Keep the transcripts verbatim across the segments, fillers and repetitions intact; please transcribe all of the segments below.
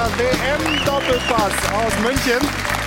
W M-Doppelpass aus München.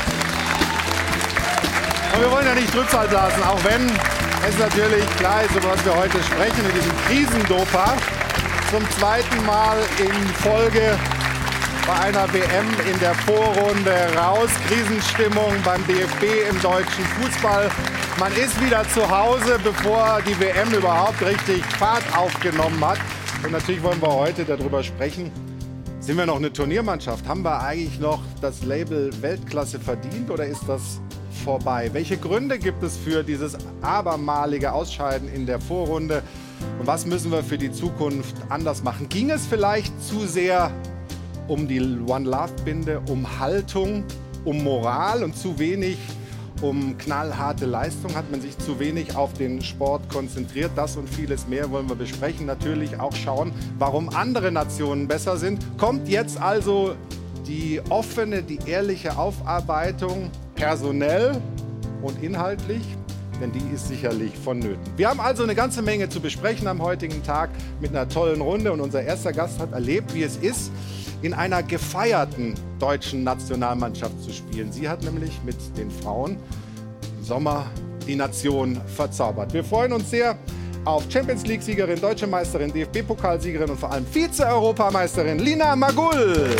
Und wir wollen ja nicht Trübsal blasen, auch wenn es natürlich klar ist, über was wir heute sprechen, in diesem Krisendopa. Zum zweiten Mal in Folge bei einer W M in der Vorrunde raus. Krisenstimmung beim D F B im deutschen Fußball. Man ist wieder zu Hause, bevor die W M überhaupt richtig Fahrt aufgenommen hat. Und natürlich wollen wir heute darüber sprechen. Sind wir noch eine Turniermannschaft? Haben wir eigentlich noch das Label Weltklasse verdient oder ist das vorbei? Welche Gründe gibt es für dieses abermalige Ausscheiden in der Vorrunde? Und was müssen wir für die Zukunft anders machen? Ging es vielleicht zu sehr um die One-Love-Binde, um Haltung, um Moral und zu wenig um knallharte Leistung? Hat man sich zu wenig auf den Sport konzentriert? Das und vieles mehr wollen wir besprechen. Natürlich auch schauen, warum andere Nationen besser sind. Kommt jetzt also die offene, die ehrliche Aufarbeitung personell und inhaltlich? Denn die ist sicherlich vonnöten. Wir haben also eine ganze Menge zu besprechen am heutigen Tag mit einer tollen Runde. Und unser erster Gast hat erlebt, wie es ist, in einer gefeierten deutschen Nationalmannschaft zu spielen. Sie hat nämlich mit den Frauen im Sommer die Nation verzaubert. Wir freuen uns sehr auf Champions-League-Siegerin, Deutsche Meisterin, D F B-Pokalsiegerin und vor allem Vize-Europameisterin Lina Magull.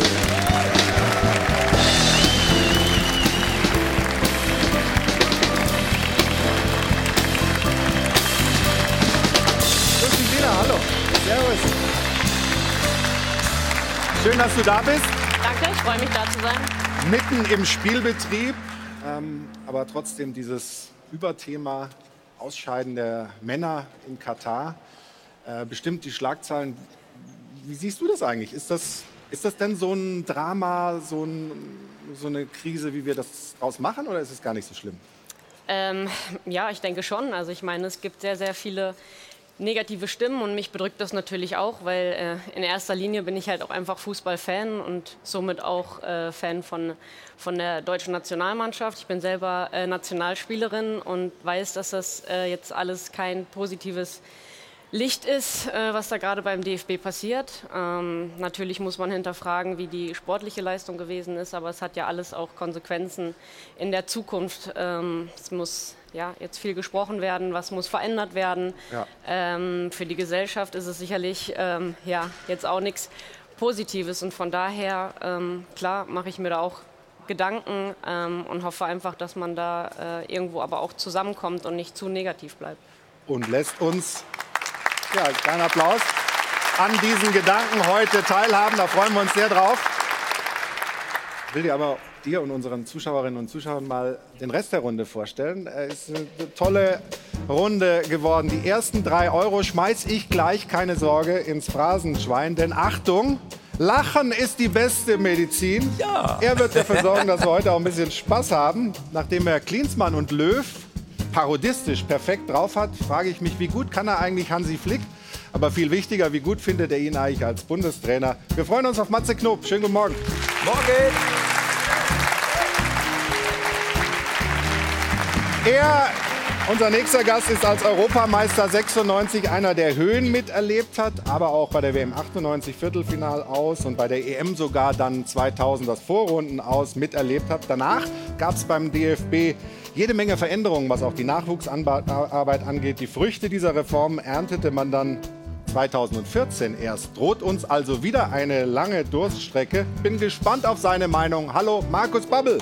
Hallo. Servus. Schön, dass du da bist. Danke, ich freue mich, da zu sein. Mitten im Spielbetrieb, ähm, aber trotzdem dieses Überthema Ausscheiden der Männer in Katar äh, bestimmt die Schlagzeilen. Wie siehst du das eigentlich? Ist das, ist das denn so ein Drama, so, ein, so eine Krise, wie wir das draus machen, oder ist es gar nicht so schlimm? Ähm, ja, ich denke schon. Also ich meine, es gibt sehr, sehr viele negative Stimmen und mich bedrückt das natürlich auch, weil äh, in erster Linie bin ich halt auch einfach Fußballfan und somit auch äh, Fan von, von der deutschen Nationalmannschaft. Ich bin selber äh, Nationalspielerin und weiß, dass das äh, jetzt alles kein positives Licht ist, äh, was da gerade beim D F B passiert. Ähm, natürlich muss man hinterfragen, wie die sportliche Leistung gewesen ist, aber es hat ja alles auch Konsequenzen in der Zukunft. Ähm, es muss ja jetzt viel gesprochen werden, was muss verändert werden. Ja. Ähm, für die Gesellschaft ist es sicherlich ähm, ja, jetzt auch nichts Positives und von daher, ähm, klar, mache ich mir da auch Gedanken ähm, und hoffe einfach, dass man da äh, irgendwo aber auch zusammenkommt und nicht zu negativ bleibt. Und lässt uns Ja, kleinen Applaus an diesen Gedanken heute teilhaben. Da freuen wir uns sehr drauf. Ich will dir aber dir und unseren Zuschauerinnen und Zuschauern mal den Rest der Runde vorstellen. Es ist eine tolle Runde geworden. Die ersten drei Euro schmeiß ich gleich, keine Sorge, ins Phrasenschwein. Denn Achtung, Lachen ist die beste Medizin. Ja. Er wird dafür sorgen, dass wir heute auch ein bisschen Spaß haben. Nachdem er Klinsmann und Löw parodistisch perfekt drauf hat, frage ich mich, wie gut kann er eigentlich Hansi Flick? Aber viel wichtiger, wie gut findet er ihn eigentlich als Bundestrainer? Wir freuen uns auf Matze Knob. Schönen guten Morgen. Morgen. Er, unser nächster Gast, ist als Europameister sechsundneunzig einer, der Höhen miterlebt hat, aber auch bei der W M achtundneunzig Viertelfinal aus und bei der E M sogar dann zweitausend das Vorrunden aus miterlebt hat. Danach gab es beim D F B jede Menge Veränderungen, was auch die Nachwuchsarbeit angeht. Die Früchte dieser Reform erntete man dann zweitausendvierzehn erst. Droht uns also wieder eine lange Durststrecke. Bin gespannt auf seine Meinung. Hallo, Markus Babbel.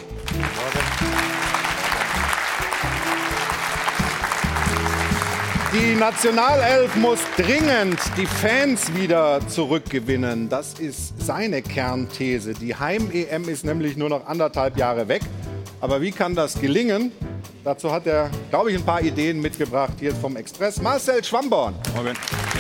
Die Nationalelf muss dringend die Fans wieder zurückgewinnen. Das ist seine Kernthese. Die Heim-E M ist nämlich nur noch anderthalb Jahre weg. Aber wie kann das gelingen? Dazu hat er, glaube ich, ein paar Ideen mitgebracht. Hier vom Express Marcel Schwamborn. Morgen.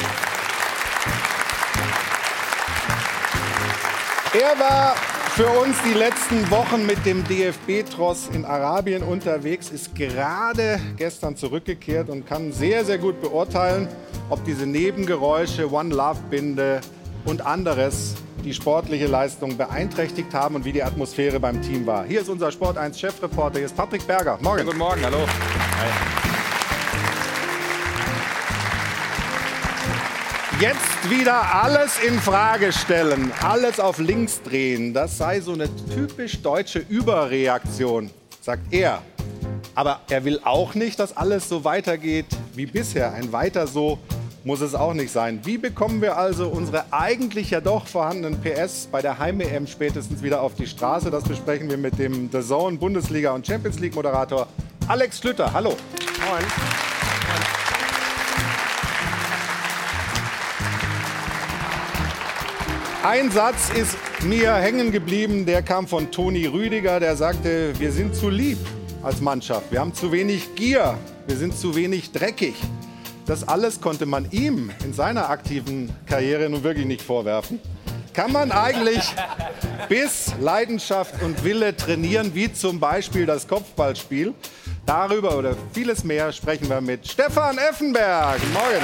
Er war für uns die letzten Wochen mit dem D F B-Tross in Arabien unterwegs, ist gerade gestern zurückgekehrt und kann sehr, sehr gut beurteilen, ob diese Nebengeräusche, One-Love-Binde und anderes die sportliche Leistung beeinträchtigt haben und wie die Atmosphäre beim Team war. Hier ist unser Sport eins Chefreporter, hier ist Patrick Berger. Morgen. Ja, guten Morgen, hallo. Hi. Jetzt wieder alles in Frage stellen, alles auf links drehen, das sei so eine typisch deutsche Überreaktion, sagt er. Aber er will auch nicht, dass alles so weitergeht wie bisher. Ein Weiter so muss es auch nicht sein. Wie bekommen wir also unsere eigentlich ja doch vorhandenen P S bei der Heim-E M spätestens wieder auf die Straße? Das besprechen wir mit dem D A Z N Bundesliga- und Champions-League-Moderator Alex Schlüter. Hallo. Moin. Ein Satz ist mir hängen geblieben, der kam von Toni Rüdiger, der sagte, wir sind zu lieb als Mannschaft, wir haben zu wenig Gier, wir sind zu wenig dreckig. Das alles konnte man ihm in seiner aktiven Karriere nun wirklich nicht vorwerfen. Kann man eigentlich Biss, Leidenschaft und Wille trainieren, wie zum Beispiel das Kopfballspiel? Darüber oder vieles mehr sprechen wir mit Stefan Effenberg. Morgen.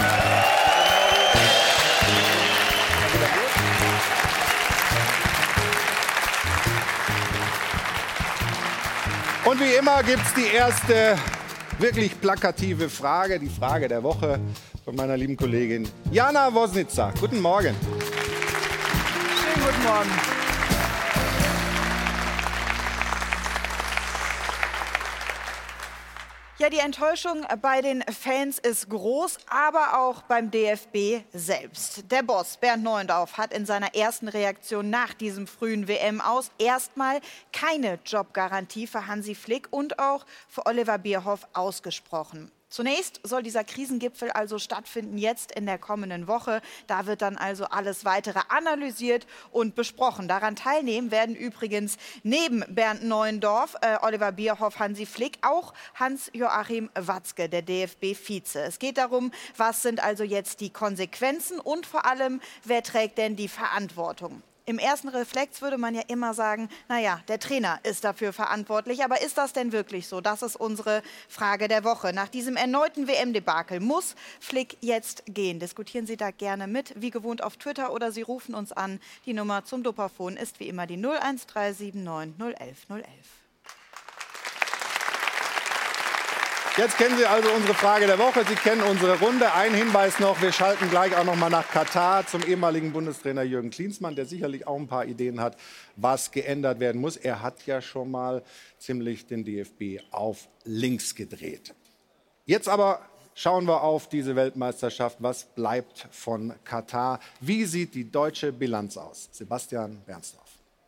Und wie immer gibt es die erste wirklich plakative Frage, die Frage der Woche von meiner lieben Kollegin Jana Wosnitzer. Guten Morgen. Schönen guten Morgen. Ja, die Enttäuschung bei den Fans ist groß, aber auch beim D F B selbst. Der Boss Bernd Neuendorf hat in seiner ersten Reaktion nach diesem frühen W M-Aus erstmal keine Jobgarantie für Hansi Flick und auch für Oliver Bierhoff ausgesprochen. Zunächst soll dieser Krisengipfel also stattfinden jetzt in der kommenden Woche. Da wird dann also alles Weitere analysiert und besprochen. Daran teilnehmen werden übrigens neben Bernd Neuendorf, äh, Oliver Bierhoff, Hansi Flick auch Hans-Joachim Watzke, der D F B-Vize. Es geht darum, was sind also jetzt die Konsequenzen und vor allem, wer trägt denn die Verantwortung? Im ersten Reflex würde man ja immer sagen, naja, der Trainer ist dafür verantwortlich. Aber ist das denn wirklich so? Das ist unsere Frage der Woche. Nach diesem erneuten W M-Debakel muss Flick jetzt gehen. Diskutieren Sie da gerne mit, wie gewohnt auf Twitter oder Sie rufen uns an. Die Nummer zum Dopafon ist wie immer die null eins drei sieben neun null elf null elf. Jetzt kennen Sie also unsere Frage der Woche. Sie kennen unsere Runde. Ein Hinweis noch, wir schalten gleich auch noch mal nach Katar zum ehemaligen Bundestrainer Jürgen Klinsmann, der sicherlich auch ein paar Ideen hat, was geändert werden muss. Er hat ja schon mal ziemlich den D F B auf links gedreht. Jetzt aber schauen wir auf diese Weltmeisterschaft. Was bleibt von Katar? Wie sieht die deutsche Bilanz aus? Sebastian Bernsdorf.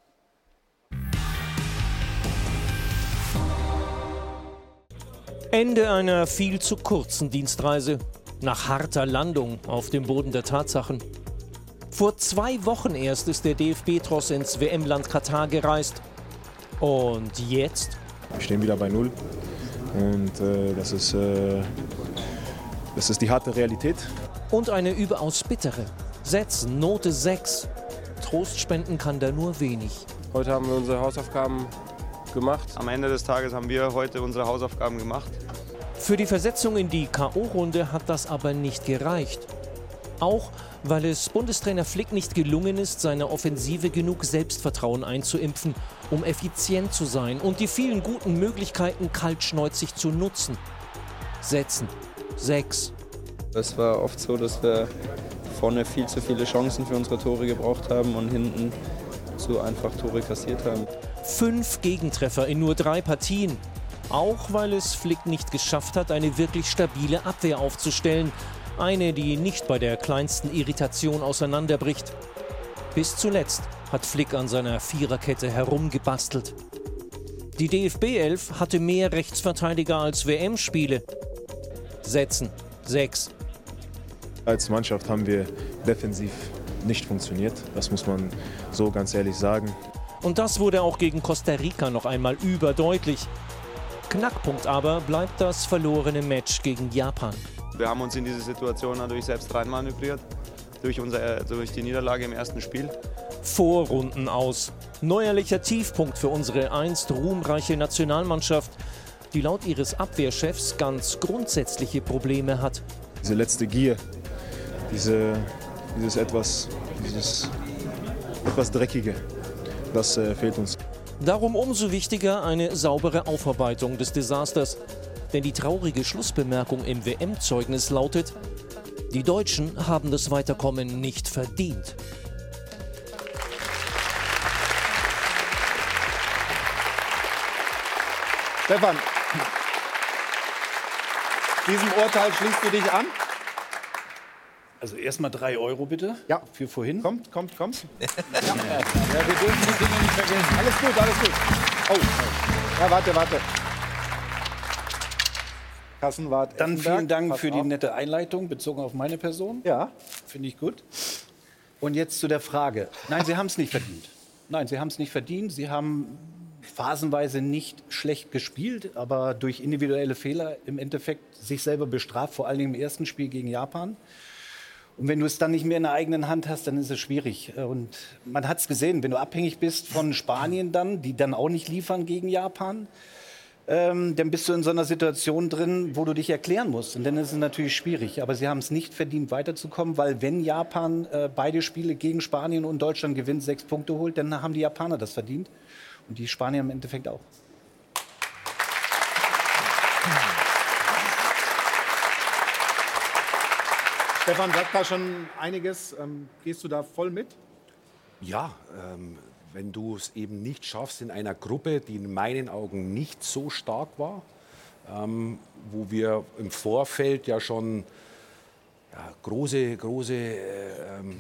Ende einer viel zu kurzen Dienstreise, nach harter Landung auf dem Boden der Tatsachen. Vor zwei Wochen erst ist der D F B-Tross ins W M-Land Katar gereist. Und jetzt? Wir stehen wieder bei Null und äh, das, ist, äh, das ist die harte Realität. Und eine überaus bittere. Setzen, Note sechs. Trost spenden kann da nur wenig. Heute haben wir unsere Hausaufgaben gemacht. Am Ende des Tages haben wir heute unsere Hausaufgaben gemacht. Für die Versetzung in die K O-Runde hat das aber nicht gereicht. Auch weil es Bundestrainer Flick nicht gelungen ist, seiner Offensive genug Selbstvertrauen einzuimpfen, um effizient zu sein und die vielen guten Möglichkeiten kaltschnäuzig zu nutzen. Setzen. Sechs. Es war oft so, dass wir vorne viel zu viele Chancen für unsere Tore gebraucht haben und hinten so einfach Tore kassiert haben. Fünf Gegentreffer in nur drei Partien. Auch weil es Flick nicht geschafft hat, eine wirklich stabile Abwehr aufzustellen. Eine, die nicht bei der kleinsten Irritation auseinanderbricht. Bis zuletzt hat Flick an seiner Viererkette herumgebastelt. Die D F B elf hatte mehr Rechtsverteidiger als W M-Spiele. Setzen. Sechs. Als Mannschaft haben wir defensiv nicht funktioniert. Das muss man so ganz ehrlich sagen. Und das wurde auch gegen Costa Rica noch einmal überdeutlich. Knackpunkt aber bleibt das verlorene Match gegen Japan. Wir haben uns in diese Situation natürlich selbst reinmanövriert, durch, unser, durch die Niederlage im ersten Spiel. Vorrunden aus. Neuerlicher Tiefpunkt für unsere einst ruhmreiche Nationalmannschaft, die laut ihres Abwehrchefs ganz grundsätzliche Probleme hat. Diese letzte Gier, diese, dieses etwas, dieses etwas Dreckige, das äh, fehlt uns. Darum umso wichtiger eine saubere Aufarbeitung des Desasters. Denn die traurige Schlussbemerkung im W M-Zeugnis lautet: Die Deutschen haben das Weiterkommen nicht verdient. Stefan, diesem Urteil schließt du dich an? Also erstmal drei Euro bitte. Ja. Für vorhin. Kommt, kommt, kommt. Ja. Ja, wir dürfen die Dinge nicht vergessen. Alles gut, alles gut. Oh, ja, warte, warte. Kassenwart Dann Effenberg, vielen Dank pass für die auf. nette Einleitung bezogen auf meine Person. Ja. Finde ich gut. Und jetzt zu der Frage. Nein, Sie haben es nicht verdient. Nein, Sie haben es nicht verdient. Sie haben phasenweise nicht schlecht gespielt, aber durch individuelle Fehler im Endeffekt sich selber bestraft, vor allem im ersten Spiel gegen Japan. Und wenn du es dann nicht mehr in der eigenen Hand hast, dann ist es schwierig. Und man hat es gesehen, wenn du abhängig bist von Spanien dann, die dann auch nicht liefern gegen Japan, ähm, dann bist du in so einer Situation drin, wo du dich erklären musst. Und dann ist es natürlich schwierig. Aber sie haben es nicht verdient, weiterzukommen, weil wenn Japan äh, beide Spiele gegen Spanien und Deutschland gewinnt, sechs Punkte holt, dann haben die Japaner das verdient. Und die Spanier im Endeffekt auch. Stefan sagt da schon einiges. Ähm, gehst du da voll mit? Ja, ähm, wenn du es eben nicht schaffst in einer Gruppe, die in meinen Augen nicht so stark war, ähm, wo wir im Vorfeld ja schon ja, große, große äh, ähm,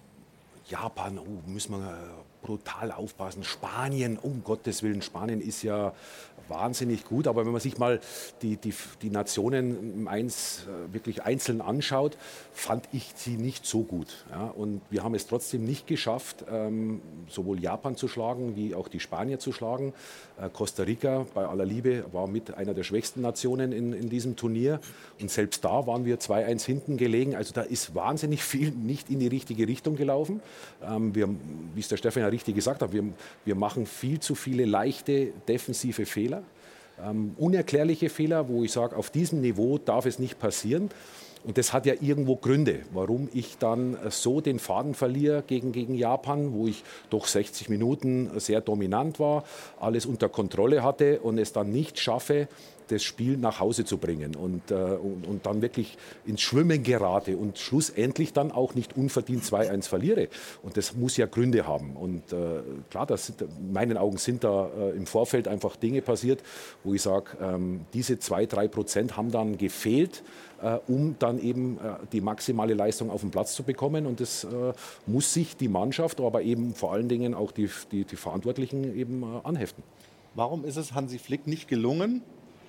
Japan, oh, müssen wir äh, brutal aufpassen. Spanien, um Gottes Willen, Spanien ist ja wahnsinnig gut, aber wenn man sich mal die, die, die Nationen im Eins, äh, wirklich einzeln anschaut, fand ich sie nicht so gut. Ja? Und wir haben es trotzdem nicht geschafft, ähm, sowohl Japan zu schlagen, wie auch die Spanier zu schlagen. Äh, Costa Rica, bei aller Liebe, war mit einer der schwächsten Nationen in, in diesem Turnier. Und selbst da waren wir zwei eins hinten gelegen. Also da ist wahnsinnig viel nicht in die richtige Richtung gelaufen. Ähm, wir, wie es der Stefan ja richtig gesagt hat, wir, wir machen viel zu viele leichte defensive Fehler. Ähm, unerklärliche Fehler, wo ich sage, auf diesem Niveau darf es nicht passieren. Und das hat ja irgendwo Gründe, warum ich dann so den Faden verliere gegen, gegen Japan, wo ich doch sechzig Minuten sehr dominant war, alles unter Kontrolle hatte und es dann nicht schaffe, das Spiel nach Hause zu bringen und, äh, und, und dann wirklich ins Schwimmen gerate und schlussendlich dann auch nicht unverdient zwei eins verliere. Und das muss ja Gründe haben. Und äh, klar, das sind, in meinen Augen sind da äh, im Vorfeld einfach Dinge passiert, wo ich sage, ähm, diese zwei, drei Prozent haben dann gefehlt, äh, um dann eben äh, die maximale Leistung auf den Platz zu bekommen. Und das äh, muss sich die Mannschaft, aber eben vor allen Dingen auch die, die, die Verantwortlichen eben äh, anheften. Warum ist es Hansi Flick nicht gelungen,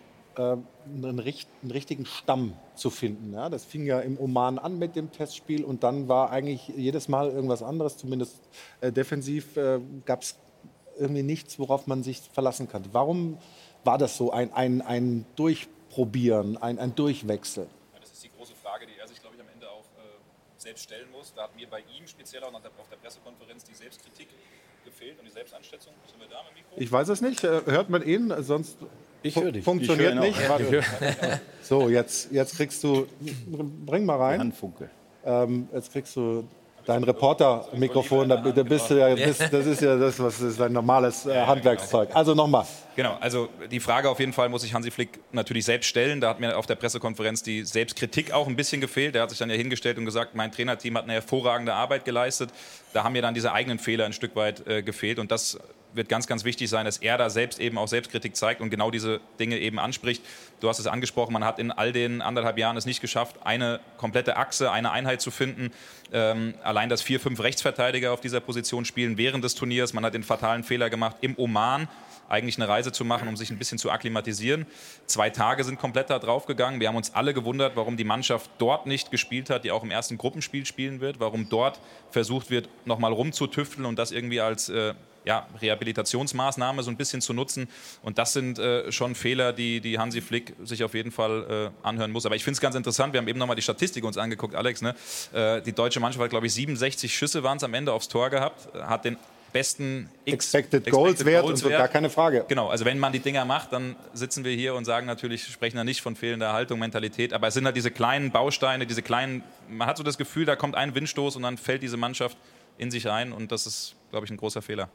einen, richt, einen richtigen Stamm zu finden? Ja, das fing ja im Oman an mit dem Testspiel und dann war eigentlich jedes Mal irgendwas anderes, zumindest äh, defensiv äh, gab es irgendwie nichts, worauf man sich verlassen kann. Warum war das so ein, ein, ein Durchprobieren, ein, ein Durchwechsel? Ja, das ist die große Frage, die er sich, glaube ich, am Ende auch äh, selbst stellen muss. Da hat mir bei ihm speziell auch nach der, auf der Pressekonferenz die Selbstkritik gefehlt und die Selbsteinschätzung. Sind wir da mit dem Mikro? Ich weiß es nicht. Hört man ihn? Sonst ich höre dich. Funktioniert ich höre nicht. Ja, so, jetzt, jetzt kriegst du. Bring mal rein. Handfunke. Ähm, jetzt kriegst du dein Reporter-Mikrofon. Da, da bist du ja, bist, das ist ja das, was ist dein normales äh, Handwerkszeug. Also nochmal. Genau, also die Frage auf jeden Fall muss sich Hansi Flick natürlich selbst stellen. Da hat mir auf der Pressekonferenz die Selbstkritik auch ein bisschen gefehlt. Er hat sich dann ja hingestellt und gesagt, mein Trainerteam hat eine hervorragende Arbeit geleistet. Da haben mir dann diese eigenen Fehler ein Stück weit äh, gefehlt. Und das wird ganz, ganz wichtig sein, dass er da selbst eben auch Selbstkritik zeigt und genau diese Dinge eben anspricht. Du hast es angesprochen, man hat in all den anderthalb Jahren es nicht geschafft, eine komplette Achse, eine Einheit zu finden. Ähm, allein, dass vier, fünf Rechtsverteidiger auf dieser Position spielen während des Turniers. Man hat den fatalen Fehler gemacht, im Oman eigentlich eine Reise zu machen, um sich ein bisschen zu akklimatisieren. Zwei Tage sind komplett da draufgegangen. Wir haben uns alle gewundert, warum die Mannschaft dort nicht gespielt hat, die auch im ersten Gruppenspiel spielen wird, warum dort versucht wird, nochmal rumzutüfteln und das irgendwie als äh, ja, Rehabilitationsmaßnahme so ein bisschen zu nutzen. Und das sind äh, schon Fehler, die, die Hansi Flick sich auf jeden Fall äh, anhören muss. Aber ich finde es ganz interessant, wir haben eben nochmal die Statistik uns angeguckt, Alex. Ne? Äh, die deutsche Mannschaft hat, glaube ich, siebenundsechzig Schüsse waren es am Ende aufs Tor gehabt, hat den besten X Expected, Expected Goals Wert und so, gar keine Frage. Genau, also wenn man die Dinger macht, dann sitzen wir hier und sagen natürlich, sprechen da nicht von fehlender Haltung, Mentalität, aber es sind halt diese kleinen Bausteine, diese kleinen, man hat so das Gefühl, da kommt ein Windstoß und dann fällt diese Mannschaft in sich ein und das ist, glaube ich, ein großer Fehler.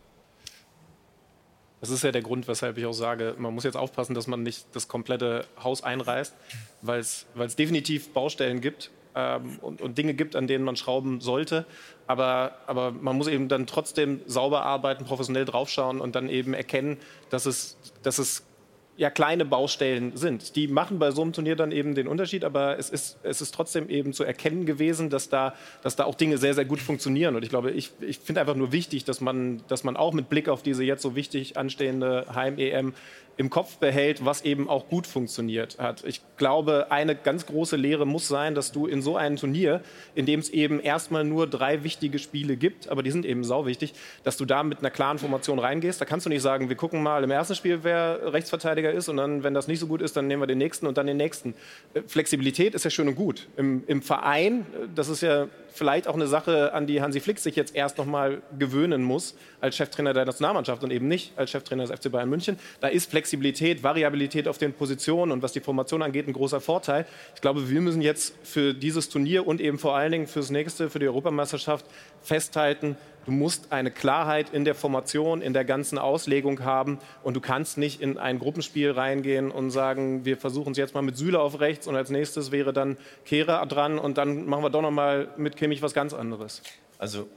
Das ist ja der Grund, weshalb ich auch sage, man muss jetzt aufpassen, dass man nicht das komplette Haus einreißt, weil es definitiv Baustellen gibt. ähm, und, und Dinge gibt, an denen man schrauben sollte. Aber, aber man muss eben dann trotzdem sauber arbeiten, professionell draufschauen und dann eben erkennen, dass es, dass es ja kleine Baustellen sind. Die machen bei so einem Turnier dann eben den Unterschied, aber es ist, es ist trotzdem eben zu erkennen gewesen, dass da, dass da auch Dinge sehr, sehr gut funktionieren. Und ich glaube, ich, ich finde einfach nur wichtig, dass man, dass man auch mit Blick auf diese jetzt so wichtig anstehende Heim-E M im Kopf behält, was eben auch gut funktioniert hat. Ich glaube, eine ganz große Lehre muss sein, dass du in so einem Turnier, in dem es eben erstmal nur drei wichtige Spiele gibt, aber die sind eben sauwichtig, dass du da mit einer klaren Formation reingehst. Da kannst du nicht sagen, wir gucken mal im ersten Spiel, wer Rechtsverteidiger ist und dann, wenn das nicht so gut ist, dann nehmen wir den nächsten und dann den nächsten. Flexibilität ist ja schön und gut. Im, im Verein, das ist ja vielleicht auch eine Sache, an die Hansi Flick sich jetzt erst noch mal gewöhnen muss, als Cheftrainer der Nationalmannschaft und eben nicht als Cheftrainer des F C Bayern München. Da ist Flexibilität, Variabilität auf den Positionen und was die Formation angeht, ein großer Vorteil. Ich glaube, wir müssen jetzt für dieses Turnier und eben vor allen Dingen fürs nächste, für die Europameisterschaft festhalten, du musst eine Klarheit in der Formation, in der ganzen Auslegung haben und du kannst nicht in ein Gruppenspiel reingehen und sagen, wir versuchen es jetzt mal mit Süle auf rechts und als nächstes wäre dann Kehrer dran und dann machen wir doch noch mal mit Kimmich was ganz anderes. Also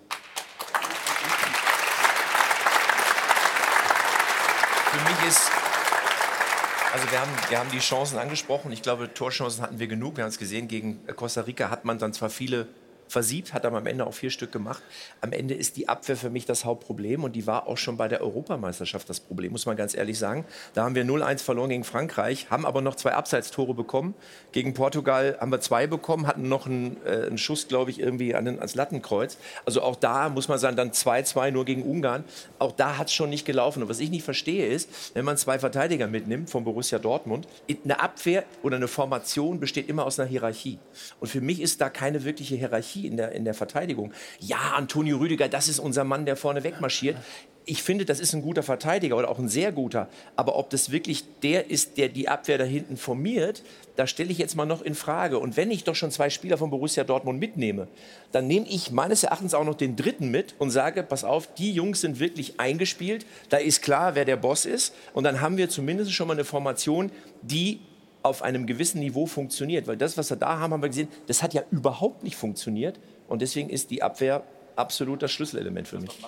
für mich ist, also wir haben, wir haben die Chancen angesprochen. Ich glaube, Torchancen hatten wir genug. Wir haben es gesehen, gegen Costa Rica hat man dann zwar viele versiebt, hat aber am Ende auch vier Stück gemacht. Am Ende ist die Abwehr für mich das Hauptproblem und die war auch schon bei der Europameisterschaft das Problem, muss man ganz ehrlich sagen. Da haben wir null eins verloren gegen Frankreich, haben aber noch zwei Abseitstore bekommen. Gegen Portugal haben wir zwei bekommen, hatten noch einen, äh, einen Schuss, glaube ich, irgendwie an den, ans Lattenkreuz. Also auch da muss man sagen, dann zwei zwei nur gegen Ungarn. Auch da hat es schon nicht gelaufen. Und was ich nicht verstehe ist, wenn man zwei Verteidiger mitnimmt von Borussia Dortmund, eine Abwehr oder eine Formation besteht immer aus einer Hierarchie. Und für mich ist da keine wirkliche Hierarchie in der, in der Verteidigung. Ja, Antonio Rüdiger, das ist unser Mann, der vorne wegmarschiert. Ich finde, das ist ein guter Verteidiger oder auch ein sehr guter. Aber ob das wirklich der ist, der die Abwehr da hinten formiert, da stelle ich jetzt mal noch in Frage. Und wenn ich doch schon zwei Spieler von Borussia Dortmund mitnehme, dann nehme ich meines Erachtens auch noch den dritten mit und sage, pass auf, die Jungs sind wirklich eingespielt. Da ist klar, wer der Boss ist. Und dann haben wir zumindest schon mal eine Formation, die auf einem gewissen Niveau funktioniert. Weil das, was wir da haben, haben wir gesehen, das hat ja überhaupt nicht funktioniert. Und deswegen ist die Abwehr absolut das Schlüsselelement für mich.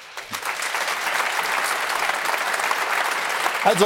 Also,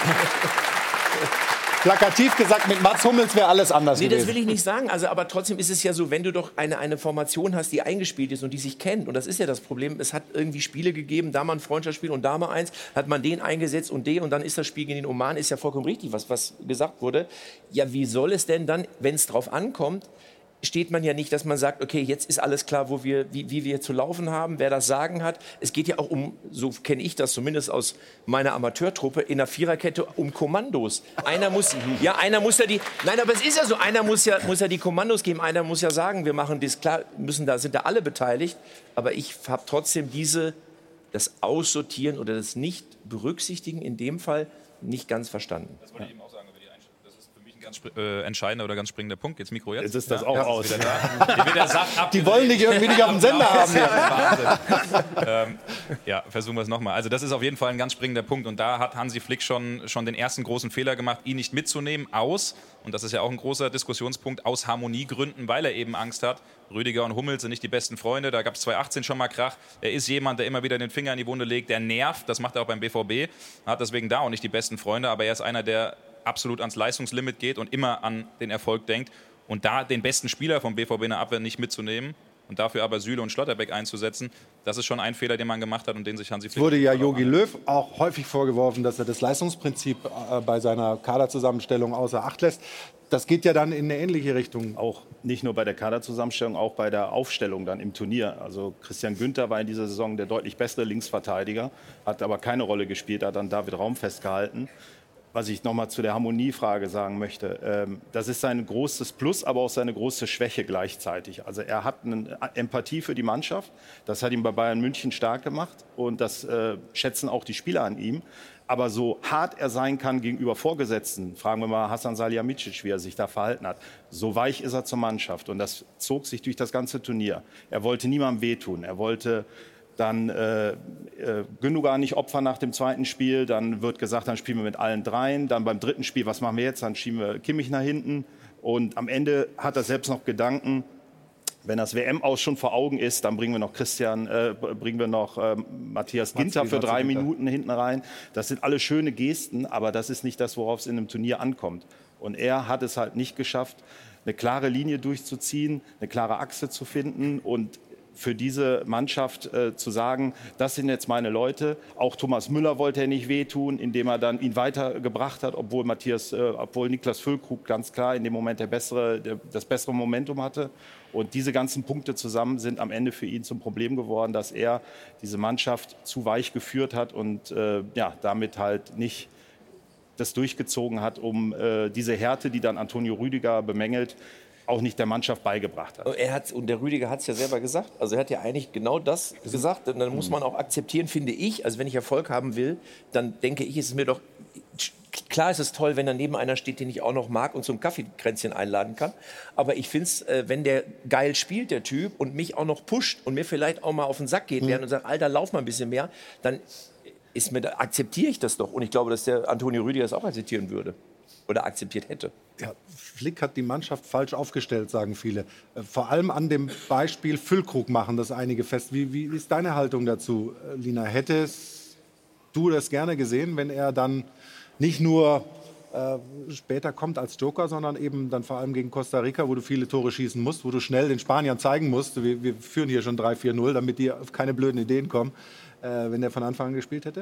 plakativ gesagt, mit Mats Hummels wäre alles anders nee, gewesen. Das will ich nicht sagen. Also, aber trotzdem ist es ja so, wenn du doch eine, eine Formation hast, die eingespielt ist und die sich kennt. Und das ist ja das Problem. Es hat irgendwie Spiele gegeben, da mal ein Freundschaftsspiel und da mal eins. Hat man den eingesetzt und den und dann ist das Spiel gegen den Oman, ist ja vollkommen richtig, was, was gesagt wurde. Ja, wie soll es denn dann, wenn es drauf ankommt, steht man ja nicht, dass man sagt, okay, jetzt ist alles klar, wo wir, wie, wie wir zu laufen haben, wer das Sagen hat. Es geht ja auch um, so kenne ich das zumindest aus meiner Amateurtruppe, in der Viererkette um Kommandos. Einer muss, ja, einer muss ja die, nein, aber es ist ja so, einer muss ja, muss ja die Kommandos geben, einer muss ja sagen, wir machen das, klar, müssen da, sind da alle beteiligt, aber ich habe trotzdem diese, das Aussortieren oder das Nicht-Berücksichtigen in dem Fall nicht ganz verstanden. Das wollte ich eben auch sagen. Das ist für mich ein ganz äh, entscheidender oder ganz springender Punkt. Jetzt Mikro jetzt. Jetzt ist das ja, auch ja, aus. Ist da. Wird der Saft ab- Die wollen dich irgendwie nicht auf dem Sender haben. Ja, ähm, ja, versuchen wir es nochmal. Also das ist auf jeden Fall ein ganz springender Punkt. Und da hat Hansi Flick schon, schon den ersten großen Fehler gemacht, ihn nicht mitzunehmen aus, und das ist ja auch ein großer Diskussionspunkt, aus Harmoniegründen, weil er eben Angst hat. Rüdiger und Hummels sind nicht die besten Freunde. Da gab es zwanzig achtzehn schon mal Krach. Er ist jemand, der immer wieder den Finger in die Wunde legt, der nervt. Das macht er auch beim B V B. Er hat deswegen da auch nicht die besten Freunde. Aber er ist einer, der absolut ans Leistungslimit geht und immer an den Erfolg denkt. Und da den besten Spieler vom B V B in der Abwehr nicht mitzunehmen und dafür aber Süle und Schlotterbeck einzusetzen, das ist schon ein Fehler, den man gemacht hat und den sich Hansi Flick... Es wurde ja Jogi Löw auch häufig vorgeworfen, dass er das Leistungsprinzip äh, bei seiner Kaderzusammenstellung außer Acht lässt. Das geht ja dann in eine ähnliche Richtung. Auch nicht nur bei der Kaderzusammenstellung, auch bei der Aufstellung dann im Turnier. Also Christian Günther war in dieser Saison der deutlich bessere Linksverteidiger, hat aber keine Rolle gespielt, hat dann David Raum festgehalten. Was ich noch mal zu der Harmoniefrage sagen möchte, ähm, das ist sein großes Plus, aber auch seine große Schwäche gleichzeitig. Also er hat eine Empathie für die Mannschaft, das hat ihn bei Bayern München stark gemacht und das äh, schätzen auch die Spieler an ihm. Aber so hart er sein kann gegenüber Vorgesetzten, fragen wir mal Hasan Salihamidzic, wie er sich da verhalten hat, so weich ist er zur Mannschaft. Und das zog sich durch das ganze Turnier. Er wollte niemandem wehtun, er wollte... Dann äh, äh, Gündogan nicht opfern nach dem zweiten Spiel. Dann wird gesagt, dann spielen wir mit allen dreien. Dann beim dritten Spiel, was machen wir jetzt? Dann schieben wir Kimmich nach hinten. Und am Ende hat er selbst noch Gedanken, wenn das W M-Aus schon vor Augen ist, dann bringen wir noch Christian, äh, bringen wir noch äh, Matthias Ginter für drei Minuten hinten rein. Das sind alle schöne Gesten, aber das ist nicht das, worauf es in einem Turnier ankommt. Und er hat es halt nicht geschafft, eine klare Linie durchzuziehen, eine klare Achse zu finden und für diese Mannschaft äh, zu sagen, das sind jetzt meine Leute. Auch Thomas Müller wollte er nicht wehtun, indem er dann ihn weitergebracht hat, obwohl Matthias, äh, obwohl Niklas Füllkrug ganz klar in dem Moment der bessere, der, das bessere Momentum hatte. Und diese ganzen Punkte zusammen sind am Ende für ihn zum Problem geworden, dass er diese Mannschaft zu weich geführt hat und äh, ja, damit halt nicht das durchgezogen hat, um äh, diese Härte, die dann Antonio Rüdiger bemängelt, auch nicht der Mannschaft beigebracht hat. Er hat und der Rüdiger hat es ja selber gesagt. Also er hat ja eigentlich genau das gesagt. Und dann muss man auch akzeptieren, finde ich. Also wenn ich Erfolg haben will, dann denke ich, ist es mir doch klar, ist es toll, wenn da neben einer steht, den ich auch noch mag und zum Kaffeekränzchen einladen kann. Aber ich finde es, äh, wenn der geil spielt, der Typ, und mich auch noch pusht und mir vielleicht auch mal auf den Sack geht mhm. und sagt, Alter, lauf mal ein bisschen mehr, dann ist mir, da akzeptiere ich das doch. Und ich glaube, dass der Antonio Rüdiger das auch akzeptieren würde. Oder akzeptiert hätte. Ja, Flick hat die Mannschaft falsch aufgestellt, sagen viele. Vor allem an dem Beispiel Füllkrug machen das einige fest. Wie, wie ist deine Haltung dazu, Lina? Hättest du das gerne gesehen, wenn er dann nicht nur äh, später kommt als Joker, sondern eben dann vor allem gegen Costa Rica, wo du viele Tore schießen musst, wo du schnell den Spaniern zeigen musst, wir, wir führen hier schon drei vier null, damit die auf keine blöden Ideen kommen, äh, wenn der von Anfang an gespielt hätte?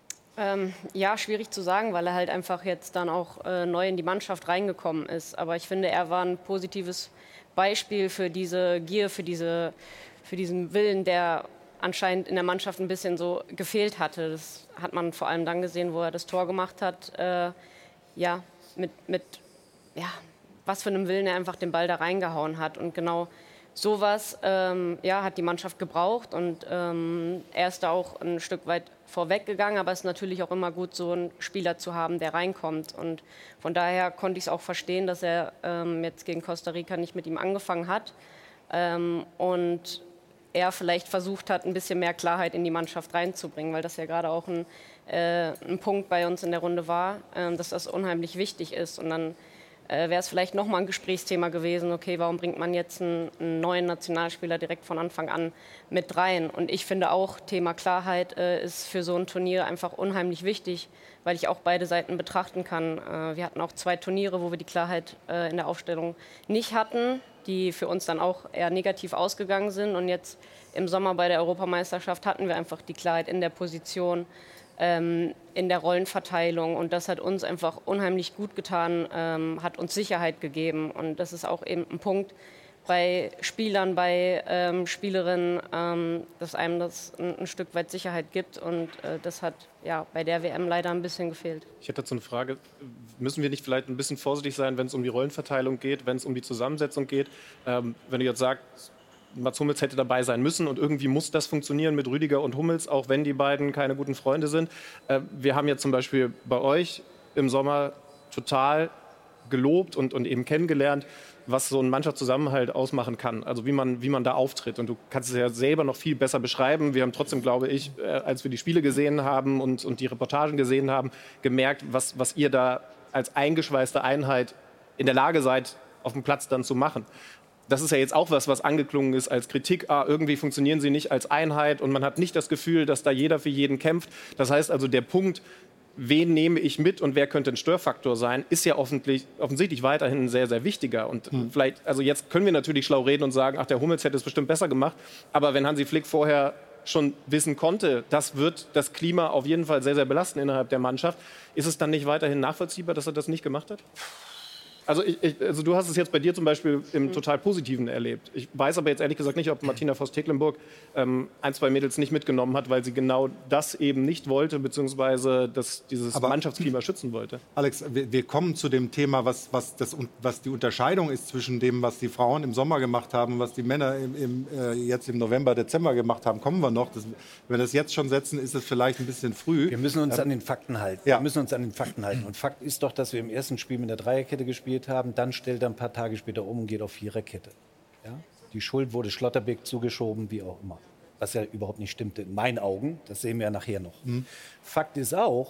Ähm, ja, schwierig zu sagen, weil er halt einfach jetzt dann auch äh, neu in die Mannschaft reingekommen ist. Aber ich finde, er war ein positives Beispiel für diese Gier, für, diese, für diesen Willen, der anscheinend in der Mannschaft ein bisschen so gefehlt hatte. Das hat man vor allem dann gesehen, wo er das Tor gemacht hat. Äh, ja, mit, mit ja, was für einem Willen er einfach den Ball da reingehauen hat. Und genau sowas ähm, ja, hat die Mannschaft gebraucht. Und ähm, er ist da auch ein Stück weit vorweggegangen, aber es ist natürlich auch immer gut, so einen Spieler zu haben, der reinkommt. Und von daher konnte ich es auch verstehen, dass er ähm, jetzt gegen Costa Rica nicht mit ihm angefangen hat ähm, und er vielleicht versucht hat, ein bisschen mehr Klarheit in die Mannschaft reinzubringen, weil das ja gerade auch ein, äh, ein Punkt bei uns in der Runde war, äh, dass das unheimlich wichtig ist. Und dann äh, wäre es vielleicht nochmal ein Gesprächsthema gewesen, okay, warum bringt man jetzt einen, einen neuen Nationalspieler direkt von Anfang an mit rein? Und ich finde auch, Thema Klarheit äh, ist für so ein Turnier einfach unheimlich wichtig, weil ich auch beide Seiten betrachten kann. Äh, wir hatten auch zwei Turniere, wo wir die Klarheit äh, in der Aufstellung nicht hatten, die für uns dann auch eher negativ ausgegangen sind. Und jetzt im Sommer bei der Europameisterschaft hatten wir einfach die Klarheit in der Position, ähm, in der Rollenverteilung. Und das hat uns einfach unheimlich gut getan, ähm, hat uns Sicherheit gegeben. Und das ist auch eben ein Punkt bei Spielern, bei ähm, Spielerinnen, ähm, dass einem das ein, ein Stück weit Sicherheit gibt. Und äh, das hat ja bei der W M leider ein bisschen gefehlt. Ich hätte dazu eine Frage. Müssen wir nicht vielleicht ein bisschen vorsichtig sein, wenn es um die Rollenverteilung geht, wenn es um die Zusammensetzung geht? Ähm, wenn du jetzt sagst, Mats Hummels hätte dabei sein müssen und irgendwie muss das funktionieren mit Rüdiger und Hummels, auch wenn die beiden keine guten Freunde sind. Äh, wir haben jetzt zum Beispiel bei euch im Sommer total gelobt und, und eben kennengelernt, was so ein Mannschaftszusammenhalt ausmachen kann, also wie man, wie man da auftritt. Und du kannst es ja selber noch viel besser beschreiben. Wir haben trotzdem, glaube ich, als wir die Spiele gesehen haben und, und die Reportagen gesehen haben, gemerkt, was, was ihr da als eingeschweißte Einheit in der Lage seid, auf dem Platz dann zu machen. Das ist ja jetzt auch was, was angeklungen ist als Kritik. Ah, irgendwie funktionieren sie nicht als Einheit und man hat nicht das Gefühl, dass da jeder für jeden kämpft. Das heißt also, der Punkt, wen nehme ich mit und wer könnte ein Störfaktor sein, ist ja offensichtlich weiterhin ein sehr, sehr wichtiger. Und hm. vielleicht, also jetzt können wir natürlich schlau reden und sagen, ach, der Hummels hätte es bestimmt besser gemacht. Aber wenn Hansi Flick vorher schon wissen konnte, das wird das Klima auf jeden Fall sehr, sehr belasten innerhalb der Mannschaft, ist es dann nicht weiterhin nachvollziehbar, dass er das nicht gemacht hat? Also, ich, ich, also du hast es jetzt bei dir zum Beispiel im total Positiven erlebt. Ich weiß aber jetzt ehrlich gesagt nicht, ob Martina Voss-Tecklenburg ähm, ein, zwei Mädels nicht mitgenommen hat, weil sie genau das eben nicht wollte, beziehungsweise das, dieses aber Mannschaftsklima schützen wollte. Alex, wir, wir kommen zu dem Thema, was, was, das, was die Unterscheidung ist zwischen dem, was die Frauen im Sommer gemacht haben und was die Männer im, im, äh, jetzt im November, Dezember gemacht haben. Kommen wir noch. Das, wenn wir das jetzt schon setzen, ist es vielleicht ein bisschen früh. Wir müssen uns ähm, an den Fakten halten. Ja. Wir müssen uns an den Fakten halten. Und Fakt ist doch, dass wir im ersten Spiel mit der Dreierkette gespielt haben, dann stellt er ein paar Tage später um und geht auf Viererkette. Ja? Die Schuld wurde Schlotterbeck zugeschoben, wie auch immer. Was ja überhaupt nicht stimmte, in meinen Augen. Das sehen wir ja nachher noch. Mhm. Fakt ist auch,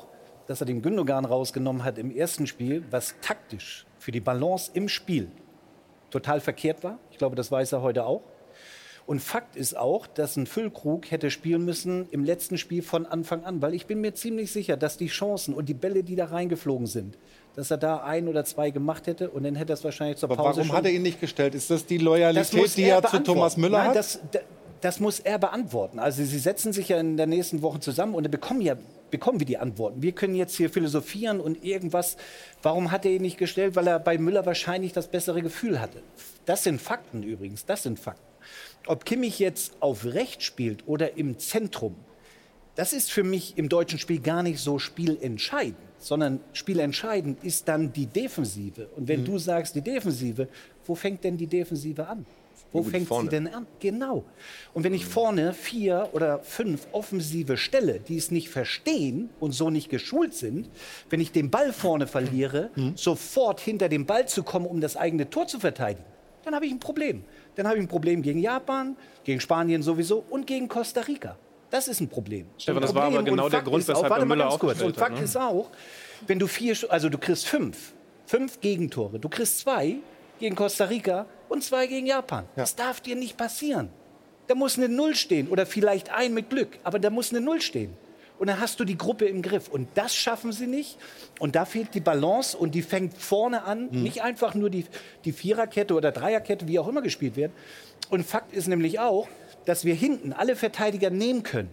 dass er den Gündogan rausgenommen hat im ersten Spiel, was taktisch für die Balance im Spiel total verkehrt war. Ich glaube, das weiß er heute auch. Und Fakt ist auch, dass ein Füllkrug hätte spielen müssen im letzten Spiel von Anfang an. Weil ich bin mir ziemlich sicher, dass die Chancen und die Bälle, die da reingeflogen sind, dass er da ein oder zwei gemacht hätte und dann hätte er es wahrscheinlich zur Pause. Aber warum schon hat er ihn nicht gestellt? Ist das die Loyalität, das die er zu Thomas Müller Nein, hat? Das, das, das muss er beantworten. Also sie setzen sich ja in der nächsten Woche zusammen und dann bekommen, ja, bekommen wir die Antworten. Wir können jetzt hier philosophieren und irgendwas. Warum hat er ihn nicht gestellt? Weil er bei Müller wahrscheinlich das bessere Gefühl hatte. Das sind Fakten übrigens, das sind Fakten. Ob Kimmich jetzt auf rechts spielt oder im Zentrum, das ist für mich im deutschen Spiel gar nicht so spielentscheidend, sondern spielentscheidend ist dann die Defensive. Und wenn mhm. du sagst, die Defensive, wo fängt denn die Defensive an? Wo Gut, fängt vorne. sie denn an? Genau. Und wenn ich vorne vier oder fünf Offensive stelle, die es nicht verstehen und so nicht geschult sind, wenn ich den Ball vorne verliere, mhm. sofort hinter dem Ball zu kommen, um das eigene Tor zu verteidigen, dann habe ich ein Problem. Dann habe ich ein Problem gegen Japan, gegen Spanien sowieso und gegen Costa Rica. Das ist ein Problem. Stefan, das Problem. war aber genau und der Fakt Grund, ist auch, weshalb warte er mal Müller ganz kurz. aufgestellt Und Fakt hat, ne? ist auch, wenn du vier, also du kriegst fünf, fünf Gegentore, du kriegst zwei gegen Costa Rica und zwei gegen Japan. Ja. Das darf dir nicht passieren. Da muss eine Null stehen oder vielleicht ein mit Glück, aber da muss eine Null stehen. Und dann hast du die Gruppe im Griff. Und das schaffen sie nicht. Und da fehlt die Balance und die fängt vorne an. Mhm. Nicht einfach nur die, die Viererkette oder Dreierkette, wie auch immer gespielt wird. Und Fakt ist nämlich auch, dass wir hinten alle Verteidiger nehmen können.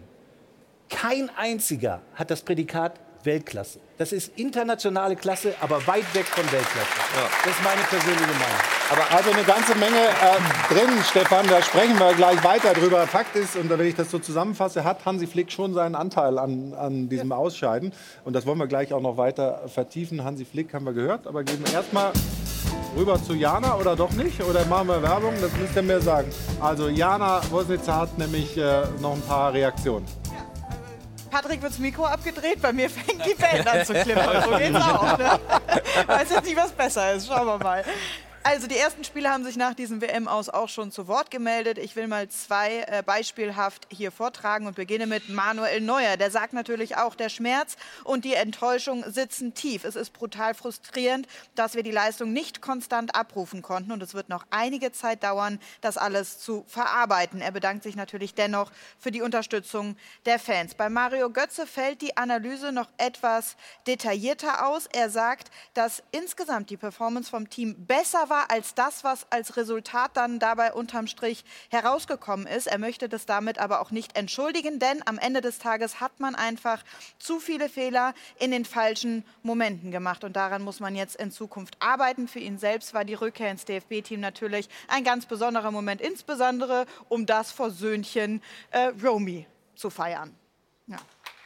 Kein einziger hat das Prädikat Weltklasse. Das ist internationale Klasse, aber weit weg von Weltklasse. Ja. Das ist meine persönliche Meinung. Aber also eine ganze Menge äh, drin, Stefan, da sprechen wir gleich weiter drüber. Fakt ist, und wenn ich das so zusammenfasse, hat Hansi Flick schon seinen Anteil an, an diesem ja. Ausscheiden. Und das wollen wir gleich auch noch weiter vertiefen. Hansi Flick haben wir gehört, aber gehen wir erstmal rüber zu Jana oder doch nicht? Oder machen wir Werbung? Das müsst ihr mir sagen. Also Jana Woznitzer hat nämlich äh, noch ein paar Reaktionen. Patrick wird das Mikro abgedreht, bei mir fängt die Band an zu klimpern. So geht's auch. Ne? Weiß jetzt nicht, was besser ist. Schauen wir mal. Also die ersten Spieler haben sich nach diesem W M-Aus auch schon zu Wort gemeldet. Ich will mal zwei äh, beispielhaft hier vortragen und beginne mit Manuel Neuer. Der sagt natürlich auch, der Schmerz und die Enttäuschung sitzen tief. Es ist brutal frustrierend, dass wir die Leistung nicht konstant abrufen konnten und es wird noch einige Zeit dauern, das alles zu verarbeiten. Er bedankt sich natürlich dennoch für die Unterstützung der Fans. Bei Mario Götze fällt die Analyse noch etwas detaillierter aus. Er sagt, dass insgesamt die Performance vom Team besser war als das, was als Resultat dann dabei unterm Strich herausgekommen ist. Er möchte das damit aber auch nicht entschuldigen, denn am Ende des Tages hat man einfach zu viele Fehler in den falschen Momenten gemacht und daran muss man jetzt in Zukunft arbeiten. Für ihn selbst war die Rückkehr ins D F B-Team natürlich ein ganz besonderer Moment, insbesondere um das vor Söhnchen äh, Romy zu feiern. Ja.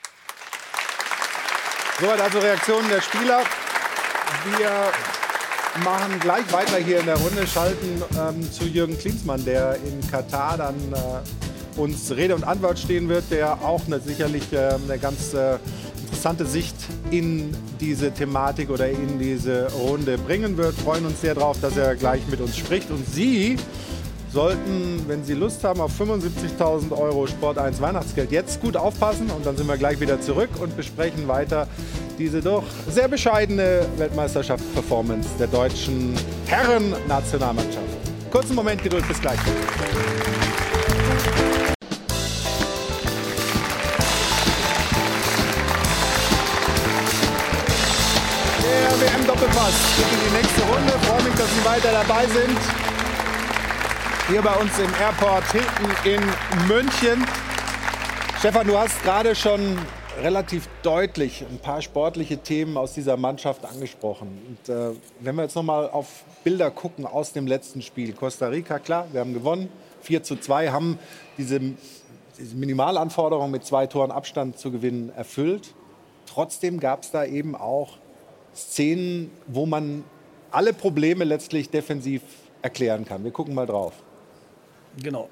Soweit also Reaktionen der Spieler. Wir machen gleich weiter hier in der Runde, schalten ähm, zu Jürgen Klinsmann, der in Katar dann äh, uns Rede und Antwort stehen wird, der auch eine, sicherlich äh, eine ganz äh, interessante Sicht in diese Thematik oder in diese Runde bringen wird. Wir freuen uns sehr darauf, dass er gleich mit uns spricht. Und Sie sollten, wenn Sie Lust haben, auf fünfundsiebzigtausend Euro Sport eins Weihnachtsgeld jetzt gut aufpassen. Und dann sind wir gleich wieder zurück und besprechen weiter diese doch sehr bescheidene Weltmeisterschaftsperformance der deutschen Herren-Nationalmannschaft. Kurzen Moment Geduld, bis gleich. Der W M-Doppelpass geht in die nächste Runde. Ich freue mich, dass Sie weiter dabei sind. Hier bei uns im Airport Hilton in München. Stefan, du hast gerade schon relativ deutlich ein paar sportliche Themen aus dieser Mannschaft angesprochen. Und äh, wenn wir jetzt noch mal auf Bilder gucken aus dem letzten Spiel. Costa Rica, klar, wir haben gewonnen, vier zu zwei, haben diese, diese Minimalanforderung mit zwei Toren Abstand zu gewinnen erfüllt. Trotzdem gab es da eben auch Szenen, wo man alle Probleme letztlich defensiv erklären kann. Wir gucken mal drauf. Genau.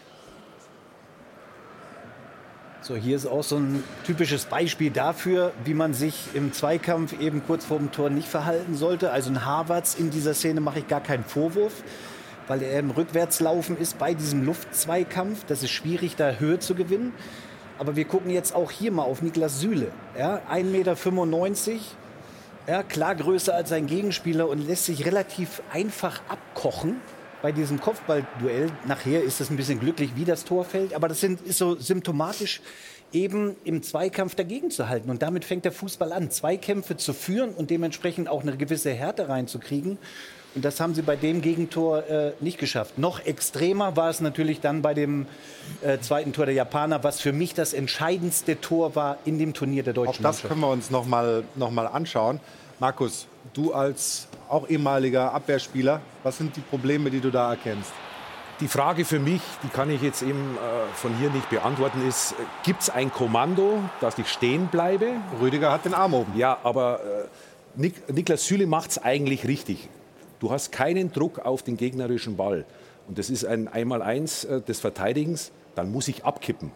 So, hier ist auch so ein typisches Beispiel dafür, wie man sich im Zweikampf eben kurz vor dem Tor nicht verhalten sollte. Also ein Havertz in dieser Szene mache ich gar keinen Vorwurf, weil er im Rückwärtslaufen ist bei diesem Luftzweikampf. Das ist schwierig, da Höhe zu gewinnen. Aber wir gucken jetzt auch hier mal auf Niklas Süle. Ja, ein Meter fünfundneunzig, ja, klar größer als sein Gegenspieler und lässt sich relativ einfach abkochen bei diesem Kopfballduell. Nachher ist es ein bisschen glücklich, wie das Tor fällt. Aber das sind, ist so symptomatisch, eben im Zweikampf dagegen zu halten. Und damit fängt der Fußball an, Zweikämpfe zu führen und dementsprechend auch eine gewisse Härte reinzukriegen. Und das haben sie bei dem Gegentor äh, nicht geschafft. Noch extremer war es natürlich dann bei dem äh, zweiten Tor der Japaner, was für mich das entscheidendste Tor war in dem Turnier der deutschen Auch das können wir uns noch mal, noch mal anschauen. Markus, du als auch ehemaliger Abwehrspieler, was sind die Probleme, die du da erkennst? Die Frage für mich, die kann ich jetzt eben äh, von hier nicht beantworten, ist, äh, gibt es ein Kommando, dass ich stehen bleibe? Rüdiger hat den Arm oben. Ja, aber äh, Nik Niklas Süle macht es eigentlich richtig. Du hast keinen Druck auf den gegnerischen Ball. Und das ist ein Einmaleins äh, des Verteidigens, dann muss ich abkippen.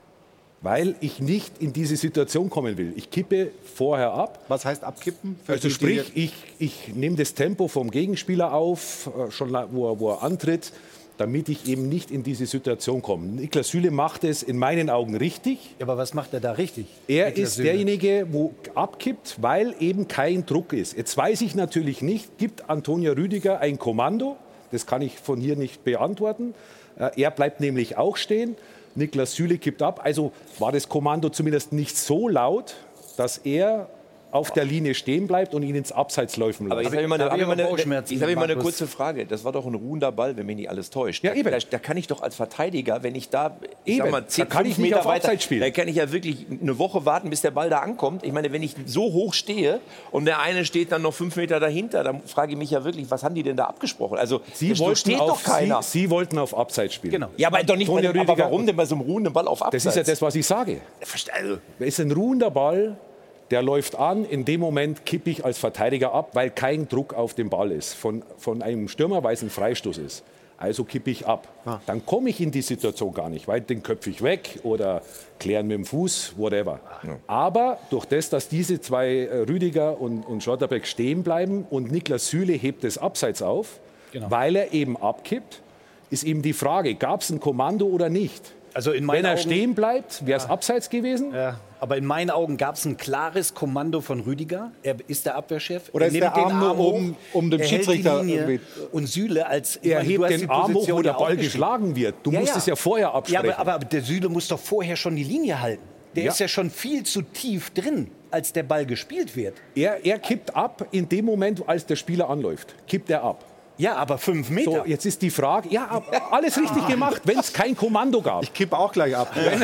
Weil ich nicht in diese Situation kommen will. Ich kippe vorher ab. Was heißt abkippen? Für Also die, sprich, die ich, ich nehme das Tempo vom Gegenspieler auf, äh, schon wo er, wo er antritt, damit ich eben nicht in diese Situation komme. Niklas Süle macht es in meinen Augen richtig. Ja, aber was macht er da richtig? Er Niklas ist Süle. derjenige, wo abkippt, weil eben kein Druck ist. Jetzt weiß ich natürlich nicht, gibt Antonio Rüdiger ein Kommando? Das kann ich von hier nicht beantworten. Äh, Er bleibt nämlich auch stehen. Niklas Süle kippt ab. Also war das Kommando zumindest nicht so laut, dass er auf der Linie stehen bleibt und ihn ins Abseits laufen lässt. Aber jetzt habe ich mal eine, Da hab ich mal habe ich eine, auch Bauchschmerzen, jetzt habe ich mal eine Markus. kurze Frage. Das war doch ein ruhender Ball, wenn mich nicht alles täuscht. Ja, eben. Da, da kann ich doch als Verteidiger, wenn ich da, ich Eben. sag mal, zehn, Da kann fünf ich nicht Meter auf weiter, Abseits spielen. da kann ich ja wirklich eine Woche warten, bis der Ball da ankommt. Ich meine, wenn ich so hoch stehe und der eine steht dann noch fünf Meter dahinter, dann frage ich mich ja wirklich, was haben die denn da abgesprochen? Also, Sie da wollten, steht auf, doch keiner. Sie, Sie wollten auf Abseits spielen. Genau. Ja, aber doch nicht bei Antonio dem, aber Rüdiger- warum denn bei so einem ruhenden Ball auf Abseits? Das ist ja das, was ich sage. Also, Es ist ein ruhender Ball, der läuft an. In dem Moment kippe ich als Verteidiger ab, weil kein Druck auf dem Ball ist. Von, von einem Stürmer, weil es ein Freistoß ist. Also kippe ich ab. Ah. Dann komme ich in die Situation gar nicht, weil den köpfe ich weg oder klären mit dem Fuß, whatever. Aber durch das, dass diese zwei, äh, Rüdiger und, und Schlotterbeck, stehen bleiben und Niklas Süle hebt das Abseits auf, Genau. weil er eben abkippt, ist eben die Frage, gab es ein Kommando oder nicht? Also in meinen Wenn er Augen, stehen bleibt, wäre es Abseits gewesen. Ja, aber in meinen Augen gab es ein klares Kommando von Rüdiger. Er ist der Abwehrchef. Oder er ist nimmt der den Arm nur hoch, um- um dem er hält die Schiedsrichter Linie. irgendwie- Und Süle als ich Er meine, du hebt hast den die Arm hoch, Position wo der ja Ball aufgeschrieben. geschlagen wird. Du musst es ja vorher absprechen. Ja, aber, aber der Süle muss doch vorher schon die Linie halten. Der Ja. ist ja schon viel zu tief drin, als der Ball gespielt wird. Er, er kippt ab in dem Moment, als der Spieler anläuft. Kippt er ab. Ja, aber fünf Meter. So, jetzt ist die Frage, ja, ab- alles richtig gemacht, wenn es kein Kommando gab. Ich kippe auch gleich ab. Wenn,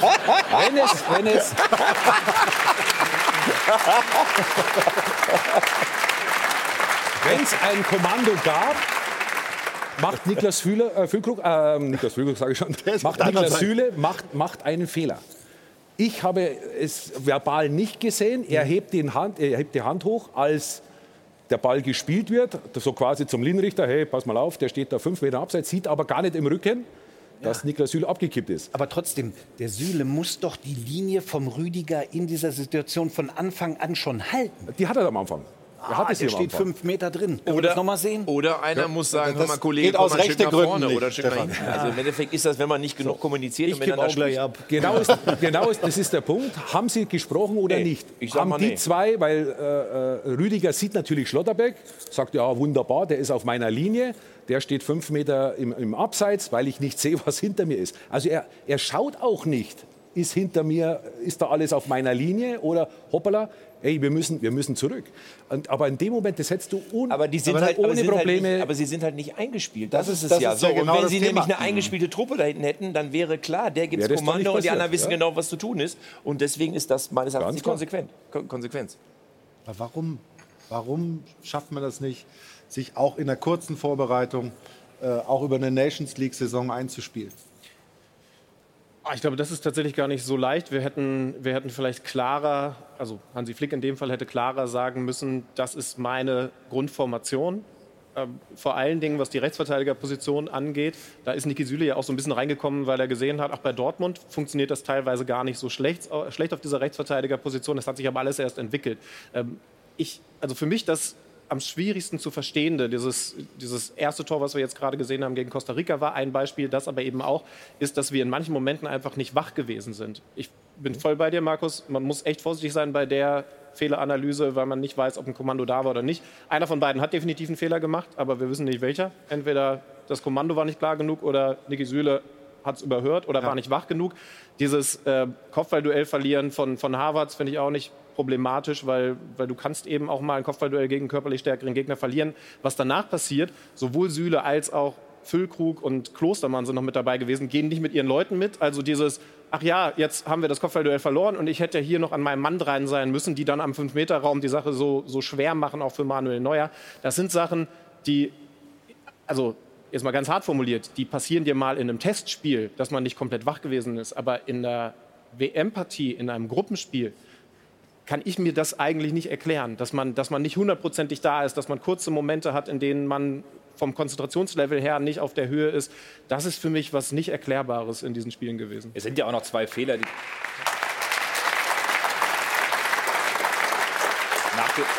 wenn es, wenn es, wenn es ein Kommando gab, macht Niklas Fühler, äh, Füllkrug, äh, Niklas Füllkrug sage ich schon, macht der anderen Niklas Seite. Süle macht, macht einen Fehler. Ich habe es verbal nicht gesehen. Er hebt, den Hand, er hebt die Hand hoch, als der Ball gespielt wird, so quasi zum Linienrichter, hey, pass mal auf, der steht da fünf Meter abseits, sieht aber gar nicht im Rücken, dass Niklas Süle abgekippt ist. Aber trotzdem, der Süle muss doch die Linie vom Rüdiger in dieser Situation von Anfang an schon halten. Die hat er am Anfang. Er hat Ah, es der hier am steht Anfang. fünf Meter drin. Können wir Oder, das noch mal sehen? oder einer muss sagen, das hör mal, Kollege, geht komm aus mal ein Stück rechten nach Gründen vorne nicht, oder ein Stück nach Stefan. hinten. Also im Endeffekt ist das, wenn man nicht genug kommuniziert Ich und kippe miteinander auch gleich spricht. ab. Genau, ist, genau ist, das ist der Punkt. Haben sie gesprochen oder Nee, nicht? ich sag Haben mal die nee. zwei, weil äh, äh, Rüdiger sieht natürlich Schlotterbeck, sagt, ja wunderbar, der ist auf meiner Linie, der steht fünf Meter im, im Abseits, weil ich nicht sehe, was hinter mir ist. Also er, er schaut auch nicht, ist hinter mir, ist da alles auf meiner Linie oder hoppala, ey, wir müssen, wir müssen zurück. Und, aber in dem Moment, das hättest du un, Aber die sind aber halt, ohne aber sind Probleme. Halt nicht, aber sie sind halt nicht eingespielt. Das, Das ist ist- es das ja. ist So, ja und genau wenn das sie Thema. nämlich eine eingespielte Truppe da hinten hätten, dann wäre klar, der gibt Wäre das das doch nicht Kommando und die passiert, anderen wissen ja. genau, was zu tun ist. Und deswegen ist das meines Erachtens Ganz die klar. Konsequenz. Kon- Konsequenz. Aber warum, warum schafft man das nicht, sich auch in der kurzen Vorbereitung äh, auch über eine Nations League-Saison einzuspielen? Ah, Ich glaube, das ist tatsächlich gar nicht so leicht. Wir hätten, wir hätten vielleicht klarer, also Hansi Flick in dem Fall hätte klarer sagen müssen, das ist meine Grundformation. Ähm, vor allen Dingen, was die Rechtsverteidigerposition angeht. Da ist Niki Süle ja auch so ein bisschen reingekommen, weil er gesehen hat, auch bei Dortmund funktioniert das teilweise gar nicht so schlecht, äh, schlecht auf dieser Rechtsverteidigerposition. Das hat sich aber alles erst entwickelt. Ähm, ich, also für mich das am schwierigsten zu verstehende, dieses, dieses erste Tor, was wir jetzt gerade gesehen haben gegen Costa Rica, war ein Beispiel. Das aber eben auch ist, dass wir in manchen Momenten einfach nicht wach gewesen sind. Ich bin voll bei dir, Markus. Man muss echt vorsichtig sein bei der Fehleranalyse, weil man nicht weiß, ob ein Kommando da war oder nicht. Einer von beiden hat definitiv einen Fehler gemacht, aber wir wissen nicht welcher. Entweder das Kommando war nicht klar genug oder Niki Süle hat es überhört oder ja. war nicht wach genug. Dieses äh, Kopfballduell verlieren von, von Havertz finde ich auch nicht problematisch, weil, weil du kannst eben auch mal ein Kopfballduell gegen einen körperlich stärkeren Gegner verlieren. Was danach passiert, sowohl Süle als auch Füllkrug und Klostermann sind noch mit dabei gewesen, gehen nicht mit ihren Leuten mit. Also dieses, ach ja, jetzt haben wir das Kopfballduell verloren und ich hätte hier noch an meinem Mann dran sein müssen, die dann am fünf Meter Raum die Sache so, so schwer machen, auch für Manuel Neuer. Das sind Sachen, die, also jetzt mal ganz hart formuliert, die passieren dir mal in einem Testspiel, dass man nicht komplett wach gewesen ist. Aber in der W M-Partie, in einem Gruppenspiel, kann ich mir das eigentlich nicht erklären, dass man, dass man nicht hundertprozentig da ist, dass man kurze Momente hat, in denen man vom Konzentrationslevel her nicht auf der Höhe ist. Das ist für mich was nicht Erklärbares in diesen Spielen gewesen. Es sind ja auch noch zwei Fehler, die nach dem,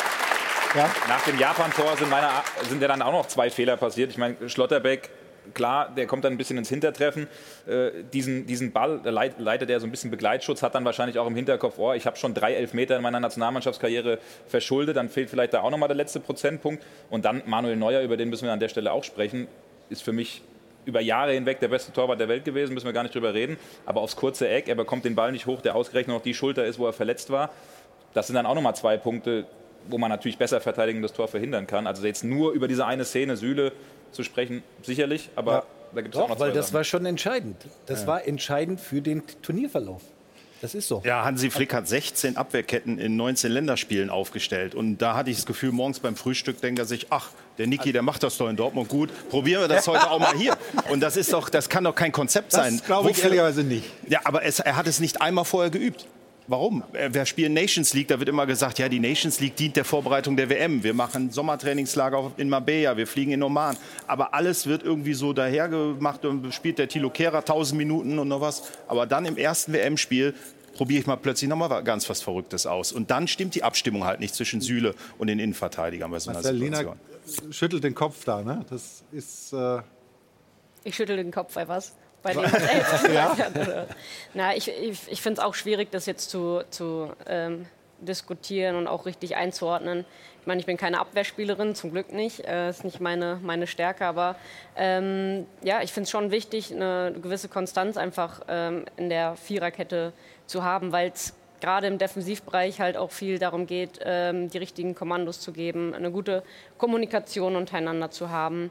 ja? Nach dem Japan-Tor sind, meiner, sind ja dann auch noch zwei Fehler passiert. Ich meine, Schlotterbeck, klar, der kommt dann ein bisschen ins Hintertreffen. Äh, diesen, diesen Ball leit, leitet er so ein bisschen Begleitschutz, hat dann wahrscheinlich auch im Hinterkopf, oh, ich habe schon drei Elfmeter in meiner Nationalmannschaftskarriere verschuldet, dann fehlt vielleicht da auch nochmal der letzte Prozentpunkt. Und dann Manuel Neuer, über den müssen wir an der Stelle auch sprechen, ist für mich über Jahre hinweg der beste Torwart der Welt gewesen, müssen wir gar nicht drüber reden. Aber aufs kurze Eck, er bekommt den Ball nicht hoch, der ausgerechnet noch die Schulter ist, wo er verletzt war. Das sind dann auch nochmal zwei Punkte, wo man natürlich besser verteidigen das Tor verhindern kann. Also jetzt nur über diese eine Szene, Süle, zu sprechen, sicherlich, aber ja, da gibt es auch noch zwei weil das Sachen. war schon entscheidend. Das ja. war entscheidend für den Turnierverlauf. Das ist so. Ja, Hansi Flick hat sechzehn Abwehrketten in neunzehn Länderspielen aufgestellt. Und da hatte ich das Gefühl, morgens beim Frühstück denkt er sich, ach, der Niki, der macht das doch in Dortmund gut. Probieren wir das heute auch mal hier. Und das ist doch, das kann doch kein Konzept das sein. Das glaube ich ehrlicherweise nicht. Ja, aber es, er hat es nicht einmal vorher geübt. Warum? Wir spielen Nations League, da wird immer gesagt, ja, die Nations League dient der Vorbereitung der W M. Wir machen Sommertrainingslager in Marbella, wir fliegen in Oman. Aber alles wird irgendwie so dahergemacht und spielt der Thilo Kehrer tausend Minuten und noch was. Aber dann im ersten W M-Spiel probiere ich mal plötzlich noch mal ganz was Verrücktes aus. Und dann stimmt die Abstimmung halt nicht zwischen Süle und den Innenverteidigern bei so einer Situation. Lina schüttelt den Kopf da, ne? Das ist... Äh ich schüttel den Kopf bei was? Bei dem selbst ja. Na, ich ich, ich finde es auch schwierig, das jetzt zu, zu ähm, diskutieren und auch richtig einzuordnen. Ich meine, ich bin keine Abwehrspielerin, zum Glück nicht. Das äh, ist nicht meine, meine Stärke. Aber ähm, ja, ich finde es schon wichtig, eine gewisse Konstanz einfach ähm, in der Viererkette zu haben, weil es gerade im Defensivbereich halt auch viel darum geht, ähm, die richtigen Kommandos zu geben, eine gute Kommunikation untereinander zu haben.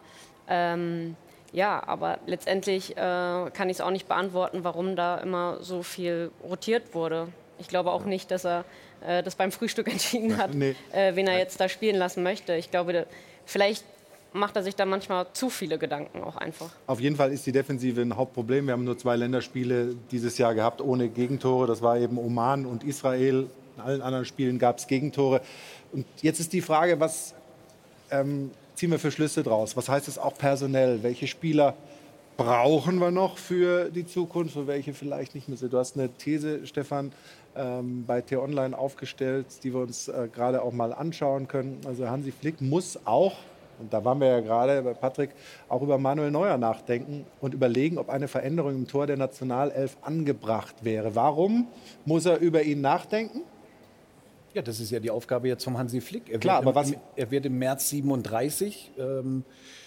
Ähm, Ja, aber letztendlich äh, kann ich es auch nicht beantworten, warum da immer so viel rotiert wurde. Ich glaube auch nicht, dass er äh, das beim Frühstück entschieden hat, nee. äh, wen er jetzt da spielen lassen möchte. Ich glaube, vielleicht macht er sich da manchmal zu viele Gedanken auch einfach. Auf jeden Fall ist die Defensive ein Hauptproblem. Wir haben nur zwei Länderspiele dieses Jahr gehabt ohne Gegentore. Das war eben Oman und Israel. In allen anderen Spielen gab es Gegentore. Und jetzt ist die Frage, was... Ähm, ziehen wir für Schlüsse draus? Was heißt es auch personell? Welche Spieler brauchen wir noch für die Zukunft und welche vielleicht nicht mehr so? Du hast eine These, Stefan, ähm, bei T-Online aufgestellt, die wir uns äh, gerade auch mal anschauen können. Also Hansi Flick muss auch, und da waren wir ja gerade bei Patrick, auch über Manuel Neuer nachdenken und überlegen, ob eine Veränderung im Tor der Nationalelf angebracht wäre. Warum muss er über ihn nachdenken? Ja, das ist ja die Aufgabe jetzt vom Hansi Flick. Er Klar, wird aber im, was? Er wird im März siebenunddreißig. Ähm,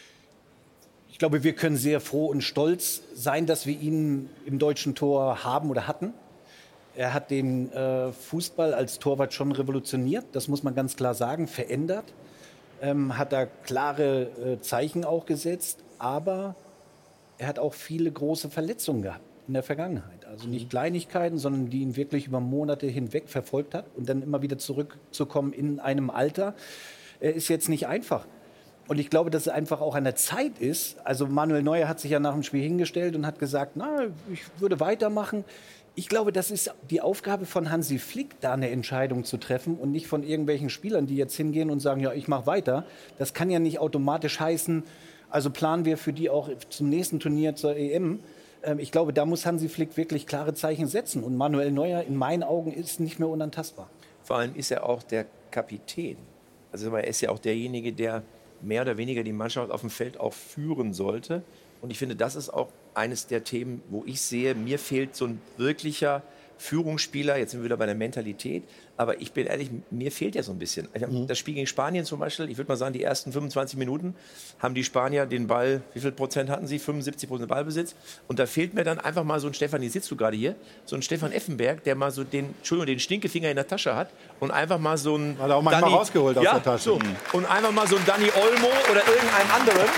ich glaube, wir können sehr froh und stolz sein, dass wir ihn im deutschen Tor haben oder hatten. Er hat den äh, Fußball als Torwart schon revolutioniert, das muss man ganz klar sagen, verändert. Ähm, hat da klare äh, Zeichen auch gesetzt, aber er hat auch viele große Verletzungen gehabt in der Vergangenheit. Also nicht Kleinigkeiten, sondern die ihn wirklich über Monate hinweg verfolgt hat und dann immer wieder zurückzukommen in einem Alter, äh, ist jetzt nicht einfach. Und ich glaube, dass es einfach auch an der Zeit ist. Also Manuel Neuer hat sich ja nach dem Spiel hingestellt und hat gesagt, na, ich würde weitermachen. Ich glaube, das ist die Aufgabe von Hansi Flick, da eine Entscheidung zu treffen und nicht von irgendwelchen Spielern, die jetzt hingehen und sagen, ja, ich mache weiter. Das kann ja nicht automatisch heißen, also planen wir für die auch zum nächsten Turnier zur E M. Ich glaube, da muss Hansi Flick wirklich klare Zeichen setzen. Und Manuel Neuer in meinen Augen ist nicht mehr unantastbar. Vor allem ist er auch der Kapitän Also er ist ja auch derjenige, der mehr oder weniger die Mannschaft auf dem Feld auch führen sollte. Und ich finde, das ist auch eines der Themen, wo ich sehe, mir fehlt so ein wirklicher Führungsspieler. Jetzt sind wir wieder bei der Mentalität. Aber ich bin ehrlich, mir fehlt ja so ein bisschen. Mhm. Das Spiel gegen Spanien zum Beispiel, ich würde mal sagen, die ersten fünfundzwanzig Minuten haben die Spanier den Ball, wie viel Prozent hatten sie? fünfundsiebzig Prozent Ballbesitz. Und da fehlt mir dann einfach mal so ein Stefan, hier sitzt du gerade hier, so ein Stefan Effenberg, der mal so den, Entschuldigung, den Stinkefinger in der Tasche hat und einfach mal so ein... Hat er auch manchmal Dani, rausgeholt aus ja, der Tasche. So, und einfach mal so ein Dani Olmo oder irgendeinem anderen...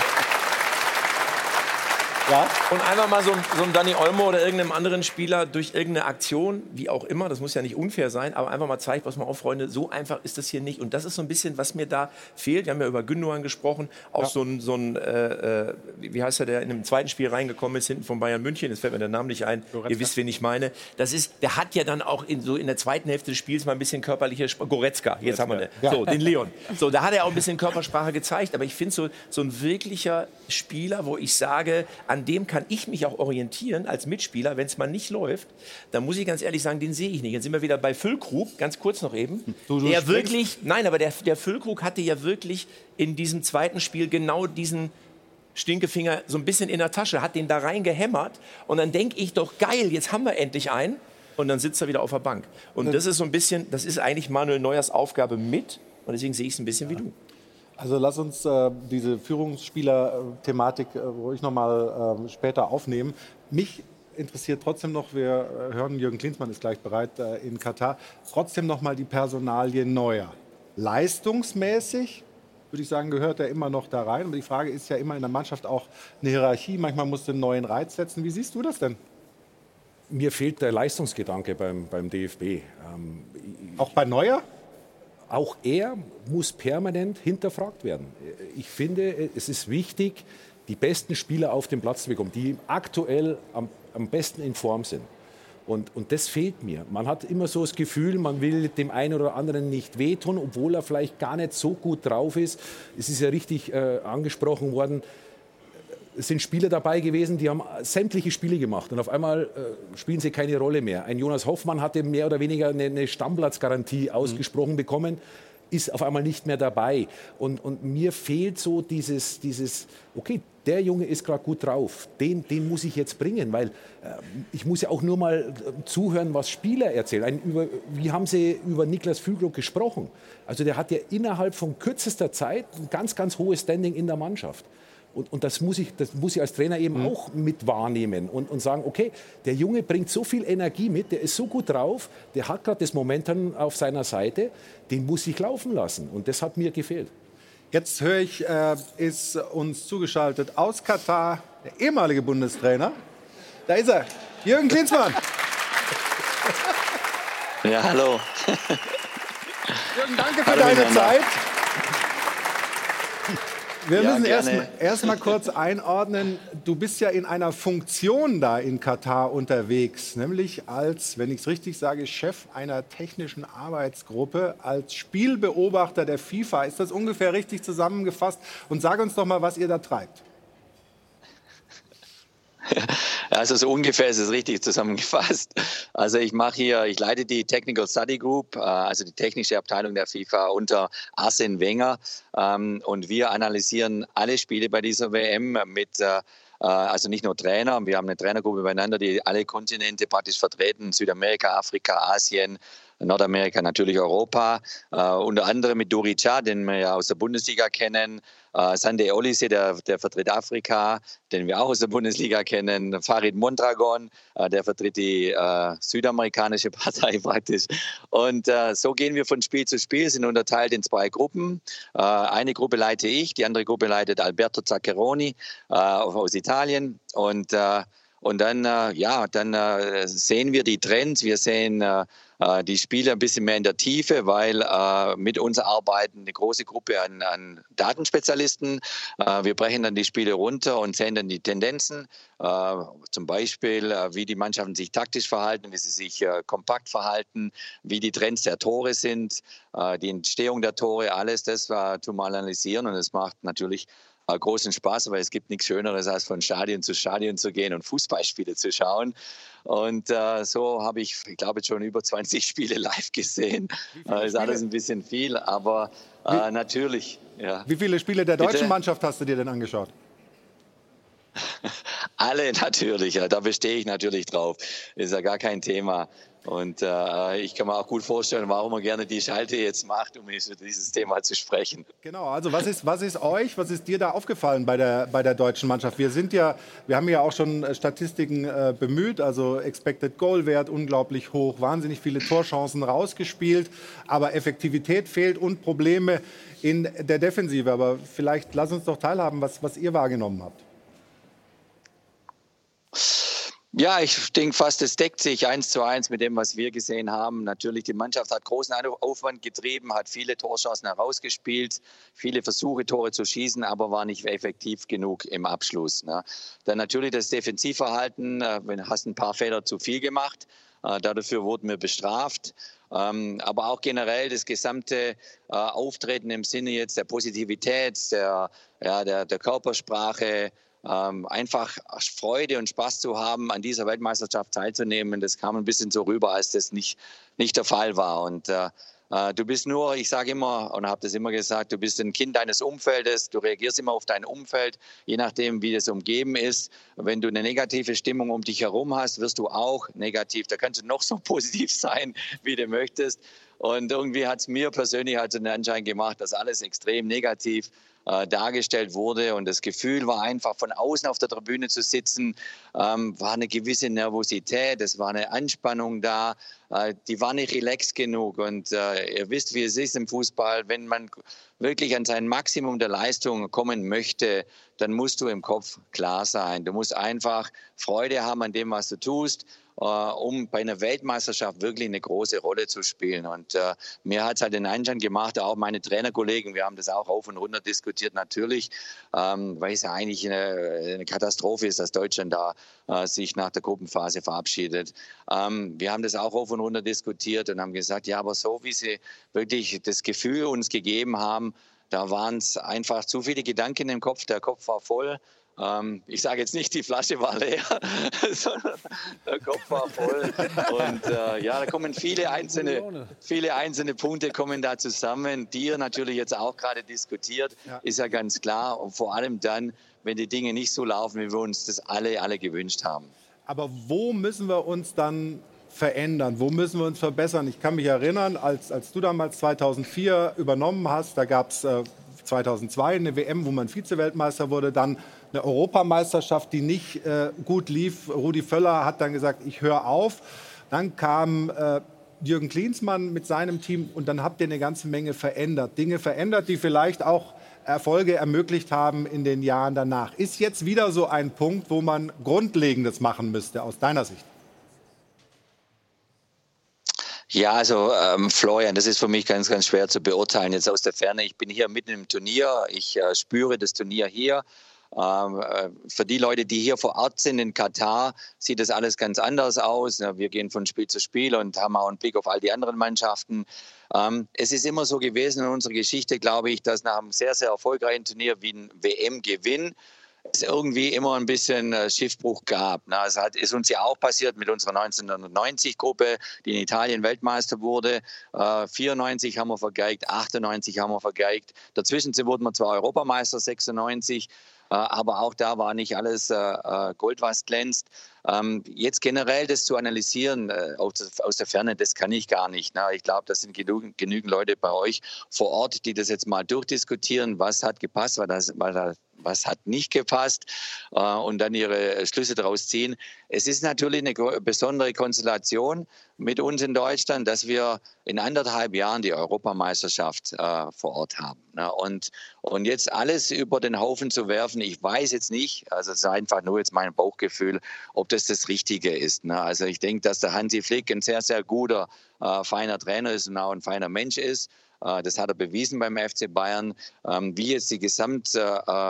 Ja. Und einfach mal so, so ein Dani Olmo oder irgendeinem anderen Spieler durch irgendeine Aktion, wie auch immer, das muss ja nicht unfair sein, aber einfach mal zeigt, pass mal auf, Freunde, so einfach ist das hier nicht. Und das ist so ein bisschen, was mir da fehlt. Wir haben ja über Gündogan gesprochen, auch ja. so ein, so ein äh, wie heißt er, der in einem zweiten Spiel reingekommen ist, hinten von Bayern München, jetzt fällt mir der Name nicht ein, Goretzka. Ihr wisst, wen ich meine. Das ist, der hat ja dann auch in, so in der zweiten Hälfte des Spiels mal ein bisschen körperliche Sprache, Goretzka, jetzt Goretzka. haben wir den, ja. so, den Leon. So, da hat er auch ein bisschen Körpersprache gezeigt, aber ich finde so, so ein wirklicher Spieler, wo ich sage, an dem kann ich mich auch orientieren als Mitspieler, wenn es mal nicht läuft, dann muss ich ganz ehrlich sagen, den sehe ich nicht. Jetzt sind wir wieder bei Füllkrug, ganz kurz noch eben. Du, du der wirklich, nein, aber der, der Füllkrug hatte ja wirklich in diesem zweiten Spiel genau diesen Stinkefinger so ein bisschen in der Tasche, hat den da reingehämmert und dann denke ich doch, geil, jetzt haben wir endlich einen und dann sitzt er wieder auf der Bank. Und das ist so ein bisschen, das ist eigentlich Manuel Neuers Aufgabe mit und deswegen sehe ich es ein bisschen ja. wie du. Also lass uns äh, diese Führungsspieler-Thematik äh, ruhig noch mal äh, später aufnehmen. Mich interessiert trotzdem noch, wir äh, hören, Jürgen Klinsmann ist gleich bereit äh, in Katar, trotzdem noch mal die Personalie Neuer. Leistungsmäßig, würde ich sagen, gehört er immer noch da rein. Aber die Frage ist ja immer in der Mannschaft auch eine Hierarchie. Manchmal musst du einen neuen Reiz setzen. Wie siehst du das denn? Mir fehlt der Leistungsgedanke beim, beim D F B. Ähm, auch bei Neuer? Auch er muss permanent hinterfragt werden. Ich finde, es ist wichtig, die besten Spieler auf den Platz zu bekommen, die aktuell am, am besten in Form sind. Und, und das fehlt mir. Man hat immer so das Gefühl, man will dem einen oder anderen nicht wehtun, obwohl er vielleicht gar nicht so gut drauf ist. Es ist ja richtig äh, angesprochen worden, es sind Spieler dabei gewesen, die haben sämtliche Spiele gemacht und auf einmal äh, spielen sie keine Rolle mehr. Ein Jonas Hoffmann hatte mehr oder weniger eine, eine Stammplatzgarantie ausgesprochen mhm. bekommen, ist auf einmal nicht mehr dabei. Und, und mir fehlt so dieses, dieses, okay, der Junge ist gerade gut drauf, den, den muss ich jetzt bringen, weil äh, ich muss ja auch nur mal äh, zuhören, was Spieler erzählen. Ein, über, wie haben sie über Niklas Füllkrug gesprochen? Also der hat ja innerhalb von kürzester Zeit ein ganz, ganz hohes Standing in der Mannschaft. Und, und das, muss ich, das muss ich als Trainer eben mhm. auch mit wahrnehmen und, und sagen, okay, der Junge bringt so viel Energie mit, der ist so gut drauf, der hat gerade das Momentum auf seiner Seite, den muss ich laufen lassen. Und das hat mir gefehlt. Jetzt höre ich, äh, ist uns zugeschaltet aus Katar der ehemalige Bundestrainer. Da ist er, Jürgen Klinsmann. Ja, hallo. Jürgen, danke für hallo deine Zeit. Wir ja, müssen erst, erst mal kurz einordnen, du bist ja in einer Funktion da in Katar unterwegs, nämlich als, wenn ich es richtig sage, Chef einer technischen Arbeitsgruppe, als Spielbeobachter der FIFA. Ist das ungefähr richtig zusammengefasst? Und sag uns doch mal, was ihr da treibt. Also so ungefähr ist es richtig zusammengefasst. Also ich mache hier, ich leite die Technical Study Group, also die technische Abteilung der FIFA unter Arsene Wenger. Und wir analysieren alle Spiele bei dieser W M mit, also nicht nur Trainer, wir haben eine Trainergruppe beieinander, die alle Kontinente praktisch vertreten, Südamerika, Afrika, Asien, Nordamerika, natürlich Europa, äh, unter anderem mit Dori Cha, den wir ja aus der Bundesliga kennen, äh, Sande Olise, der, der vertritt Afrika, den wir auch aus der Bundesliga kennen, Farid Mondragon, äh, der vertritt die äh, südamerikanische Partei praktisch. Und äh, so gehen wir von Spiel zu Spiel, sind unterteilt in zwei Gruppen. Äh, eine Gruppe leite ich, die andere Gruppe leitet Alberto Zaccheroni äh, aus Italien und äh, Und dann, äh, ja, dann äh, sehen wir die Trends, wir sehen äh, die Spiele ein bisschen mehr in der Tiefe, weil äh, mit uns arbeiten eine große Gruppe an, an Datenspezialisten. Äh, wir brechen dann die Spiele runter und sehen dann die Tendenzen, äh, zum Beispiel, äh, wie die Mannschaften sich taktisch verhalten, wie sie sich äh, kompakt verhalten, wie die Trends der Tore sind, äh, die Entstehung der Tore, alles das äh, tun wir analysieren und das macht natürlich äh, großen Spaß, weil es gibt nichts Schöneres, als von Stadion zu Stadion zu gehen und Fußballspiele zu schauen. Und äh, so habe ich, ich glaube, schon über zwanzig Spiele live gesehen. Das ist alles ein bisschen viel, aber äh, Wie? natürlich. Ja. Wie viele Spiele der deutschen Bitte? Mannschaft hast du dir denn angeschaut? Alle natürlich, ja, da bestehe ich natürlich drauf. Ist ja gar kein Thema. Und äh, ich kann mir auch gut vorstellen, warum er gerne die Schalte jetzt macht, um über dieses Thema zu sprechen. Genau, also was ist, was ist euch, was ist dir da aufgefallen bei der, bei der deutschen Mannschaft? Wir sind ja, wir haben ja auch schon Statistiken äh, bemüht, also Expected Goal Wert unglaublich hoch, wahnsinnig viele Torchancen rausgespielt, aber Effektivität fehlt und Probleme in der Defensive. Aber vielleicht lass uns doch teilhaben, was, was ihr wahrgenommen habt. Ja, ich denke fast, es deckt sich eins zu eins mit dem, was wir gesehen haben. Natürlich, die Mannschaft hat großen Aufwand getrieben, hat viele Torchancen herausgespielt, viele Versuche, Tore zu schießen, aber war nicht effektiv genug im Abschluss. Ne? Dann natürlich das Defensivverhalten, äh, hast ein paar Fehler zu viel gemacht, äh, dafür wurden wir bestraft. Ähm, aber auch generell das gesamte äh, Auftreten im Sinne jetzt der Positivität, der, ja, der, der Körpersprache, Ähm, einfach Freude und Spaß zu haben, an dieser Weltmeisterschaft teilzunehmen. Das kam ein bisschen so rüber, als das nicht, nicht der Fall war. Und äh, äh, du bist nur, ich sage immer und habe das immer gesagt, du bist ein Kind deines Umfeldes, du reagierst immer auf dein Umfeld, je nachdem, wie das umgeben ist. Wenn du eine negative Stimmung um dich herum hast, wirst du auch negativ. Da kannst du noch so positiv sein, wie du möchtest. Und irgendwie hat es mir persönlich halt den Anschein gemacht, dass alles extrem negativ äh, dargestellt wurde. Und das Gefühl war einfach, von außen auf der Tribüne zu sitzen, ähm, war eine gewisse Nervosität, es war eine Anspannung da. Äh, die war nicht relaxed genug. Und äh, ihr wisst, wie es ist im Fußball, wenn man wirklich an sein Maximum der Leistung kommen möchte, dann musst du im Kopf klar sein. Du musst einfach Freude haben an dem, was du tust, um bei einer Weltmeisterschaft wirklich eine große Rolle zu spielen. Und äh, mir hat es halt den Anschein gemacht, auch meine Trainerkollegen, wir haben das auch auf und runter diskutiert natürlich, ähm, weil es ja eigentlich eine, eine Katastrophe ist, dass Deutschland da äh, sich nach der Gruppenphase verabschiedet. Ähm, wir haben das auch auf und runter diskutiert und haben gesagt, ja, aber so wie sie wirklich das Gefühl uns gegeben haben, da waren es einfach zu viele Gedanken im Kopf, der Kopf war voll. Ich sage jetzt nicht, die Flasche war leer, sondern der Kopf war voll. Und äh, ja, da kommen viele einzelne, viele einzelne Punkte kommen da zusammen, die ihr natürlich jetzt auch gerade diskutiert, ja. Ist ja ganz klar. Und vor allem dann, wenn die Dinge nicht so laufen, wie wir uns das alle, alle gewünscht haben. Aber wo müssen wir uns dann verändern? Wo müssen wir uns verbessern? Ich kann mich erinnern, als, als du damals zweitausendvier übernommen hast, da gab es äh, zweitausendzwei eine W M, wo man Vize-Weltmeister wurde, dann eine Europameisterschaft, die nicht äh, gut lief. Rudi Völler hat dann gesagt, ich höre auf. Dann kam äh, Jürgen Klinsmann mit seinem Team und dann habt ihr eine ganze Menge verändert. Dinge verändert, die vielleicht auch Erfolge ermöglicht haben in den Jahren danach. Ist jetzt wieder so ein Punkt, wo man Grundlegendes machen müsste, aus deiner Sicht? Ja, also ähm, Florian, das ist für mich ganz, ganz schwer zu beurteilen jetzt aus der Ferne. Ich bin hier mitten im Turnier, ich äh, spüre das Turnier hier. Ähm, äh, für die Leute, die hier vor Ort sind in Katar, sieht das alles ganz anders aus. Ja, wir gehen von Spiel zu Spiel und haben auch einen Blick auf all die anderen Mannschaften. Ähm, es ist immer so gewesen in unserer Geschichte, glaube ich, dass nach einem sehr, sehr erfolgreichen Turnier wie ein W M-Gewinn es irgendwie immer ein bisschen äh, Schiffbruch gab. Na, es hat, ist uns ja auch passiert mit unserer neunzehnhundertneunzig-Gruppe, die in Italien Weltmeister wurde. Äh, vierundneunzig haben wir vergeigt, achtundneunzig haben wir vergeigt. Dazwischen wurden wir zwar Europameister, sechsundneunzig, äh, aber auch da war nicht alles äh, Gold, was glänzt. Ähm, jetzt generell das zu analysieren äh, aus, aus der Ferne, das kann ich gar nicht. Na, ich glaube, das sind genug, genügend Leute bei euch vor Ort, die das jetzt mal durchdiskutieren, was hat gepasst, was, das, was, das, was hat nicht gepasst äh, und dann ihre Schlüsse daraus ziehen. Es ist natürlich eine besondere Konstellation mit uns in Deutschland, dass wir in anderthalb Jahren die Europameisterschaft äh, vor Ort haben. Ne? Und, und jetzt alles über den Haufen zu werfen, ich weiß jetzt nicht, also es ist einfach nur jetzt mein Bauchgefühl, ob das das Richtige ist. Ne? Also ich denke, dass der Hansi Flick ein sehr, sehr guter, äh, feiner Trainer ist und auch ein feiner Mensch ist. Äh, das hat er bewiesen beim F C Bayern. Ähm, wie jetzt die Gesamt äh,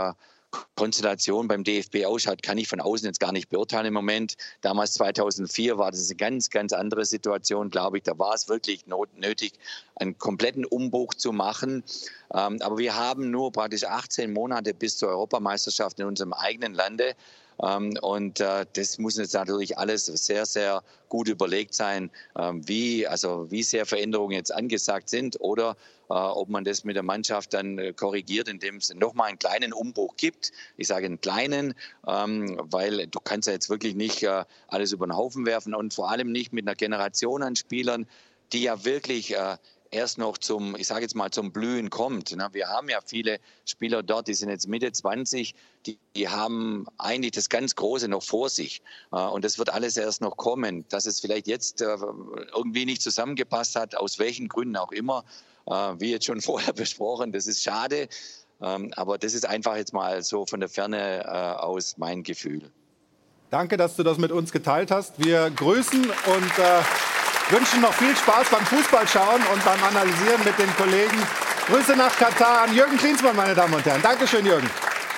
Konstellation beim D F B ausschaut, kann ich von außen jetzt gar nicht beurteilen im Moment. Damals zweitausendvier war das eine ganz, ganz andere Situation, glaube ich. Da war es wirklich nötig, einen kompletten Umbruch zu machen. Ähm, aber wir haben nur praktisch achtzehn Monate bis zur Europameisterschaft in unserem eigenen Lande. Ähm, und äh, das muss jetzt natürlich alles sehr, sehr gut überlegt sein, ähm, wie, also wie sehr Veränderungen jetzt angesagt sind oder äh, ob man das mit der Mannschaft dann äh, korrigiert, indem es nochmal einen kleinen Umbruch gibt. Ich sage einen kleinen, ähm, weil du kannst ja jetzt wirklich nicht äh, alles über den Haufen werfen und vor allem nicht mit einer Generation an Spielern, die ja wirklich äh, erst noch zum, ich sage jetzt mal, zum Blühen kommt. Wir haben ja viele Spieler dort, die sind jetzt Mitte zwanzig, die, die haben eigentlich das ganz Große noch vor sich. Und das wird alles erst noch kommen. Dass es vielleicht jetzt irgendwie nicht zusammengepasst hat, aus welchen Gründen auch immer, wie jetzt schon vorher besprochen, das ist schade. Aber das ist einfach jetzt mal so von der Ferne aus mein Gefühl. Danke, dass du das mit uns geteilt hast. Wir grüßen und äh wünschen noch viel Spaß beim Fußballschauen und beim Analysieren mit den Kollegen. Grüße nach Katar an Jürgen Klinsmann, meine Damen und Herren. Dankeschön, Jürgen.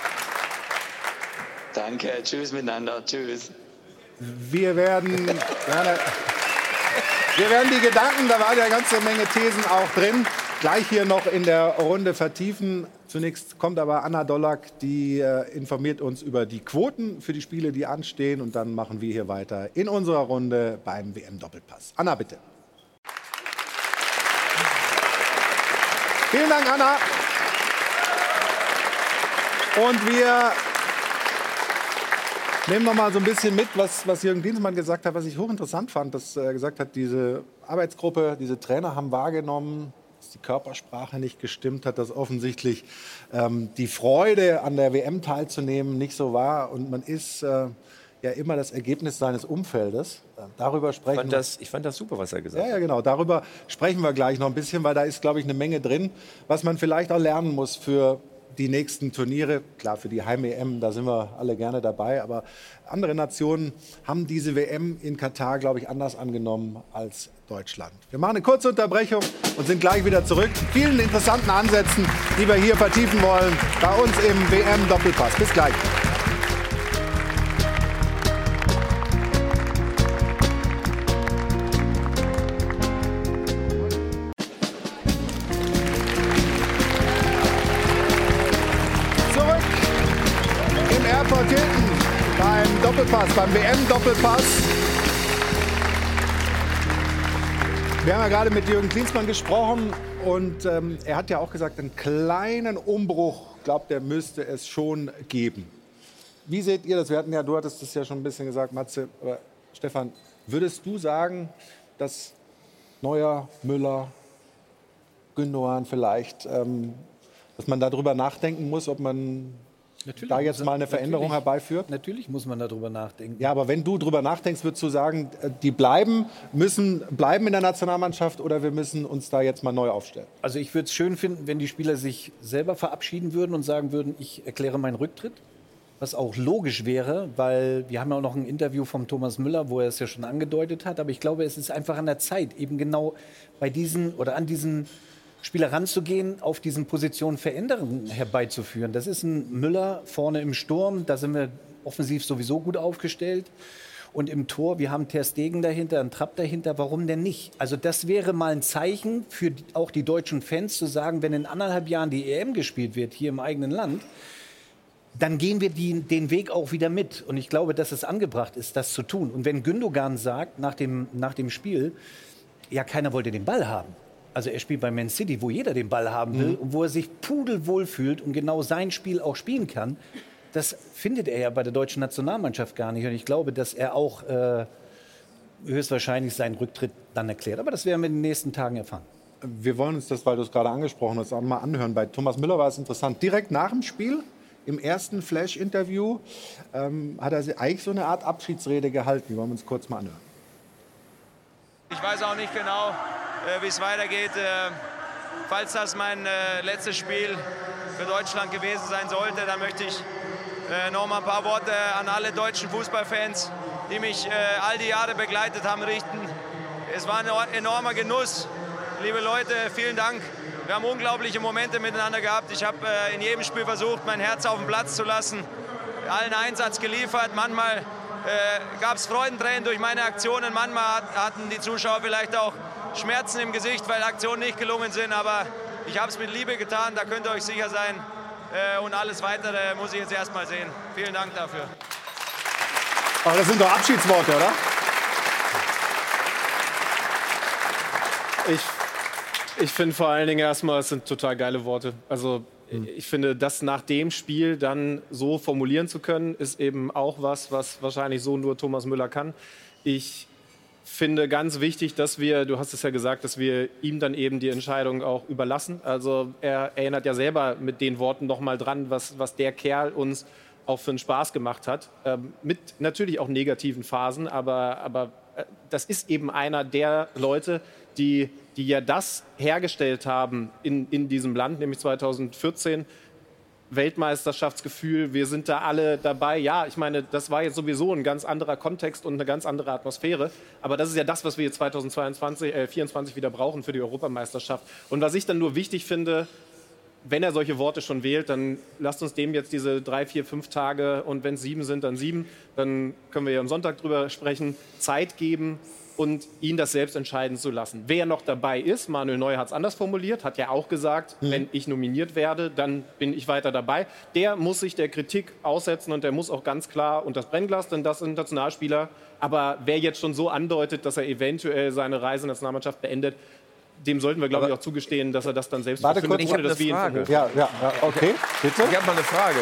Danke, tschüss miteinander, tschüss. Wir werden, gerne, wir werden die Gedanken, da war ja eine ganze Menge Thesen auch drin, gleich hier noch in der Runde vertiefen. Zunächst kommt aber Anna Dollack, die äh, informiert uns über die Quoten für die Spiele, die anstehen. Und dann machen wir hier weiter in unserer Runde beim W M-Doppelpass. Anna, bitte. Vielen Dank, Anna. Und wir nehmen noch mal so ein bisschen mit, was, was Jürgen Klinsmann gesagt hat, was ich hochinteressant fand, dass er gesagt hat, diese Arbeitsgruppe, diese Trainer haben wahrgenommen, die Körpersprache nicht gestimmt hat, dass offensichtlich ähm, die Freude an der W M teilzunehmen nicht so war. Und man ist äh, ja immer das Ergebnis seines Umfeldes. Äh, darüber sprechen ich fand, das, ich fand das super, was er gesagt hat. Ja, ja, genau. Darüber sprechen wir gleich noch ein bisschen, weil da ist, glaube ich, eine Menge drin, was man vielleicht auch lernen muss für die nächsten Turniere. Klar, für die Heim-E M, da sind wir alle gerne dabei. Aber andere Nationen haben diese W M in Katar, glaube ich, anders angenommen als Deutschland. Wir machen eine kurze Unterbrechung und sind gleich wieder zurück mit vielen interessanten Ansätzen, die wir hier vertiefen wollen, bei uns im W M-Doppelpass. Bis gleich. Zurück im Airport Hilton beim Doppelpass, beim W M-Doppelpass. Wir haben ja gerade mit Jürgen Klinsmann gesprochen und ähm, er hat ja auch gesagt, einen kleinen Umbruch, glaubt er, müsste es schon geben. Wie seht ihr das? Wir hatten ja, du hattest das ja schon ein bisschen gesagt, Matze, aber Stefan, würdest du sagen, dass Neuer, Müller, Gündogan vielleicht, ähm, dass man darüber nachdenken muss, ob man Natürlich da jetzt mal eine Veränderung natürlich, herbeiführt? Natürlich muss man darüber nachdenken. Ja, aber wenn du darüber nachdenkst, würdest du sagen, die bleiben, müssen bleiben in der Nationalmannschaft oder wir müssen uns da jetzt mal neu aufstellen? Also ich würde es schön finden, wenn die Spieler sich selber verabschieden würden und sagen würden, ich erkläre meinen Rücktritt. Was auch logisch wäre, weil wir haben ja auch noch ein Interview von Thomas Müller, wo er es ja schon angedeutet hat. Aber ich glaube, es ist einfach an der Zeit, eben genau bei diesen oder an diesen Spieler ranzugehen, auf diesen Positionen Veränderungen herbeizuführen. Das ist ein Müller vorne im Sturm, da sind wir offensiv sowieso gut aufgestellt. Und im Tor, wir haben Ter Stegen dahinter, einen Trapp dahinter, warum denn nicht? Also das wäre mal ein Zeichen für auch die deutschen Fans zu sagen, wenn in anderthalb Jahren die E M gespielt wird, hier im eigenen Land, dann gehen wir die, den Weg auch wieder mit. Und ich glaube, dass es angebracht ist, das zu tun. Und wenn Gündogan sagt, nach dem, nach dem Spiel, ja, keiner wollte den Ball haben. Also er spielt bei Man City, wo jeder den Ball haben will, mhm. und wo er sich pudelwohl fühlt und genau sein Spiel auch spielen kann. Das findet er ja bei der deutschen Nationalmannschaft gar nicht. Und ich glaube, dass er auch äh, höchstwahrscheinlich seinen Rücktritt dann erklärt. Aber das werden wir in den nächsten Tagen erfahren. Wir wollen uns das, weil du es gerade angesprochen hast, auch mal anhören. Bei Thomas Müller war es interessant. Direkt nach dem Spiel, im ersten Flash-Interview, ähm, hat er eigentlich so eine Art Abschiedsrede gehalten. Die wollen wir uns kurz mal anhören. Ich weiß auch nicht genau, äh, wie es weitergeht. Äh, falls das mein äh, letztes Spiel für Deutschland gewesen sein sollte, dann möchte ich äh, noch mal ein paar Worte an alle deutschen Fußballfans, die mich äh, all die Jahre begleitet haben, richten. Es war ein enormer Genuss, liebe Leute, vielen Dank. Wir haben unglaubliche Momente miteinander gehabt. Ich habe äh, in jedem Spiel versucht, mein Herz auf den Platz zu lassen, allen Einsatz geliefert. Manchmal äh, gab es Freudentränen durch meine Aktionen, manchmal hat, hatten die Zuschauer vielleicht auch Schmerzen im Gesicht, weil Aktionen nicht gelungen sind. Aber ich habe es mit Liebe getan, da könnt ihr euch sicher sein. Äh, und alles Weitere muss ich jetzt erst mal sehen. Vielen Dank dafür. Aber das sind doch Abschiedsworte, oder? Ich, ich finde vor allen Dingen erstmal, es sind total geile Worte. Also ich finde, das nach dem Spiel dann so formulieren zu können, ist eben auch was, was wahrscheinlich so nur Thomas Müller kann. Ich finde ganz wichtig, dass wir, du hast es ja gesagt, dass wir ihm dann eben die Entscheidung auch überlassen. Also er erinnert ja selber mit den Worten noch mal dran, was, was der Kerl uns auch für einen Spaß gemacht hat. Ähm, mit natürlich auch negativen Phasen, aber, aber äh, das ist eben einer der Leute, die, die ja das hergestellt haben in, in diesem Land, nämlich zweitausendvierzehn. Weltmeisterschaftsgefühl, wir sind da alle dabei. Ja, ich meine, das war jetzt sowieso ein ganz anderer Kontext und eine ganz andere Atmosphäre. Aber das ist ja das, was wir jetzt zweitausendzweiundzwanzig, äh, vierundzwanzig wieder brauchen für die Europameisterschaft. Und was ich dann nur wichtig finde, wenn er solche Worte schon wählt, dann lasst uns dem jetzt diese drei, vier, fünf Tage und wenn es sieben sind, dann sieben. Dann können wir ja am Sonntag drüber sprechen, Zeit geben und ihn das selbst entscheiden zu lassen. Wer noch dabei ist, Manuel Neuer hat es anders formuliert, hat ja auch gesagt, mhm. wenn ich nominiert werde, dann bin ich weiter dabei. Der muss sich der Kritik aussetzen und der muss auch ganz klar unter das Brennglas, denn das sind Nationalspieler. Aber wer jetzt schon so andeutet, dass er eventuell seine Reise in der Nationalmannschaft beendet, dem sollten wir, glaube ich, auch zugestehen, dass er das dann selbst Warte kurz, ohne ich dass wir ihn Frage. Ja, ja, ja, okay, bitte. Ich habe mal eine Frage.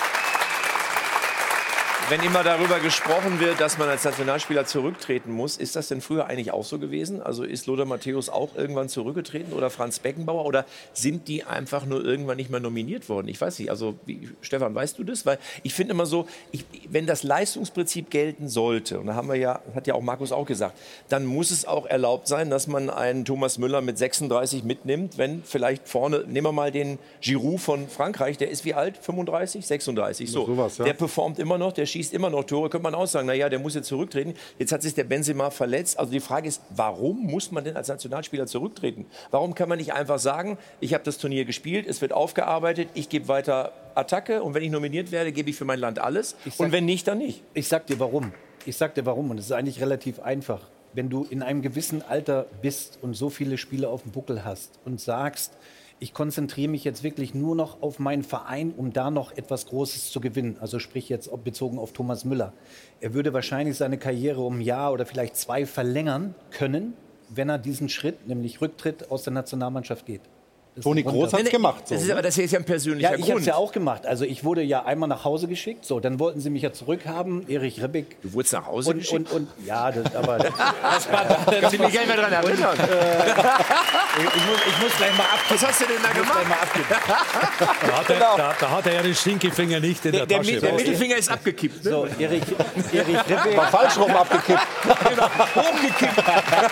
Wenn immer darüber gesprochen wird, dass man als Nationalspieler zurücktreten muss, ist das denn früher eigentlich auch so gewesen? Also ist Lothar Matthäus auch irgendwann zurückgetreten oder Franz Beckenbauer oder sind die einfach nur irgendwann nicht mehr nominiert worden? Ich weiß nicht, also wie, Stefan, weißt du das? Weil ich finde immer so, ich, wenn das Leistungsprinzip gelten sollte, und da haben wir ja, hat ja auch Markus auch gesagt, dann muss es auch erlaubt sein, dass man einen Thomas Müller mit sechsunddreißig mitnimmt, wenn vielleicht vorne, nehmen wir mal den Giroud von Frankreich, der ist wie alt? fünfunddreißig, sechsunddreißig, so. Sowas, ja. Der performt immer noch, der schießt immer noch Tore, könnte man auch sagen, naja, der muss jetzt zurücktreten. Jetzt hat sich der Benzema verletzt. Also die Frage ist, warum muss man denn als Nationalspieler zurücktreten? Warum kann man nicht einfach sagen, ich habe das Turnier gespielt, es wird aufgearbeitet, ich gebe weiter Attacke und wenn ich nominiert werde, gebe ich für mein Land alles sag, und wenn nicht, dann nicht. Ich sag dir warum. Ich sag dir warum und es ist eigentlich relativ einfach. Wenn du in einem gewissen Alter bist und so viele Spiele auf dem Buckel hast und sagst, ich konzentriere mich jetzt wirklich nur noch auf meinen Verein, um da noch etwas Großes zu gewinnen. Also sprich jetzt bezogen auf Thomas Müller. Er würde wahrscheinlich seine Karriere um ein Jahr oder vielleicht zwei verlängern können, wenn er diesen Schritt, nämlich Rücktritt aus der Nationalmannschaft geht. Toni Kroos hat es gemacht. So, das ist aber das ist ja ein persönlicher ja, ich Grund. habe es ja auch gemacht. Also ich wurde ja einmal nach Hause geschickt. So, dann wollten sie mich ja zurückhaben. Erich Ribbeck. Du wurdest nach Hause und, geschickt? Und, und, ja, das, aber das war da. Kann ich mich gar nicht mehr daran erinnern. Und, äh, ich, muss, ich muss gleich mal ab. Was hast du denn da gemacht? Da hat, er, da, da hat er ja den Stinkefinger nicht in der, der, Tasche. Der, der Mittelfinger ist abgekippt. Ne? So, Erich, Erich Ribbeck. War falsch rum abgekippt. Genau, umgekippt.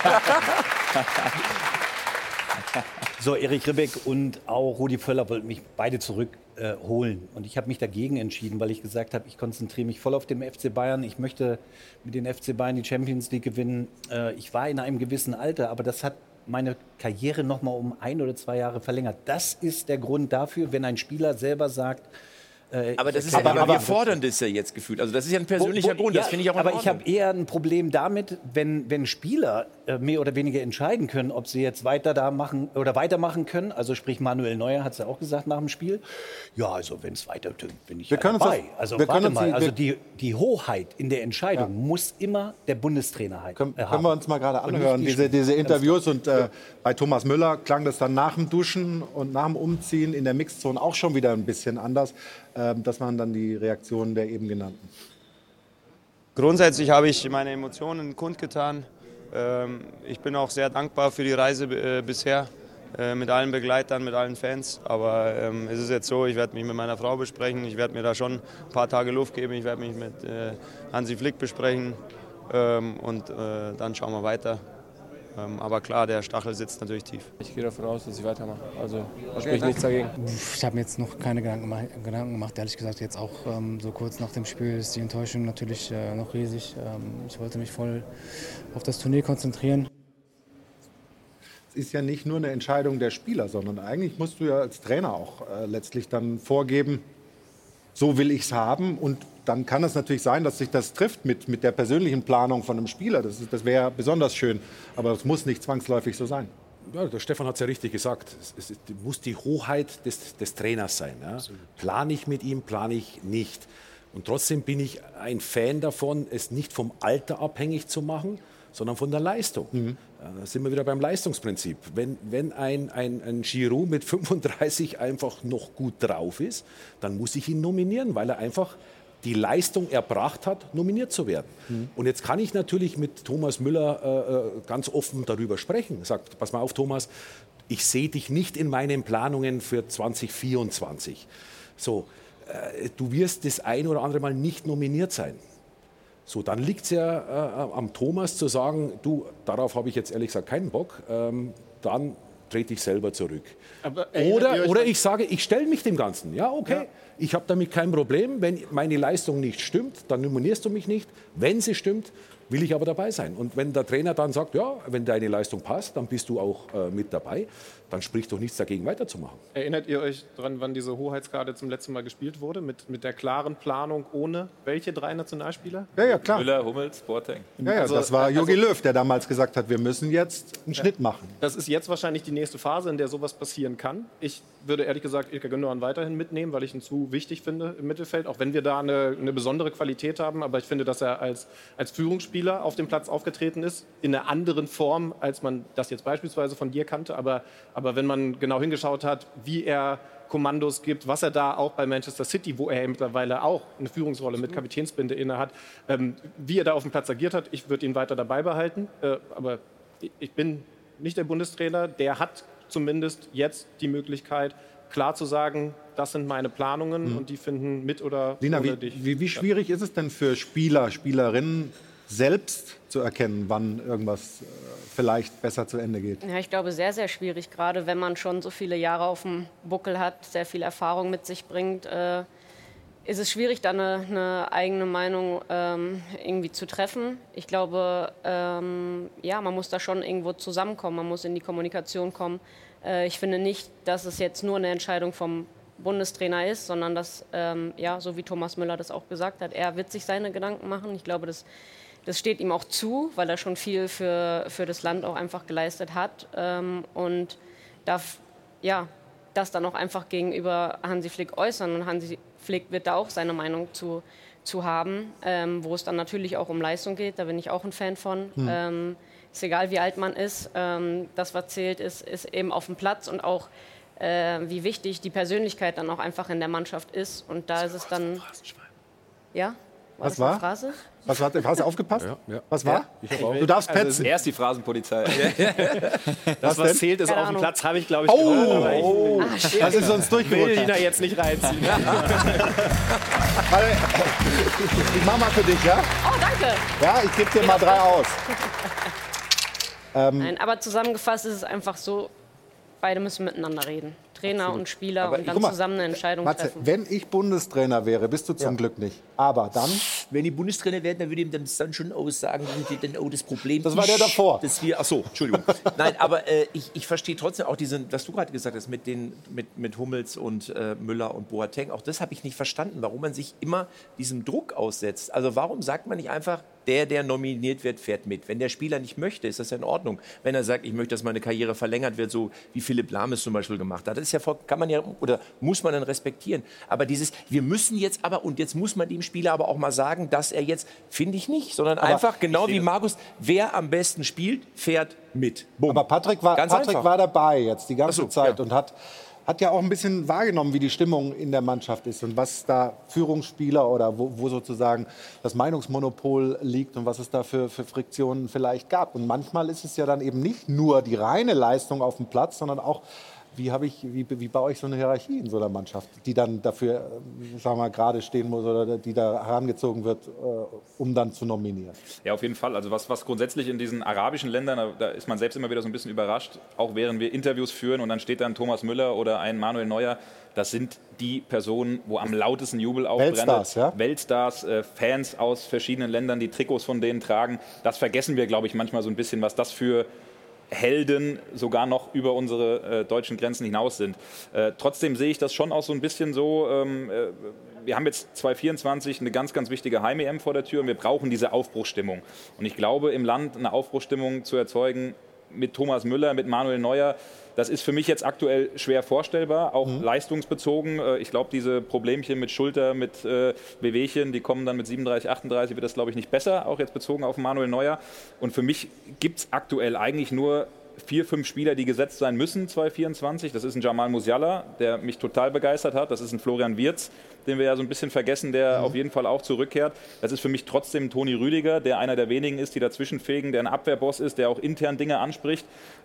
So, Erich Ribbeck und auch Rudi Völler wollten mich beide zurückholen. Äh, und ich habe mich dagegen entschieden, weil ich gesagt habe, ich konzentriere mich voll auf den F C Bayern. Ich möchte mit den F C Bayern die Champions League gewinnen. Äh, ich war in einem gewissen Alter, aber das hat meine Karriere noch mal um ein oder zwei Jahre verlängert. Das ist der Grund dafür, wenn ein Spieler selber sagt, Äh, aber das ist aber, ja, aber, wir fordern das ja jetzt gefühlt. Also das ist ja ein persönlicher wo, wo, Grund. Das ja, finde ich auch in aber Ordnung. ich habe eher ein Problem damit, wenn, wenn Spieler äh, mehr oder weniger entscheiden können, ob sie jetzt weiter da machen oder weitermachen können. Also sprich Manuel Neuer hat es ja auch gesagt nach dem Spiel. Ja, also wenn es weiter, bin ich wir ja können dabei. uns das, also wir warte können mal. uns, Also die, die Hoheit in der Entscheidung ja. muss immer der Bundestrainer haben. Können, können wir uns mal gerade anhören, die diese, diese Interviews. Und äh, bei Thomas Müller klang das dann nach dem Duschen und nach dem Umziehen in der Mixzone auch schon wieder ein bisschen anders. Äh, dass man dann die Reaktionen der eben genannten. Grundsätzlich habe ich meine Emotionen kundgetan. Ich bin auch sehr dankbar für die Reise bisher mit allen Begleitern, mit allen Fans. Aber es ist jetzt so, ich werde mich mit meiner Frau besprechen. Ich werde mir da schon ein paar Tage Luft geben. Ich werde mich mit Hansi Flick besprechen und dann schauen wir weiter. Aber klar, der Stachel sitzt natürlich tief. Ich gehe davon aus, dass ich weitermache. Also da spricht nichts dagegen. Ich habe mir jetzt noch keine Gedanken gemacht, Gedanken gemacht. Ehrlich gesagt, jetzt auch ähm, so kurz nach dem Spiel ist die Enttäuschung natürlich äh, noch riesig. Ähm, ich wollte mich voll auf das Turnier konzentrieren. ist ja nicht nur eine Entscheidung der Spieler, sondern eigentlich musst du ja als Trainer auch äh, letztlich dann vorgeben, so will ich es haben. Und dann kann es natürlich sein, dass sich das trifft mit, mit der persönlichen Planung von einem Spieler. Das, ist- das wäre besonders schön, aber es muss nicht zwangsläufig so sein. Ja, der Stefan hat es ja richtig gesagt. Es, es muss die Hoheit des, des Trainers sein. Ja? Plane ich mit ihm, plane ich nicht. Und trotzdem bin ich ein Fan davon, es nicht vom Alter abhängig zu machen, sondern von der Leistung. Mhm. Ja, da sind wir wieder beim Leistungsprinzip. Wenn, wenn ein, ein, ein Giroud mit fünfunddreißig einfach noch gut drauf ist, dann muss ich ihn nominieren, weil er einfach die Leistung erbracht hat, nominiert zu werden. Mhm. Und jetzt kann ich natürlich mit Thomas Müller äh, äh, ganz offen darüber sprechen. Sagt, pass mal auf, Thomas, ich sehe dich nicht in meinen Planungen für zwanzig vierundzwanzig. So, äh, du wirst das ein oder andere Mal nicht nominiert sein. So, dann liegt es ja äh, am Thomas zu sagen, du, darauf habe ich jetzt ehrlich gesagt keinen Bock, ähm, dann trete ich selber zurück. Aber erinnert ihr Oder, euch oder noch- ich sage, ich stelle mich dem Ganzen. Ja, okay, Ja. ich habe damit kein Problem. Wenn meine Leistung nicht stimmt, dann nominierst du mich nicht. Wenn sie stimmt, will ich aber dabei sein. Und wenn der Trainer dann sagt, ja, wenn deine Leistung passt, dann bist du auch äh, mit dabei, dann spricht doch nichts dagegen, weiterzumachen. Erinnert ihr euch daran, wann diese Hoheitskarte zum letzten Mal gespielt wurde? Mit, mit der klaren Planung ohne welche drei Nationalspieler? Ja, ja, klar. Müller, Hummels, Boateng. Ja, ja, Also, das war Jogi also- Löw, der damals gesagt hat, wir müssen jetzt einen Schnitt machen. Das ist jetzt wahrscheinlich die nächste Phase, in der sowas passieren kann. Ich würde ehrlich gesagt Ilkay Gündoğan weiterhin mitnehmen, weil ich ihn zu wichtig finde im Mittelfeld, auch wenn wir da eine, eine besondere Qualität haben. Aber ich finde, dass er als, als Führungsspieler auf dem Platz aufgetreten ist, in einer anderen Form, als man das jetzt beispielsweise von dir kannte. Aber, aber wenn man genau hingeschaut hat, wie er Kommandos gibt, was er da auch bei Manchester City, wo er ja mittlerweile auch eine Führungsrolle mit Kapitänsbinde inne hat, ähm, wie er da auf dem Platz agiert hat, ich würde ihn weiter dabei behalten. Äh, aber ich- ich bin nicht der Bundestrainer, der hat zumindest jetzt die Möglichkeit, klar zu sagen, das sind meine Planungen Mhm. und die finden mit oder Lina, ohne wie, dich. wie, wie schwierig ist es denn für Spieler, Spielerinnen selbst zu erkennen, wann irgendwas äh, vielleicht besser zu Ende geht? Ja, ich glaube, sehr, sehr schwierig, gerade wenn man schon so viele Jahre auf dem Buckel hat, sehr viel Erfahrung mit sich bringt. Äh, ist es schwierig, da eine, eine eigene Meinung ähm, irgendwie zu treffen. Ich glaube, ähm, ja, man muss da schon irgendwo zusammenkommen, man muss in die Kommunikation kommen. Äh, ich finde nicht, dass es jetzt nur eine Entscheidung vom Bundestrainer ist, sondern dass, ähm, ja, so wie Thomas Müller das auch gesagt hat, er wird sich seine Gedanken machen. Ich glaube, das, das steht ihm auch zu, weil er schon viel für, für das Land auch einfach geleistet hat. Ähm, und darf, ja, das dann auch einfach gegenüber Hansi Flick äußern. Und Hansi Flick wird da auch seine Meinung zu, zu haben, ähm, wo es dann natürlich auch um Leistung geht. Da bin ich auch ein Fan von. Hm. Ähm, ist egal, wie alt man ist. Ähm, das, was zählt, ist, ist eben auf dem Platz und auch, äh, wie wichtig die Persönlichkeit dann auch einfach in der Mannschaft ist. Und da ist es dann... Ja? War Was das eine war? Phrase? Was war? Hast du aufgepasst? Ja, ja. Was war? Ja, ich hab auch. Du darfst Also, petzen. er ist die Phrasenpolizei. Das, was denn? zählt, ist Keine auf dem Ahnung. Platz, habe ich, glaube ich, Oh, gehört, aber ich oh. Ah, shit. Das ist uns durchgerutscht. will ihn da jetzt nicht reinziehen. Warte, ich mach mal für dich, ja? Oh, danke. Ja, ich gebe dir mal drei aus. Ähm, Nein, aber zusammengefasst ist es einfach so, beide müssen miteinander reden. Trainer Absolut. und Spieler Aber und dann guck mal, zusammen eine Entscheidung Matze, treffen. wenn ich Bundestrainer wäre, bist du zum Glück nicht. Aber dann, Wenn die Bundestrainer werden, dann würde ihm dann, dann schon aussagen, denn, oh, das Problem Das war ist, der davor. Dass wir, ach so, Entschuldigung. Nein, aber äh, ich, ich verstehe trotzdem auch diesen, was du gerade gesagt hast, mit, den, mit, mit Hummels und äh, Müller und Boateng. Auch das habe ich nicht verstanden, warum man sich immer diesem Druck aussetzt. Also warum sagt man nicht einfach, der, der nominiert wird, fährt mit. Wenn der Spieler nicht möchte, ist das ja in Ordnung. Wenn er sagt, ich möchte, dass meine Karriere verlängert wird, so wie Philipp Lahm es zum Beispiel gemacht hat, das ist ja voll, kann man ja oder muss man dann respektieren. Aber dieses, wir müssen jetzt aber und jetzt muss man dem Spieler aber auch mal sagen, dass er jetzt, finde ich nicht, sondern Aber einfach genau wie Markus, wer am besten spielt, fährt mit. Bumm. aber Patrick war, Ganz Patrick einfach. war dabei jetzt die ganze Ach so, Zeit ja. und hat, hat ja auch ein bisschen wahrgenommen, wie die Stimmung in der Mannschaft ist und was da Führungsspieler oder wo, wo sozusagen das Meinungsmonopol liegt und was es da für, für Friktionen vielleicht gab. Und manchmal ist es ja dann eben nicht nur die reine Leistung auf dem Platz, sondern auch, wie, habe ich, wie, wie baue ich so eine Hierarchie in so einer Mannschaft, die dann dafür, äh, sagen wir mal, gerade stehen muss oder die da herangezogen wird, äh, um dann zu nominieren. Ja, auf jeden Fall. Also was, was grundsätzlich in diesen arabischen Ländern, da, da ist man selbst immer wieder so ein bisschen überrascht, auch während wir Interviews führen und dann steht dann Thomas Müller oder ein Manuel Neuer, das sind die Personen, wo am lautesten Jubel aufbrennt. Weltstars, ja? Weltstars, äh, Fans aus verschiedenen Ländern, die Trikots von denen tragen. Das vergessen wir, glaube ich, manchmal so ein bisschen, was das für Helden sogar noch über unsere äh, deutschen Grenzen hinaus sind. Äh, trotzdem sehe ich das schon auch so ein bisschen so, ähm, äh, wir haben jetzt zwanzig vierundzwanzig eine ganz, ganz wichtige Heim-E M vor der Tür und wir brauchen diese Aufbruchsstimmung. Und ich glaube, im Land eine Aufbruchsstimmung zu erzeugen mit Thomas Müller, mit Manuel Neuer, das ist für mich jetzt aktuell schwer vorstellbar, auch mhm. leistungsbezogen. Ich glaube, diese Problemchen mit Schulter, mit äh, Wehwehchen, die kommen dann mit siebenunddreißig, achtunddreißig, wird das, glaube ich, nicht besser, auch jetzt bezogen auf Manuel Neuer. Und für mich gibt es aktuell eigentlich nur vier, fünf Spieler, die gesetzt sein müssen, zwanzig vierundzwanzig. Das ist ein Jamal Musiala, der mich total begeistert hat. Das ist ein Florian Wirtz, den wir ja so ein bisschen vergessen, der mhm. auf jeden Fall auch zurückkehrt. Das ist für mich trotzdem Toni Rüdiger, der einer der wenigen ist, die dazwischen fegen, der ein Abwehrboss ist, der auch intern Dinge anspricht.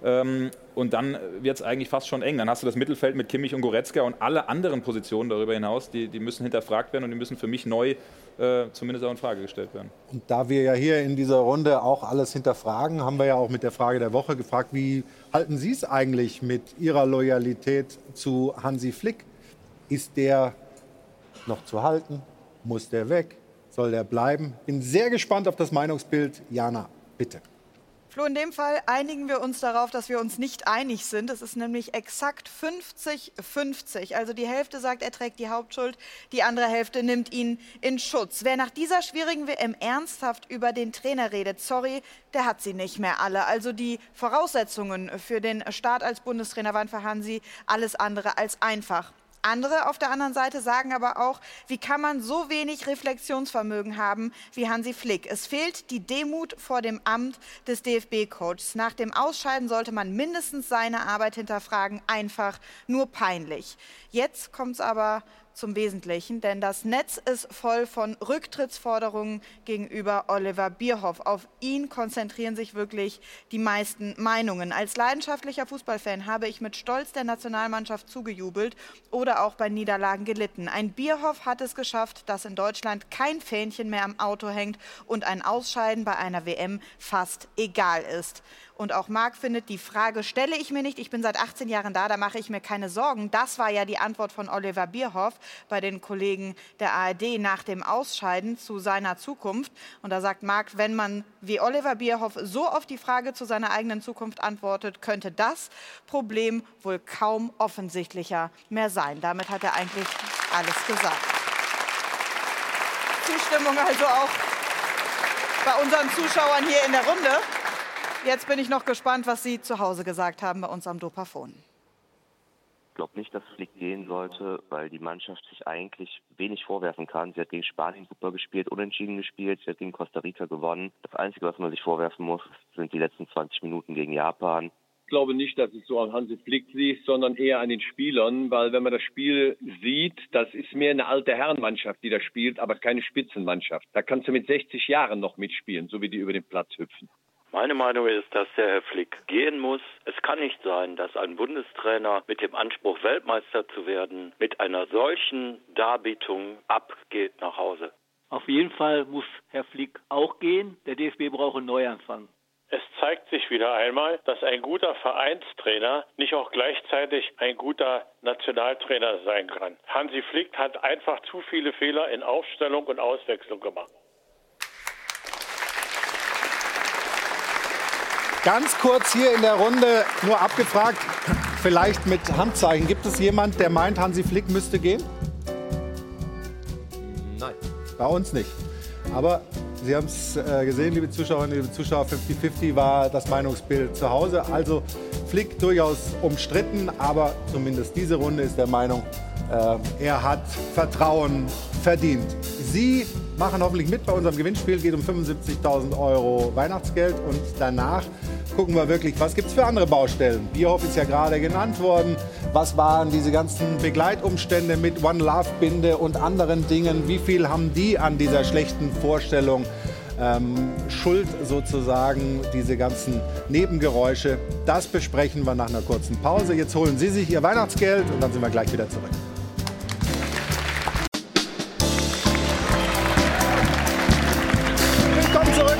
Und dann wird es eigentlich fast schon eng. Dann hast du das Mittelfeld mit Kimmich und Goretzka und alle anderen Positionen darüber hinaus, die, die müssen hinterfragt werden und die müssen für mich neu äh, zumindest auch in Frage gestellt werden. Und da wir ja hier in dieser Runde auch alles hinterfragen, haben wir ja auch mit der Frage der Woche gefragt, wie halten Sie es eigentlich mit Ihrer Loyalität zu Hansi Flick? Ist der noch zu halten? Muss der weg? Soll der bleiben? Bin sehr gespannt auf das Meinungsbild. Jana, bitte. Flo, in dem Fall einigen wir uns darauf, dass wir uns nicht einig sind. Es ist nämlich exakt fünfzig fünfzig. Also die Hälfte sagt, er trägt die Hauptschuld, die andere Hälfte nimmt ihn in Schutz. Wer nach dieser schwierigen W M ernsthaft über den Trainer redet, sorry, der hat sie nicht mehr alle. Also die Voraussetzungen für den Start als Bundestrainer waren für Hansi alles andere als einfach. Andere auf der anderen Seite sagen aber auch, wie kann man so wenig Reflexionsvermögen haben wie Hansi Flick? Es fehlt die Demut vor dem Amt des D F B-Coaches. Nach dem Ausscheiden sollte man mindestens seine Arbeit hinterfragen. Einfach nur peinlich. Jetzt kommt es aber zum Wesentlichen, denn das Netz ist voll von Rücktrittsforderungen gegenüber Oliver Bierhoff. Auf ihn konzentrieren sich wirklich die meisten Meinungen. Als leidenschaftlicher Fußballfan habe ich mit Stolz der Nationalmannschaft zugejubelt oder auch bei Niederlagen gelitten. Ein Bierhoff hat es geschafft, dass in Deutschland kein Fähnchen mehr am Auto hängt und ein Ausscheiden bei einer W M fast egal ist. Und auch Marc findet, die Frage stelle ich mir nicht. Ich bin seit achtzehn Jahren da, da mache ich mir keine Sorgen. Das war ja die Antwort von Oliver Bierhoff bei den Kollegen der A R D nach dem Ausscheiden zu seiner Zukunft. Und da sagt Marc, wenn man wie Oliver Bierhoff so auf die Frage zu seiner eigenen Zukunft antwortet, könnte das Problem wohl kaum offensichtlicher mehr sein. Damit hat er eigentlich alles gesagt. Zustimmung also auch bei unseren Zuschauern hier in der Runde. Jetzt bin ich noch gespannt, was Sie zu Hause gesagt haben bei uns am Dopafon. Ich glaube nicht, dass Flick gehen sollte, weil die Mannschaft sich eigentlich wenig vorwerfen kann. Sie hat gegen Spanien super gespielt, unentschieden gespielt, sie hat gegen Costa Rica gewonnen. Das Einzige, was man sich vorwerfen muss, sind die letzten zwanzig Minuten gegen Japan. Ich glaube nicht, dass es so an Hansi Flick liegt, sondern eher an den Spielern, weil wenn man das Spiel sieht, das ist mehr eine alte Herrenmannschaft, die da spielt, aber keine Spitzenmannschaft. Da kannst du mit sechzig Jahren noch mitspielen, so wie die über den Platz hüpfen. Meine Meinung ist, dass der Herr Flick gehen muss. Es kann nicht sein, dass ein Bundestrainer mit dem Anspruch, Weltmeister zu werden, mit einer solchen Darbietung abgeht nach Hause. Auf jeden Fall muss Herr Flick auch gehen. Der D F B braucht einen Neuanfang. Es zeigt sich wieder einmal, dass ein guter Vereinstrainer nicht auch gleichzeitig ein guter Nationaltrainer sein kann. Hansi Flick hat einfach zu viele Fehler in Aufstellung und Auswechslung gemacht. Ganz kurz hier in der Runde nur abgefragt, vielleicht mit Handzeichen. Gibt es jemand, der meint, Hansi Flick müsste gehen? Nein. Bei uns nicht. Aber Sie haben es äh, gesehen, liebe Zuschauerinnen, liebe Zuschauer, fünfzig fünfzig war das Meinungsbild zu Hause. Also Flick durchaus umstritten, aber zumindest diese Runde ist der Meinung, äh, er hat Vertrauen verdient. Sie machen hoffentlich mit bei unserem Gewinnspiel, geht um fünfundsiebzigtausend Euro Weihnachtsgeld und danach gucken wir wirklich, was gibt es für andere Baustellen. Bierhoff ist ja gerade genannt worden. Was waren diese ganzen Begleitumstände mit One Love Binde und anderen Dingen? Wie viel haben die an dieser schlechten Vorstellung ähm, Schuld sozusagen, diese ganzen Nebengeräusche? Das besprechen wir nach einer kurzen Pause. Jetzt holen Sie sich Ihr Weihnachtsgeld und dann sind wir gleich wieder zurück. Willkommen zurück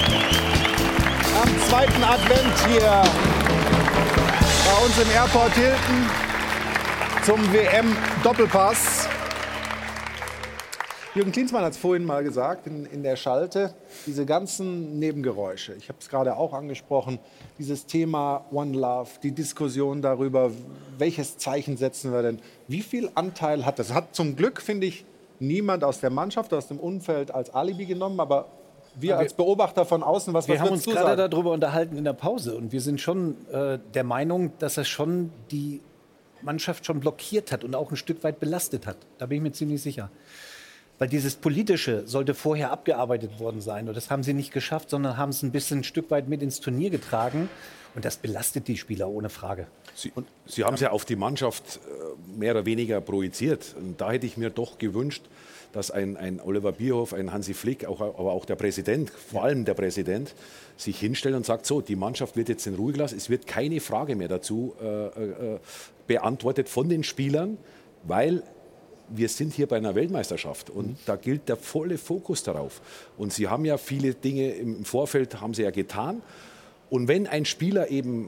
am zweiten Advent hier bei uns im Airport Hilton zum W M-Doppelpass. Jürgen Klinsmann hat es vorhin mal gesagt, in, in der Schalte, diese ganzen Nebengeräusche, ich habe es gerade auch angesprochen, dieses Thema One Love, die Diskussion darüber, welches Zeichen setzen wir denn, wie viel Anteil hat das? Hat zum Glück, finde ich, niemand aus der Mannschaft, aus dem Umfeld als Alibi genommen, aber wir als Beobachter von außen, was, was Wir haben uns gerade sagen? darüber unterhalten in der Pause und wir sind schon äh, der Meinung, dass das schon die Mannschaft schon blockiert hat und auch ein Stück weit belastet hat. Da bin ich mir ziemlich sicher. Weil dieses Politische sollte vorher abgearbeitet worden sein. Und das haben sie nicht geschafft, sondern haben es ein bisschen ein Stück weit mit ins Turnier getragen. Und das belastet die Spieler ohne Frage. Sie, Sie haben es ja auf die Mannschaft äh, mehr oder weniger projiziert. Und da hätte ich mir doch gewünscht, dass ein, ein Oliver Bierhoff, ein Hansi Flick, auch, aber auch der Präsident, vor allem der Präsident, sich hinstellt und sagt, so, die Mannschaft wird jetzt in Ruhe gelassen. Es wird keine Frage mehr dazu äh, äh, beantwortet von den Spielern, weil wir sind hier bei einer Weltmeisterschaft und mhm. da gilt der volle Fokus darauf. Und Sie haben ja viele Dinge im Vorfeld, haben Sie ja getan. Und wenn ein Spieler eben,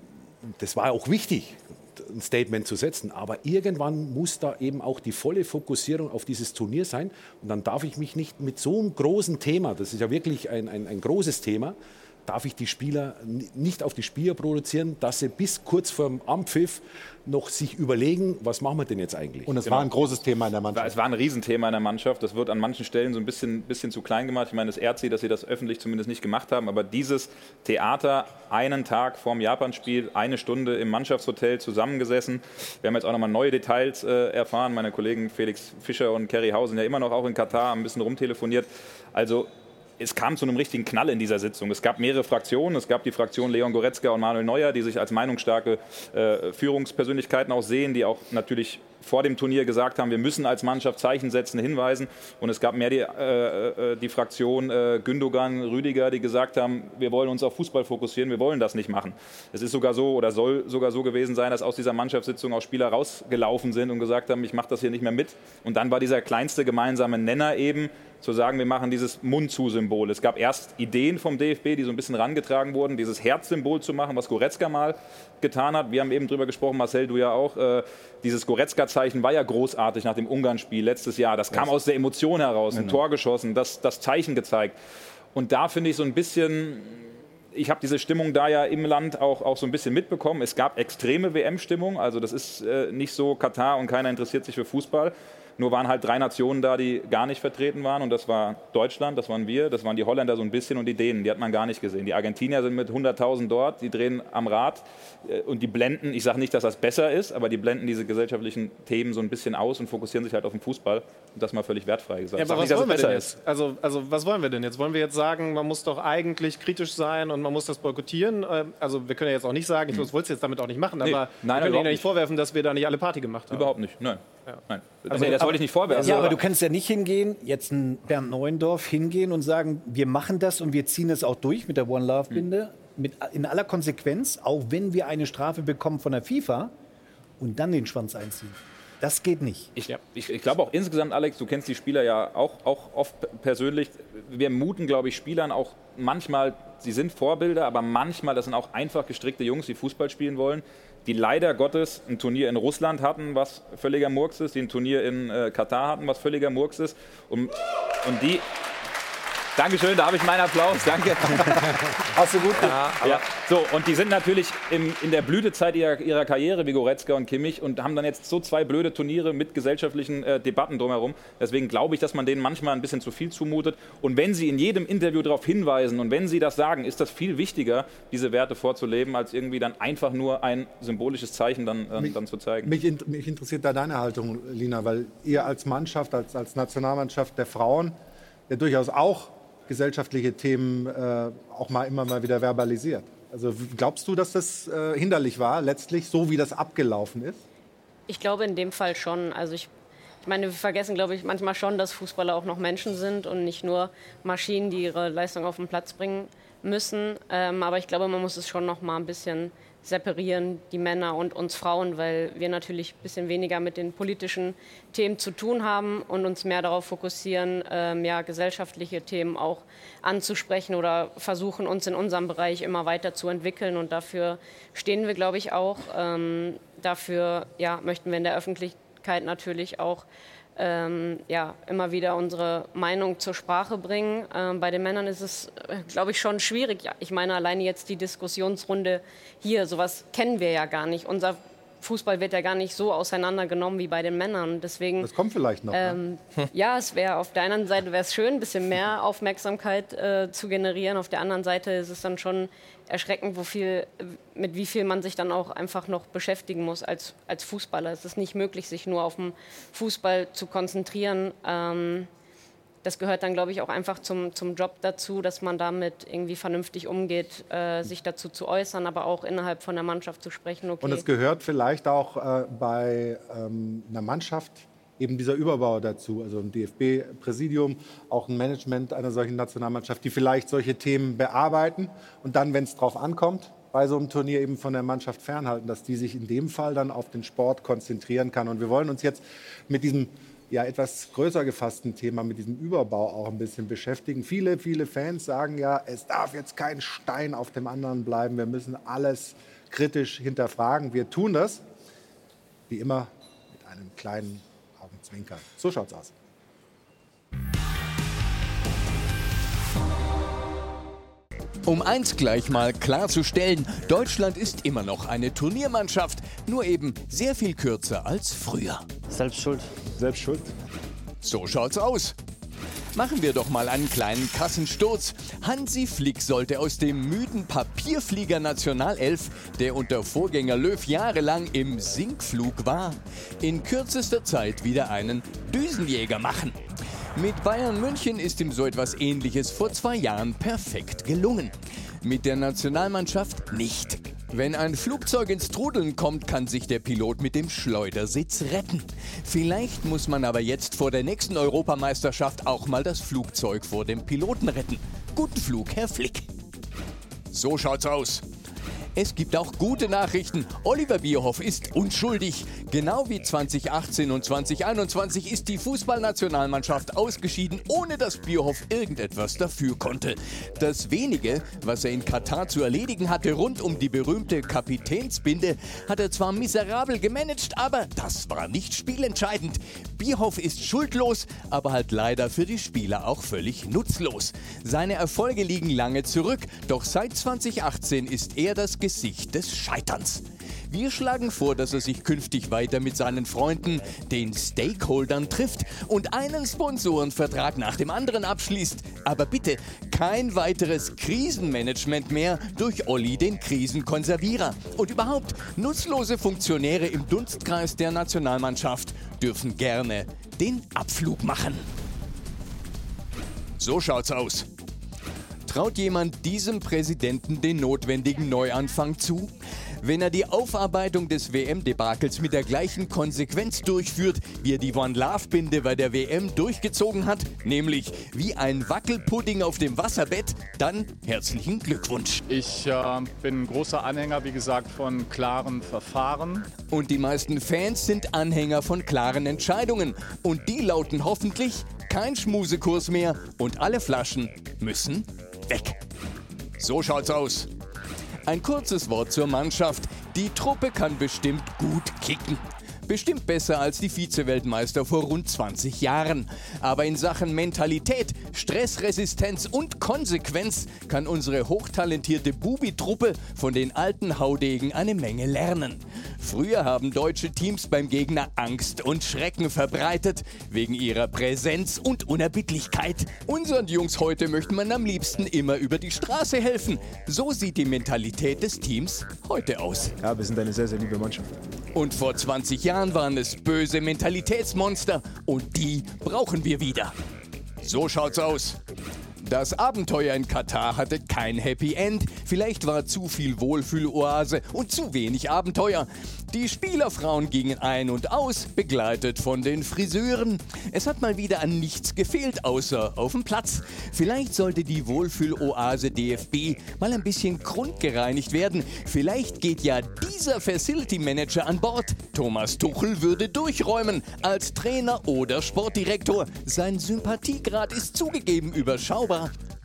das war auch wichtig, ein Statement zu setzen, aber irgendwann muss da eben auch die volle Fokussierung auf dieses Turnier sein. Und dann darf ich mich nicht mit so einem großen Thema, das ist ja wirklich ein, ein, ein großes Thema, darf ich die Spieler nicht auf die Spieler produzieren, dass sie bis kurz vorm Anpfiff noch sich überlegen, was machen wir denn jetzt eigentlich? Und es Genau. war ein großes Thema in der Mannschaft. Es war ein Riesenthema in der Mannschaft. Das wird an manchen Stellen so ein bisschen, bisschen zu klein gemacht. Ich meine, es ehrt sie, dass sie das öffentlich zumindest nicht gemacht haben. Aber dieses Theater, einen Tag vorm Japan-Spiel, eine Stunde im Mannschaftshotel zusammengesessen. Wir haben jetzt auch nochmal neue Details äh, erfahren. Meine Kollegen Felix Fischer und Kerry Hausen ja immer noch auch in Katar, haben ein bisschen rumtelefoniert. Also es kam zu einem richtigen Knall in dieser Sitzung. Es gab mehrere Fraktionen. Es gab die Fraktion Leon Goretzka und Manuel Neuer, die sich als meinungsstarke äh, Führungspersönlichkeiten auch sehen, die auch natürlich vor dem Turnier gesagt haben, wir müssen als Mannschaft Zeichen setzen, hinweisen. Und es gab mehr die, äh, die Fraktion äh, Gündogan, Rüdiger, die gesagt haben, wir wollen uns auf Fußball fokussieren, wir wollen das nicht machen. Es ist sogar so oder soll sogar so gewesen sein, dass aus dieser Mannschaftssitzung auch Spieler rausgelaufen sind und gesagt haben, ich mache das hier nicht mehr mit. Und dann war dieser kleinste gemeinsame Nenner eben, zu sagen, wir machen dieses Mund-zu-Symbol. Es gab erst Ideen vom D F B, die so ein bisschen rangetragen wurden, dieses Herzsymbol zu machen, was Goretzka mal getan hat. Wir haben eben drüber gesprochen, Marcel, du ja auch. Äh, dieses Goretzka-Zeichen war ja großartig nach dem Ungarn-Spiel letztes Jahr. Das kam aus der Emotion heraus, ein Tor geschossen, das, das Zeichen gezeigt. Und da finde ich so ein bisschen, ich habe diese Stimmung da ja im Land auch, auch so ein bisschen mitbekommen. Es gab extreme W M-Stimmung, also das ist äh, nicht so Katar und keiner interessiert sich für Fußball. Nur waren halt drei Nationen da, die gar nicht vertreten waren. Und das war Deutschland, das waren wir, das waren die Holländer so ein bisschen und die Dänen. Die hat man gar nicht gesehen. Die Argentinier sind mit hunderttausend dort, die drehen am Rad. Und die blenden, ich sage nicht, dass das besser ist, aber die blenden diese gesellschaftlichen Themen so ein bisschen aus und fokussieren sich halt auf den Fußball. Und das mal völlig wertfrei gesagt. Ja, aber ich was sag nicht, wollen dass wir es denn besser jetzt? Also, also was wollen wir denn jetzt? Wollen wir jetzt sagen, man muss doch eigentlich kritisch sein und man muss das boykottieren? Also wir können ja jetzt auch nicht sagen, ich wollte es jetzt damit auch nicht machen, Nee, aber nein, wir können überhaupt Ihnen ja nicht nicht. vorwerfen, dass wir da nicht alle Party gemacht haben. Überhaupt nicht, nein. Ja. nein. Also, nee, das wollte ich nicht vorwerfen. Ja, aber du kannst ja nicht hingehen, jetzt ein Bernd Neuendorf hingehen und sagen, wir machen das und wir ziehen es auch durch mit der One Love Binde, mit, in aller Konsequenz, auch wenn wir eine Strafe bekommen von der FIFA und dann den Schwanz einziehen. Das geht nicht. Ich, ich, ich glaube auch insgesamt, Alex, du kennst die Spieler ja auch, auch oft persönlich. Wir muten, glaube ich, Spielern auch manchmal, sie sind Vorbilder, aber manchmal, das sind auch einfach gestrickte Jungs, die Fußball spielen wollen, die leider Gottes ein Turnier in Russland hatten, was völliger Murks ist, die ein Turnier in äh, Katar hatten, was völliger Murks ist. Und, und die... Dankeschön, da habe ich meinen Applaus, danke. Hast du gut ja, ja. So, und die sind natürlich im, in der Blütezeit ihrer, ihrer Karriere wie Goretzka und Kimmich und haben dann jetzt so zwei blöde Turniere mit gesellschaftlichen äh, Debatten drumherum. Deswegen glaube ich, dass man denen manchmal ein bisschen zu viel zumutet. Und wenn sie in jedem Interview darauf hinweisen und wenn sie das sagen, ist das viel wichtiger, diese Werte vorzuleben, als irgendwie dann einfach nur ein symbolisches Zeichen dann, äh, mich, dann zu zeigen. Mich, mich interessiert da deine Haltung, Lina, weil ihr als Mannschaft, als, als Nationalmannschaft der Frauen ja durchaus auch gesellschaftliche Themen äh, auch mal immer mal wieder verbalisiert. Also glaubst du, dass das äh, hinderlich war, letztlich, so wie das abgelaufen ist? Ich glaube in dem Fall schon. Also ich, ich meine, wir vergessen, glaube ich, manchmal schon, dass Fußballer auch noch Menschen sind und nicht nur Maschinen, die ihre Leistung auf den Platz bringen müssen. Ähm, aber ich glaube, man muss es schon noch mal ein bisschen separieren, die Männer und uns Frauen, weil wir natürlich ein bisschen weniger mit den politischen Themen zu tun haben und uns mehr darauf fokussieren, ähm, ja, gesellschaftliche Themen auch anzusprechen oder versuchen, uns in unserem Bereich immer weiter zu entwickeln. Und dafür stehen wir, glaube ich, auch. Ähm, dafür ja, möchten wir in der Öffentlichkeit natürlich auch ähm, ja, immer wieder unsere Meinung zur Sprache bringen. Ähm, bei den Männern ist es, äh, glaube ich, schon schwierig. Ja, ich meine, alleine jetzt die Diskussionsrunde hier, sowas kennen wir ja gar nicht. Unser Fußball wird ja gar nicht so auseinandergenommen wie bei den Männern. Deswegen, das kommt vielleicht noch. Ähm, ne? Ja, es wäre auf der einen Seite wäre es schön, ein bisschen mehr Aufmerksamkeit äh, zu generieren. Auf der anderen Seite ist es dann schon erschreckend, wo viel, mit wie viel man sich dann auch einfach noch beschäftigen muss als, als Fußballer. Es ist nicht möglich, sich nur auf den Fußball zu konzentrieren. Ähm, das gehört dann, glaube ich, auch einfach zum, zum Job dazu, dass man damit irgendwie vernünftig umgeht, äh, sich dazu zu äußern, aber auch innerhalb von der Mannschaft zu sprechen. Okay. Und es gehört vielleicht auch äh, bei ähm, einer Mannschaft eben dieser Überbau dazu, also ein D F B-Präsidium, auch ein Management einer solchen Nationalmannschaft, die vielleicht solche Themen bearbeiten und dann, wenn es drauf ankommt, bei so einem Turnier eben von der Mannschaft fernhalten, dass die sich in dem Fall dann auf den Sport konzentrieren kann. Und wir wollen uns jetzt mit diesem ja, etwas größer gefassten Thema, mit diesem Überbau auch ein bisschen beschäftigen. Viele, viele Fans sagen ja, es darf jetzt kein Stein auf dem anderen bleiben, wir müssen alles kritisch hinterfragen. Wir tun das, wie immer, mit einem kleinen Augenzwinkern. So schaut's aus. Um eins gleich mal klarzustellen, Deutschland ist immer noch eine Turniermannschaft, nur eben sehr viel kürzer als früher. Selbst schuld. Selbst schuld. So schaut's aus. Machen wir doch mal einen kleinen Kassensturz. Hansi Flick sollte aus dem müden Papierflieger Nationalelf, der unter Vorgänger Löw jahrelang im Sinkflug war, in kürzester Zeit wieder einen Düsenjäger machen. Mit Bayern München ist ihm so etwas Ähnliches vor zwei Jahren perfekt gelungen. Mit der Nationalmannschaft nicht. Wenn ein Flugzeug ins Trudeln kommt, kann sich der Pilot mit dem Schleudersitz retten. Vielleicht muss man aber jetzt vor der nächsten Europameisterschaft auch mal das Flugzeug vor dem Piloten retten. Guten Flug, Herr Flick. So schaut's aus. Es gibt auch gute Nachrichten. Oliver Bierhoff ist unschuldig. Genau wie zwanzig achtzehn und zwanzig einundzwanzig ist die Fußballnationalmannschaft ausgeschieden, ohne dass Bierhoff irgendetwas dafür konnte. Das wenige, was er in Katar zu erledigen hatte, rund um die berühmte Kapitänsbinde, hat er zwar miserabel gemanagt, aber das war nicht spielentscheidend. Bierhoff ist schuldlos, aber halt leider für die Spieler auch völlig nutzlos. Seine Erfolge liegen lange zurück, doch seit zwanzig achtzehn ist er das Gesicht des Scheiterns. Wir schlagen vor, dass er sich künftig weiter mit seinen Freunden, den Stakeholdern, trifft und einen Sponsorenvertrag nach dem anderen abschließt. Aber bitte kein weiteres Krisenmanagement mehr durch Olli, den Krisenkonservierer. Und überhaupt, nutzlose Funktionäre im Dunstkreis der Nationalmannschaft dürfen gerne den Abflug machen. So schaut's aus. Traut jemand diesem Präsidenten den notwendigen Neuanfang zu? Wenn er die Aufarbeitung des W M-Debakels mit der gleichen Konsequenz durchführt, wie er die One-Love-Binde bei der W M durchgezogen hat, nämlich wie ein Wackelpudding auf dem Wasserbett, dann herzlichen Glückwunsch. Ich äh, bin ein großer Anhänger, wie gesagt, von klaren Verfahren. Und die meisten Fans sind Anhänger von klaren Entscheidungen. Und die lauten hoffentlich: kein Schmusekurs mehr und alle Flaschen müssen weg. So schaut's aus. Ein kurzes Wort zur Mannschaft. Die Truppe kann bestimmt gut kicken. Bestimmt besser als die Vize-Weltmeister vor rund zwanzig Jahren. Aber in Sachen Mentalität, Stressresistenz und Konsequenz kann unsere hochtalentierte Bubi-Truppe von den alten Haudegen eine Menge lernen. Früher haben deutsche Teams beim Gegner Angst und Schrecken verbreitet, wegen ihrer Präsenz und Unerbittlichkeit. Unseren Jungs heute möchte man am liebsten immer über die Straße helfen. So sieht die Mentalität des Teams heute aus. Ja, wir sind eine sehr, sehr liebe Mannschaft. Und vor zwanzig Jahren waren es böse Mentalitätsmonster und die brauchen wir wieder. So schaut's aus. Das Abenteuer in Katar hatte kein Happy End. Vielleicht war zu viel Wohlfühloase und zu wenig Abenteuer. Die Spielerfrauen gingen ein und aus, begleitet von den Friseuren. Es hat mal wieder an nichts gefehlt, außer auf dem Platz. Vielleicht sollte die Wohlfühloase D F B mal ein bisschen grundgereinigt werden. Vielleicht geht ja dieser Facility Manager an Bord. Thomas Tuchel würde durchräumen als Trainer oder Sportdirektor. Sein Sympathiegrad ist zugegeben überschaubar.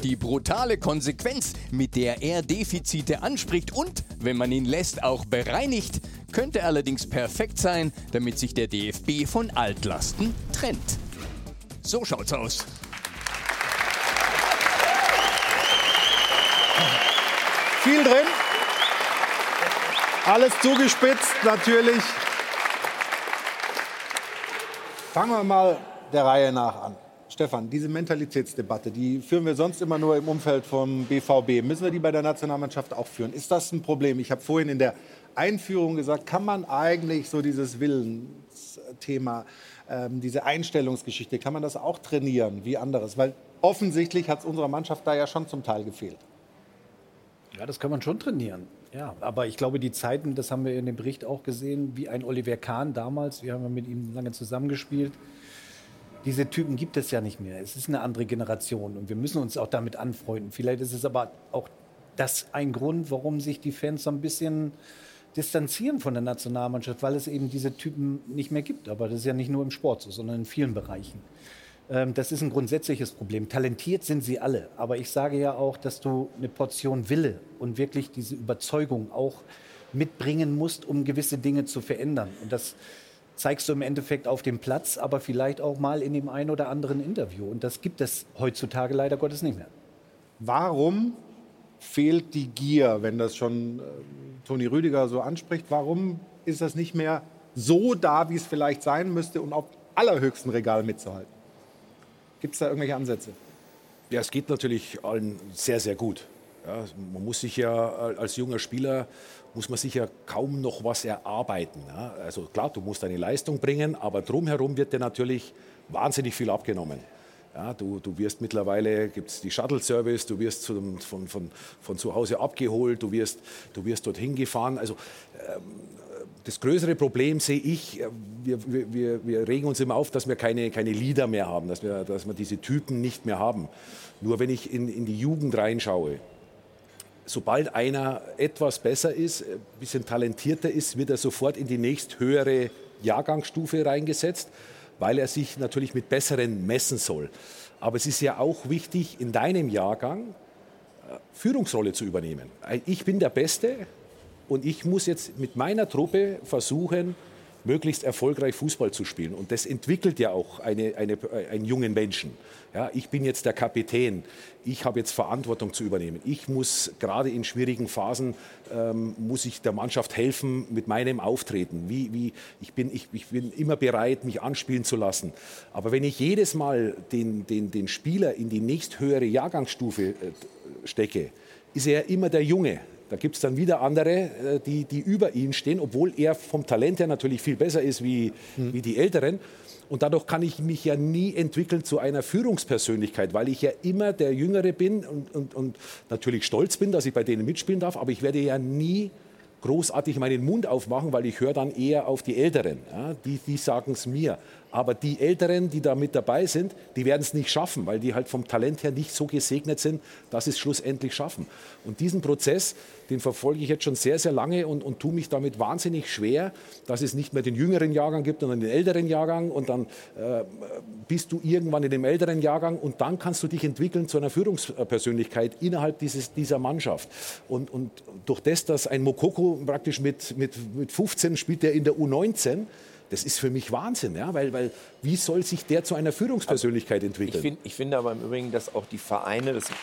Die brutale Konsequenz, mit der er Defizite anspricht und, wenn man ihn lässt, auch bereinigt, könnte allerdings perfekt sein, damit sich der D F B von Altlasten trennt. So schaut's aus. Viel drin. Alles zugespitzt, natürlich. Fangen wir mal der Reihe nach an. Stefan, diese Mentalitätsdebatte, die führen wir sonst immer nur im Umfeld vom B V B. Müssen wir die bei der Nationalmannschaft auch führen? Ist das ein Problem? Ich habe vorhin in der Einführung gesagt, kann man eigentlich so dieses Willensthema, ähm, diese Einstellungsgeschichte, kann man das auch trainieren wie anderes? Weil offensichtlich hat es unserer Mannschaft da ja schon zum Teil gefehlt. Ja, das kann man schon trainieren. Ja, aber ich glaube, die Zeiten, das haben wir in dem Bericht auch gesehen, wie ein Oliver Kahn damals, wir haben ja mit ihm lange zusammengespielt, diese Typen gibt es ja nicht mehr. Es ist eine andere Generation und wir müssen uns auch damit anfreunden. Vielleicht ist es aber auch das ein Grund, warum sich die Fans so ein bisschen distanzieren von der Nationalmannschaft, weil es eben diese Typen nicht mehr gibt. Aber das ist ja nicht nur im Sport so, sondern in vielen Bereichen. Das ist ein grundsätzliches Problem. Talentiert sind sie alle. Aber ich sage ja auch, dass du eine Portion Wille und wirklich diese Überzeugung auch mitbringen musst, um gewisse Dinge zu verändern. Und das zeigst du im Endeffekt auf dem Platz, aber vielleicht auch mal in dem einen oder anderen Interview. Und das gibt es heutzutage leider Gottes nicht mehr. Warum fehlt die Gier, wenn das schon äh, Toni Rüdiger so anspricht? Warum ist das nicht mehr so da, wie es vielleicht sein müsste, um auf allerhöchstem Regal mitzuhalten? Gibt es da irgendwelche Ansätze? Ja, es geht natürlich allen sehr, sehr gut. Ja, man muss sich ja als junger Spieler muss man sich ja kaum noch was erarbeiten. Ja, also klar, du musst deine Leistung bringen, aber drumherum wird dir natürlich wahnsinnig viel abgenommen. Ja, du, du wirst mittlerweile, gibt es die Shuttle-Service, du wirst zu, von, von, von zu Hause abgeholt, du wirst, du wirst dorthin gefahren. Also ähm, das größere Problem sehe ich, wir, wir, wir regen uns immer auf, dass wir keine, keine Leader mehr haben, dass wir, dass wir diese Typen nicht mehr haben. Nur wenn ich in, in die Jugend reinschaue, sobald einer etwas besser ist, ein bisschen talentierter ist, wird er sofort in die nächsthöhere Jahrgangsstufe reingesetzt, weil er sich natürlich mit Besseren messen soll. Aber es ist ja auch wichtig, in deinem Jahrgang Führungsrolle zu übernehmen. Ich bin der Beste und ich muss jetzt mit meiner Truppe versuchen, möglichst erfolgreich Fußball zu spielen. Und das entwickelt ja auch eine, eine, einen jungen Menschen. Ja, ich bin jetzt der Kapitän. Ich habe jetzt Verantwortung zu übernehmen. Ich muss gerade in schwierigen Phasen, ähm, muss ich der Mannschaft helfen mit meinem Auftreten. Wie, wie, ich, bin, ich, ich bin immer bereit, mich anspielen zu lassen. Aber wenn ich jedes Mal den, den, den Spieler in die nächsthöhere Jahrgangsstufe äh, stecke, ist er immer der Junge. Da gibt es dann wieder andere, die, die über ihn stehen, obwohl er vom Talent her natürlich viel besser ist wie, mhm. wie die Älteren. Und dadurch kann ich mich ja nie entwickeln zu einer Führungspersönlichkeit, weil ich ja immer der Jüngere bin und, und, und natürlich stolz bin, dass ich bei denen mitspielen darf. Aber ich werde ja nie großartig meinen Mund aufmachen, weil ich höre dann eher auf die Älteren. Ja, die die sagen es mir. Aber die Älteren, die da mit dabei sind, die werden es nicht schaffen, weil die halt vom Talent her nicht so gesegnet sind, dass sie es schlussendlich schaffen. Und diesen Prozess, den verfolge ich jetzt schon sehr, sehr lange und, und tue mich damit wahnsinnig schwer, dass es nicht mehr den jüngeren Jahrgang gibt, sondern den älteren Jahrgang. Und dann äh, bist du irgendwann in dem älteren Jahrgang und dann kannst du dich entwickeln zu einer Führungspersönlichkeit innerhalb dieses, dieser Mannschaft. Und, und durch das, dass ein Moukoko praktisch mit, mit, mit fünfzehn spielt, der in der U neunzehn, das ist für mich Wahnsinn, ja? weil, weil wie soll sich der zu einer Führungspersönlichkeit entwickeln? Ich, find, ich finde aber im Übrigen, dass auch die Vereine, das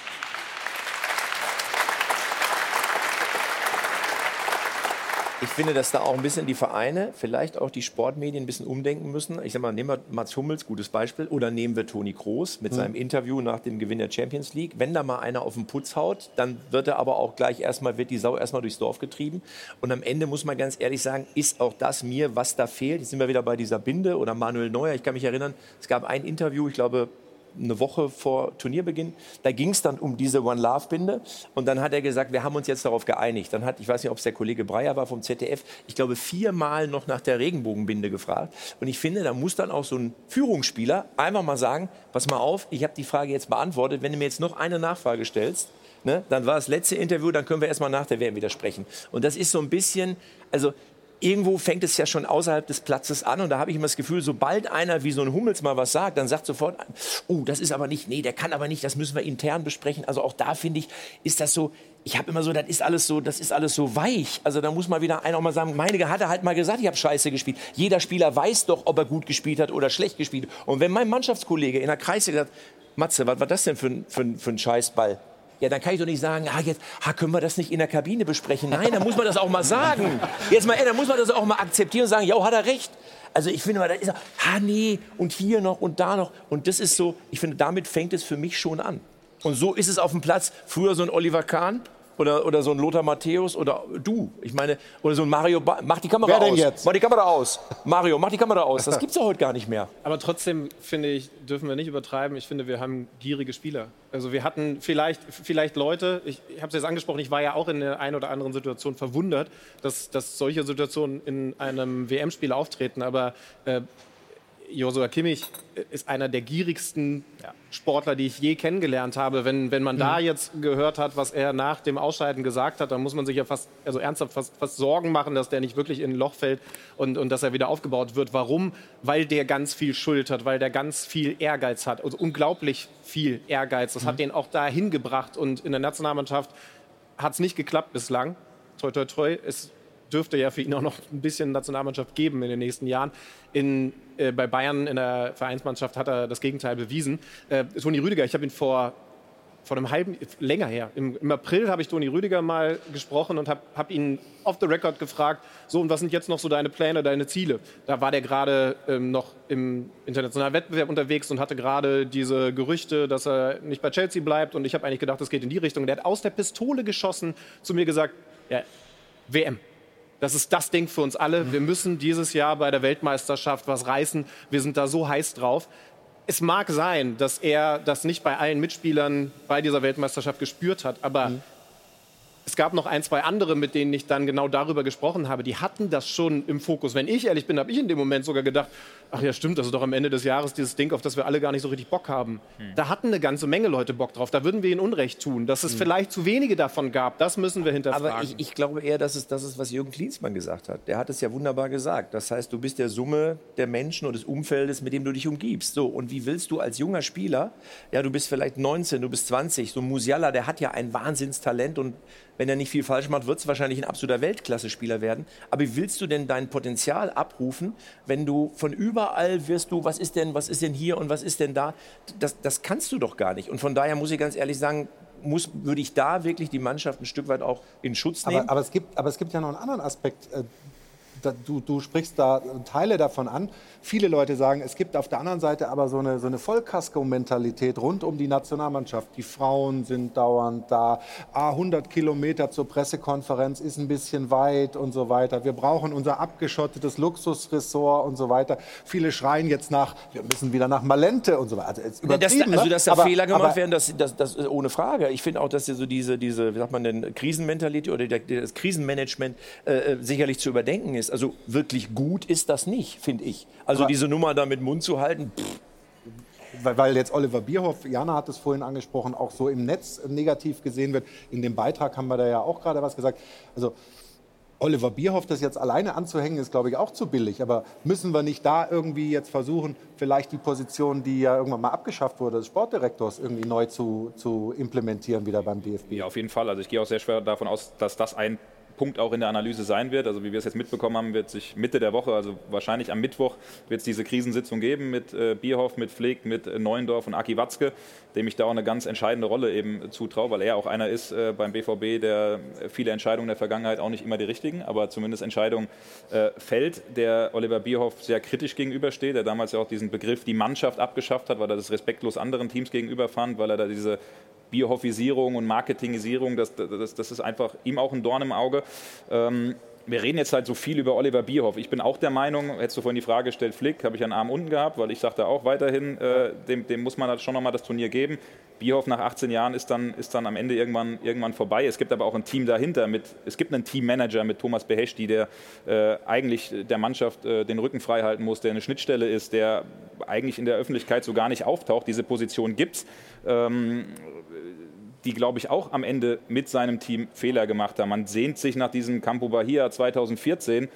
ich finde, dass da auch ein bisschen die Vereine, vielleicht auch die Sportmedien ein bisschen umdenken müssen. Ich sag mal, nehmen wir Mats Hummels, gutes Beispiel, oder nehmen wir Toni Kroos mit mhm. seinem Interview nach dem Gewinn der Champions League. Wenn da mal einer auf den Putz haut, dann wird er aber auch gleich erstmal, wird die Sau erstmal durchs Dorf getrieben. Und am Ende muss man ganz ehrlich sagen, ist auch das mir, was da fehlt. Jetzt sind wir wieder bei dieser Binde oder Manuel Neuer. Ich kann mich erinnern, es gab ein Interview, ich glaube, eine Woche vor Turnierbeginn, da ging es dann um diese One-Love-Binde und dann hat er gesagt, wir haben uns jetzt darauf geeinigt. Dann hat, ich weiß nicht, ob es der Kollege Breyer war vom Z D F, ich glaube viermal noch nach der Regenbogenbinde gefragt und ich finde, da muss dann auch so ein Führungsspieler einfach mal sagen, pass mal auf, ich habe die Frage jetzt beantwortet, wenn du mir jetzt noch eine Nachfrage stellst, ne, dann war das letzte Interview, dann können wir erst mal nach der W M wieder sprechen. Und das ist so ein bisschen, also irgendwo fängt es ja schon außerhalb des Platzes an und da habe ich immer das Gefühl, sobald einer wie so ein Hummels mal was sagt, dann sagt sofort, oh, das ist aber nicht, nee, der kann aber nicht, das müssen wir intern besprechen. Also auch da finde ich, ist das so, ich habe immer so, das ist alles so, das ist alles so weich. Also da muss mal wieder einer auch mal sagen, meine hat er halt mal gesagt, ich habe scheiße gespielt. Jeder Spieler weiß doch, ob er gut gespielt hat oder schlecht gespielt hat. Und wenn mein Mannschaftskollege in der Kreise gesagt, Matze, was war das denn für ein, für ein, für ein Scheißball? Ja, dann kann ich doch nicht sagen, ah, jetzt ah, können wir das nicht in der Kabine besprechen. Nein, dann muss man das auch mal sagen. Jetzt mal, ey, dann muss man das auch mal akzeptieren und sagen, ja, hat er recht. Also ich finde mal, da ist er, ah nee, und hier noch und da noch. Und das ist so, ich finde, damit fängt es für mich schon an. Und so ist es auf dem Platz. Früher so ein Oliver Kahn oder, oder so ein Lothar Matthäus oder du. Ich meine, oder so ein Mario, ba mach die Kamera Wer denn aus. jetzt? Mach die Kamera aus. Mario, mach die Kamera aus. Das gibt's ja heute gar nicht mehr. Aber trotzdem, finde ich, dürfen wir nicht übertreiben. Ich finde, wir haben gierige Spieler. Also wir hatten vielleicht, vielleicht Leute, ich, ich habe es jetzt angesprochen, ich war ja auch in der einen oder anderen Situation verwundert, dass, dass solche Situationen in einem W M-Spiel auftreten. Aber äh, Joshua Kimmich ist einer der gierigsten ja. Sportler, die ich je kennengelernt habe. Wenn, wenn man mhm. da jetzt gehört hat, was er nach dem Ausscheiden gesagt hat, dann muss man sich ja fast, also ernsthaft fast, fast Sorgen machen, dass der nicht wirklich in ein Loch fällt und, und dass er wieder aufgebaut wird. Warum? Weil der ganz viel Schuld hat, weil der ganz viel Ehrgeiz hat. Also unglaublich viel Ehrgeiz. Das mhm. hat den auch dahin gebracht. Und in der Nationalmannschaft hat es nicht geklappt bislang. Toi, toi, toi. Es dürfte ja für ihn auch noch ein bisschen Nationalmannschaft geben in den nächsten Jahren. In, äh, bei Bayern in der Vereinsmannschaft hat er das Gegenteil bewiesen. Äh, Toni Rüdiger, ich habe ihn vor, vor einem halben, länger her, im, im April habe ich Toni Rüdiger mal gesprochen und habe hab ihn off the record gefragt, so, und was sind jetzt noch so deine Pläne, deine Ziele? Da war der gerade ähm, noch im internationalen Wettbewerb unterwegs und hatte gerade diese Gerüchte, dass er nicht bei Chelsea bleibt, und ich habe eigentlich gedacht, das geht in die Richtung. Der hat aus der Pistole geschossen, zu mir gesagt, ja, W M. Das ist das Ding für uns alle. Wir müssen dieses Jahr bei der Weltmeisterschaft was reißen. Wir sind da so heiß drauf. Es mag sein, dass er das nicht bei allen Mitspielern bei dieser Weltmeisterschaft gespürt hat, aber mhm. es gab noch ein, zwei andere, mit denen ich dann genau darüber gesprochen habe. Die hatten das schon im Fokus. Wenn ich ehrlich bin, habe ich in dem Moment sogar gedacht, ach ja, stimmt, das ist doch am Ende des Jahres dieses Ding, auf das wir alle gar nicht so richtig Bock haben. Hm. Da hatten eine ganze Menge Leute Bock drauf. Da würden wir ihnen Unrecht tun. Dass es hm. vielleicht zu wenige davon gab, das müssen wir hinterfragen. Aber ich, ich glaube eher, dass es das ist, was Jürgen Klinsmann gesagt hat. Der hat es ja wunderbar gesagt. Das heißt, du bist der Summe der Menschen und des Umfeldes, mit dem du dich umgibst. So, und wie willst du als junger Spieler, ja, du bist vielleicht neunzehn, du bist zwanzig, so Musiala, der hat ja ein Wahnsinnstalent, und wenn er nicht viel falsch macht, wird es wahrscheinlich ein absoluter Weltklasse-Spieler werden. Aber wie willst du denn dein Potenzial abrufen, wenn du von überall wirst du, was ist denn, was ist denn hier und was ist denn da? Das, das kannst du doch gar nicht. Und von daher muss ich ganz ehrlich sagen, muss, würde ich da wirklich die Mannschaft ein Stück weit auch in Schutz nehmen. Aber, aber, es, gibt, aber es gibt ja noch einen anderen Aspekt. Da, du, du sprichst da Teile davon an. Viele Leute sagen, es gibt auf der anderen Seite aber so eine, so eine Vollkasko-Mentalität rund um die Nationalmannschaft. Die Frauen sind dauernd da. Ah, hundert Kilometer zur Pressekonferenz ist ein bisschen weit und so weiter. Wir brauchen unser abgeschottetes Luxusressort und so weiter. Viele schreien jetzt nach, wir müssen wieder nach Malente und so weiter. Also, jetzt übertrieben, das, also dass da aber, Fehler gemacht aber, werden, das, das, das ist ohne Frage. Ich finde auch, dass so diese, diese, wie sagt man denn, Krisenmentalität oder das Krisenmanagement äh, sicherlich zu überdenken ist. Also wirklich gut ist das nicht, finde ich. Also aber diese Nummer da mit Mund zu halten, pff. Weil, weil jetzt Oliver Bierhoff, Jana hat es vorhin angesprochen, auch so im Netz negativ gesehen wird. In dem Beitrag haben wir da ja auch gerade was gesagt. Also Oliver Bierhoff, das jetzt alleine anzuhängen, ist, glaube ich, auch zu billig. Aber müssen wir nicht da irgendwie jetzt versuchen, vielleicht die Position, die ja irgendwann mal abgeschafft wurde, des Sportdirektors irgendwie neu zu, zu implementieren, wieder beim D F B? Ja, auf jeden Fall. Also ich gehe auch sehr schwer davon aus, dass das ein Punkt auch in der Analyse sein wird. Also wie wir es jetzt mitbekommen haben, wird sich Mitte der Woche, also wahrscheinlich am Mittwoch, wird es diese Krisensitzung geben mit äh, Bierhoff, mit Flick, mit äh, Neuendorf und Aki Watzke, dem ich da auch eine ganz entscheidende Rolle eben zutraue, weil er auch einer ist äh, beim B V B, der viele Entscheidungen in der Vergangenheit, auch nicht immer die richtigen, aber zumindest Entscheidungen äh, fällt, der Oliver Bierhoff sehr kritisch gegenübersteht, der damals ja auch diesen Begriff die Mannschaft abgeschafft hat, weil er das respektlos anderen Teams gegenüber fand, weil er da diese Bierhoffisierung und Marketingisierung, das, das, das ist einfach ihm auch ein Dorn im Auge. Ähm, wir reden jetzt halt so viel über Oliver Bierhoff. Ich bin auch der Meinung, hättest du vorhin die Frage gestellt, Flick, habe ich einen Arm unten gehabt, weil ich sagte auch weiterhin, äh, dem, dem muss man halt schon nochmal das Turnier geben. Bierhoff nach achtzehn Jahren ist dann, ist dann am Ende irgendwann, irgendwann vorbei. Es gibt aber auch ein Team dahinter. Mit, es gibt einen Teammanager mit Thomas Beheshti, der äh, eigentlich der Mannschaft äh, den Rücken frei halten muss, der eine Schnittstelle ist, der eigentlich in der Öffentlichkeit so gar nicht auftaucht. Diese Position gibt's. Ähm, die, glaube ich, auch am Ende mit seinem Team Fehler gemacht haben. Man sehnt sich nach diesem Campo Bahia zweitausendvierzehn,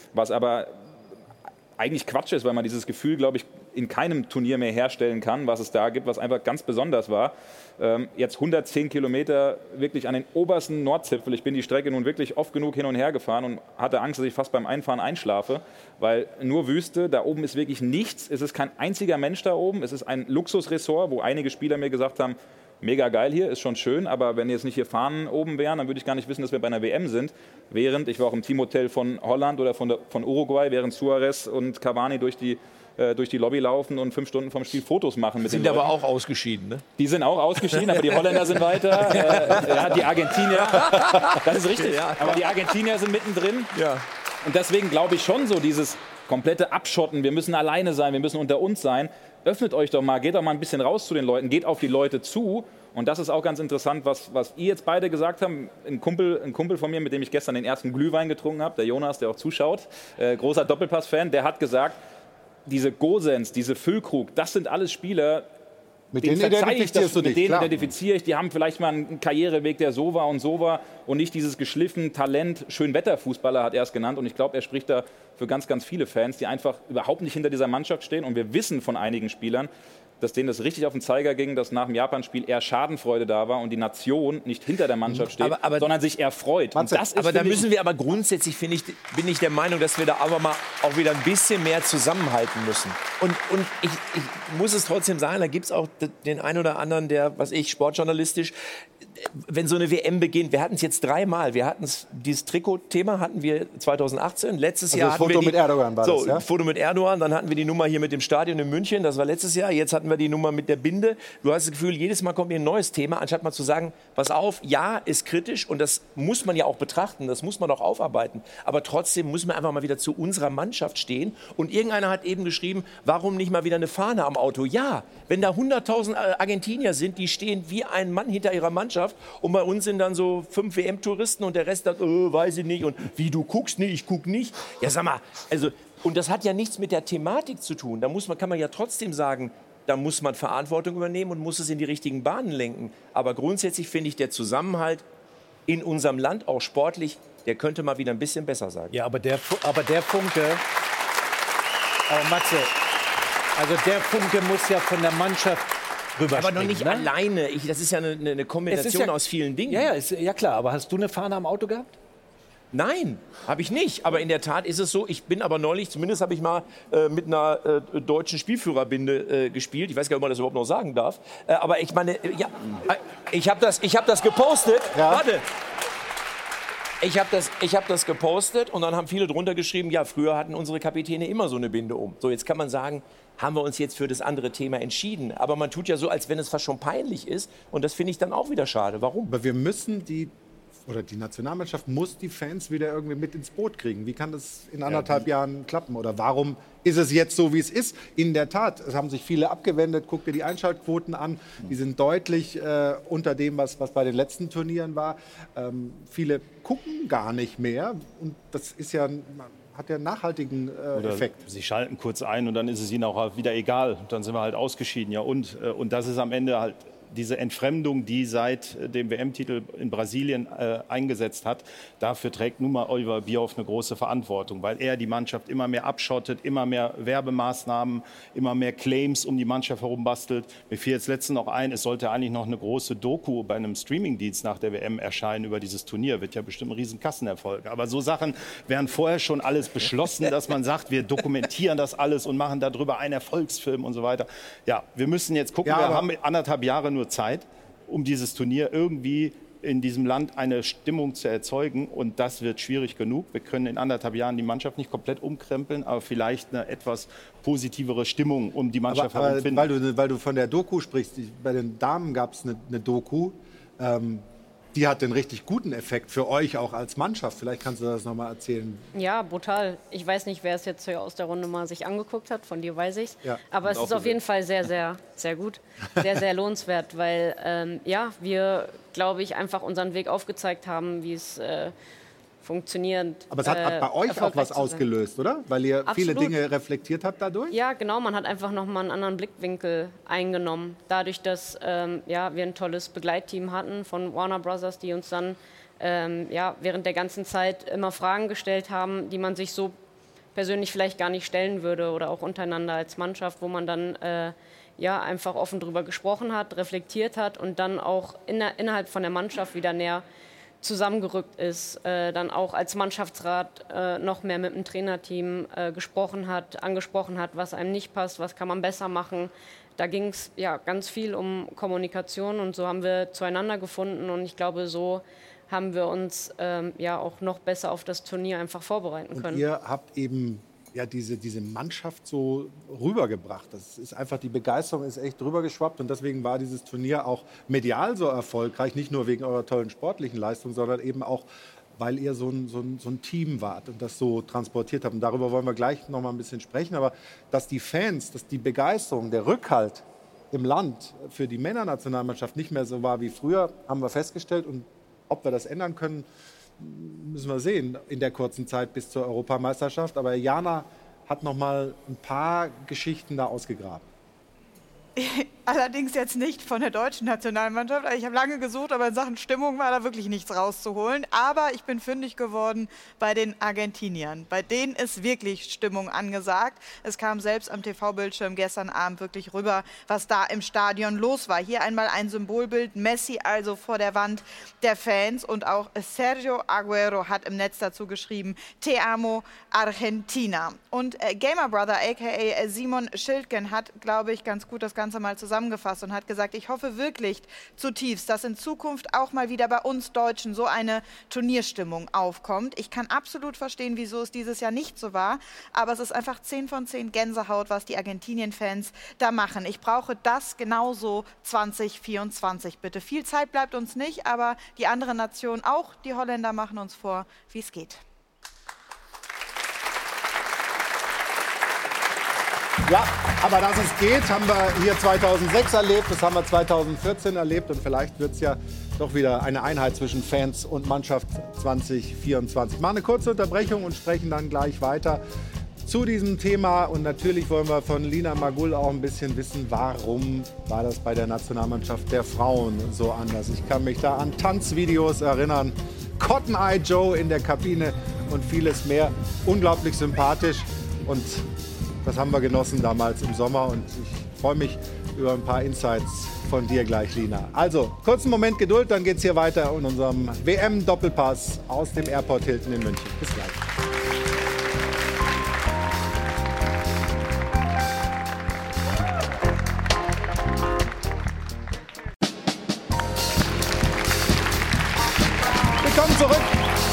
was aber eigentlich Quatsch ist, weil man dieses Gefühl, glaube ich, in keinem Turnier mehr herstellen kann, was es da gibt, was einfach ganz besonders war. Ähm, jetzt hundertzehn Kilometer wirklich an den obersten Nordzipfel. Ich bin die Strecke nun wirklich oft genug hin und her gefahren und hatte Angst, dass ich fast beim Einfahren einschlafe, weil nur Wüste, da oben ist wirklich nichts. Es ist kein einziger Mensch da oben. Es ist ein Luxusressort, wo einige Spieler mir gesagt haben, mega geil hier, ist schon schön, aber wenn jetzt nicht hier Fahnen oben wären, dann würde ich gar nicht wissen, dass wir bei einer W M sind. Während, ich war auch im Teamhotel von Holland oder von, der, von Uruguay, während Suarez und Cavani durch die, äh, durch die Lobby laufen und fünf Stunden vom Spiel Fotos machen mit sind den Leuten. aber auch ausgeschieden, ne? Die sind auch ausgeschieden, aber die Holländer sind weiter. Äh, ja, die Argentinier, das ist richtig, Ja, aber die Argentinier sind mittendrin. Ja. Und deswegen glaube ich schon so, dieses komplette Abschotten, wir müssen alleine sein, wir müssen unter uns sein. Öffnet euch doch mal, geht doch mal ein bisschen raus zu den Leuten, geht auf die Leute zu. Und das ist auch ganz interessant, was, was ihr jetzt beide gesagt habt. Ein Kumpel, ein Kumpel von mir, mit dem ich gestern den ersten Glühwein getrunken habe, der Jonas, der auch zuschaut, äh, großer Doppelpass-Fan, der hat gesagt, diese Gosens, diese Füllkrug, das sind alles Spieler, mit denen denen verzeih ich identifizierst das, du mit dich, denen klar. identifiziere ich, die haben vielleicht mal einen Karriereweg, der so war und so war und nicht dieses geschliffen Talent, Schönwetterfußballer hat er es genannt und ich glaube, er spricht da für ganz, ganz viele Fans, die einfach überhaupt nicht hinter dieser Mannschaft stehen und wir wissen von einigen Spielern, dass denen das richtig auf den Zeiger ging, dass nach dem Japan-Spiel eher Schadenfreude da war und die Nation nicht hinter der Mannschaft steht, aber, aber, sondern sich eher freut. Und das ist, aber da ich, müssen wir aber grundsätzlich, finde ich, bin ich der Meinung, dass wir da aber mal auch wieder ein bisschen mehr zusammenhalten müssen. Und, und ich, ich muss es trotzdem sagen, da gibt es auch den einen oder anderen, der, was ich, sportjournalistisch, wenn so eine W M beginnt, wir hatten es jetzt dreimal, wir hatten dieses Trikot-Thema hatten wir zweitausendachtzehn, letztes Also Jahr das hatten Foto wir die, mit Erdogan war so, das, ja? Foto mit Erdogan, dann hatten wir die Nummer hier mit dem Stadion in München, das war letztes Jahr, jetzt hatten wir die Nummer mit der Binde. Du hast das Gefühl, jedes Mal kommt hier ein neues Thema, anstatt mal zu sagen, pass auf, ja, ist kritisch und das muss man ja auch betrachten, das muss man auch aufarbeiten, aber trotzdem müssen wir einfach mal wieder zu unserer Mannschaft stehen und irgendeiner hat eben geschrieben, warum nicht mal wieder eine Fahne am Auto? Ja, wenn da hunderttausend Argentinier sind, die stehen wie ein Mann hinter ihrer Mannschaft und bei uns sind dann so fünf W M-Touristen und der Rest sagt, oh, weiß ich nicht und wie, du guckst nicht, ich guck nicht. Ja, sag mal, also, und das hat ja nichts mit der Thematik zu tun. Da muss man, kann man ja trotzdem sagen, da muss man Verantwortung übernehmen und muss es in die richtigen Bahnen lenken. Aber grundsätzlich finde ich, der Zusammenhalt in unserem Land, auch sportlich, der könnte mal wieder ein bisschen besser sein. Ja, aber der, aber der Funke, aber Matze, also der Funke muss ja von der Mannschaft aber noch nicht ne? alleine. Ich, das ist ja eine, eine Kombination ja, aus vielen Dingen. Ja, ja, ist, ja klar. Aber hast du eine Fahne am Auto gehabt? Nein, habe ich nicht. Aber in der Tat ist es so, ich bin aber neulich, zumindest habe ich mal äh, mit einer äh, deutschen Spielführerbinde äh, gespielt. Ich weiß gar nicht, ob man das überhaupt noch sagen darf. Äh, aber ich meine, ja, äh, ich habe das, ich hab das gepostet. Ja. Warte. Ich habe das, ich hab das gepostet und dann haben viele drunter geschrieben, ja, früher hatten unsere Kapitäne immer so eine Binde um. So, jetzt kann man sagen, haben wir uns jetzt für das andere Thema entschieden. Aber man tut ja so, als wenn es fast schon peinlich ist. Und das finde ich dann auch wieder schade. Warum? Aber wir müssen die, oder die Nationalmannschaft muss die Fans wieder irgendwie mit ins Boot kriegen. Wie kann das in anderthalb ja, Jahren klappen? Oder warum ist es jetzt so, wie es ist? In der Tat, es haben sich viele abgewendet. Guck dir die Einschaltquoten an. Die sind deutlich äh, unter dem, was, was bei den letzten Turnieren war. Ähm, viele gucken gar nicht mehr. Und das ist ja... hat ja einen nachhaltigen äh, Effekt. Sie schalten kurz ein und dann ist es ihnen auch wieder egal. Dann sind wir halt ausgeschieden. Ja, und, äh, und das ist am Ende halt diese Entfremdung, die seit dem W M-Titel in Brasilien äh, eingesetzt hat. Dafür trägt nun mal Oliver Bierhoff eine große Verantwortung, weil er die Mannschaft immer mehr abschottet, immer mehr Werbemaßnahmen, immer mehr Claims um die Mannschaft herum bastelt. Mir fiel jetzt letztens noch ein, es sollte eigentlich noch eine große Doku bei einem Streamingdienst nach der W M erscheinen über dieses Turnier. Wird ja bestimmt ein riesen Kassenerfolg. Aber so Sachen wären vorher schon alles beschlossen, dass man sagt, wir dokumentieren das alles und machen darüber einen Erfolgsfilm und so weiter. Ja, wir müssen jetzt gucken, ja, wir haben anderthalb Jahre nur Zeit, um dieses Turnier irgendwie in diesem Land eine Stimmung zu erzeugen. Und das wird schwierig genug. Wir können in anderthalb Jahren die Mannschaft nicht komplett umkrempeln, aber vielleicht eine etwas positivere Stimmung um die Mannschaft aber, herum aber finden. Weil du, weil du von der Doku sprichst, die, bei den Damen gab es eine, eine Doku, ähm, die hat einen richtig guten Effekt für euch auch als Mannschaft. Vielleicht kannst du das noch mal erzählen. Ja, brutal. Ich weiß nicht, wer es jetzt hier aus der Runde mal sich angeguckt hat. Von dir weiß ich. Ja. Aber es ist auf jeden Fall sehr, sehr, sehr gut. Sehr, sehr lohnenswert, weil ähm, ja, wir, glaube ich, einfach unseren Weg aufgezeigt haben, wie es äh, funktioniert. Aber es hat, hat bei euch auch was ausgelöst, oder? Weil ihr Absolut. viele Dinge reflektiert habt dadurch? Ja, genau. Man hat einfach noch mal einen anderen Blickwinkel eingenommen. Dadurch, dass ähm, ja, wir ein tolles Begleitteam hatten von Warner Brothers, die uns dann ähm, ja, während der ganzen Zeit immer Fragen gestellt haben, die man sich so persönlich vielleicht gar nicht stellen würde oder auch untereinander als Mannschaft, wo man dann äh, ja, einfach offen drüber gesprochen hat, reflektiert hat und dann auch in der, innerhalb von der Mannschaft wieder näher zusammengerückt ist, äh, dann auch als Mannschaftsrat äh, noch mehr mit dem Trainerteam äh, gesprochen hat, angesprochen hat, was einem nicht passt, was kann man besser machen. Da ging es ja ganz viel um Kommunikation und so haben wir zueinander gefunden und ich glaube, so haben wir uns ähm, ja auch noch besser auf das Turnier einfach vorbereiten und können. Ihr habt eben ja, diese, diese Mannschaft so rübergebracht. Das ist einfach, die Begeisterung ist echt rübergeschwappt und deswegen war dieses Turnier auch medial so erfolgreich, nicht nur wegen eurer tollen sportlichen Leistung, sondern eben auch, weil ihr so ein, so ein, so ein Team wart und das so transportiert habt. Und darüber wollen wir gleich noch mal ein bisschen sprechen, aber dass die Fans, dass die Begeisterung, der Rückhalt im Land für die Männernationalmannschaft nicht mehr so war wie früher, haben wir festgestellt und ob wir das ändern können, müssen wir sehen in der kurzen Zeit bis zur Europameisterschaft. Aber Jana hat noch mal ein paar Geschichten da ausgegraben. Allerdings jetzt nicht von der deutschen Nationalmannschaft. Ich habe lange gesucht, aber in Sachen Stimmung war da wirklich nichts rauszuholen. Aber ich bin fündig geworden bei den Argentiniern. Bei denen ist wirklich Stimmung angesagt. Es kam selbst am T V-Bildschirm gestern Abend wirklich rüber, was da im Stadion los war. Hier einmal ein Symbolbild, Messi also vor der Wand der Fans. Und auch Sergio Aguero hat im Netz dazu geschrieben, Te amo Argentina. Und äh, Gamer Brother, aka Simon Schildgen, hat, glaube ich, ganz gut das Ganze mal zusammengefasst und hat gesagt, ich hoffe wirklich zutiefst, dass in Zukunft auch mal wieder bei uns Deutschen so eine Turnierstimmung aufkommt. Ich kann absolut verstehen, wieso es dieses Jahr nicht so war, aber es ist einfach zehn von zehn Gänsehaut, was die Argentinien-Fans da machen. Ich brauche das genauso zwanzig vierundzwanzig, bitte. Viel Zeit bleibt uns nicht, aber die anderen Nationen, auch die Holländer, machen uns vor, wie es geht. Ja, aber dass es geht, haben wir hier zweitausendsechs erlebt, das haben wir zweitausendvierzehn erlebt und vielleicht wird es ja doch wieder eine Einheit zwischen Fans und Mannschaft zwanzig vierundzwanzig. Wir machen eine kurze Unterbrechung und sprechen dann gleich weiter zu diesem Thema. Und natürlich wollen wir von Lina Magull auch ein bisschen wissen, warum war das bei der Nationalmannschaft der Frauen so anders. Ich kann mich da an Tanzvideos erinnern, Cotton Eye Joe in der Kabine und vieles mehr. Unglaublich sympathisch und das haben wir genossen damals im Sommer und ich freue mich über ein paar Insights von dir gleich, Lina. Also, kurzen Moment Geduld, dann geht es hier weiter in unserem W M-Doppelpass aus dem Airport Hilton in München. Bis gleich. Willkommen zurück.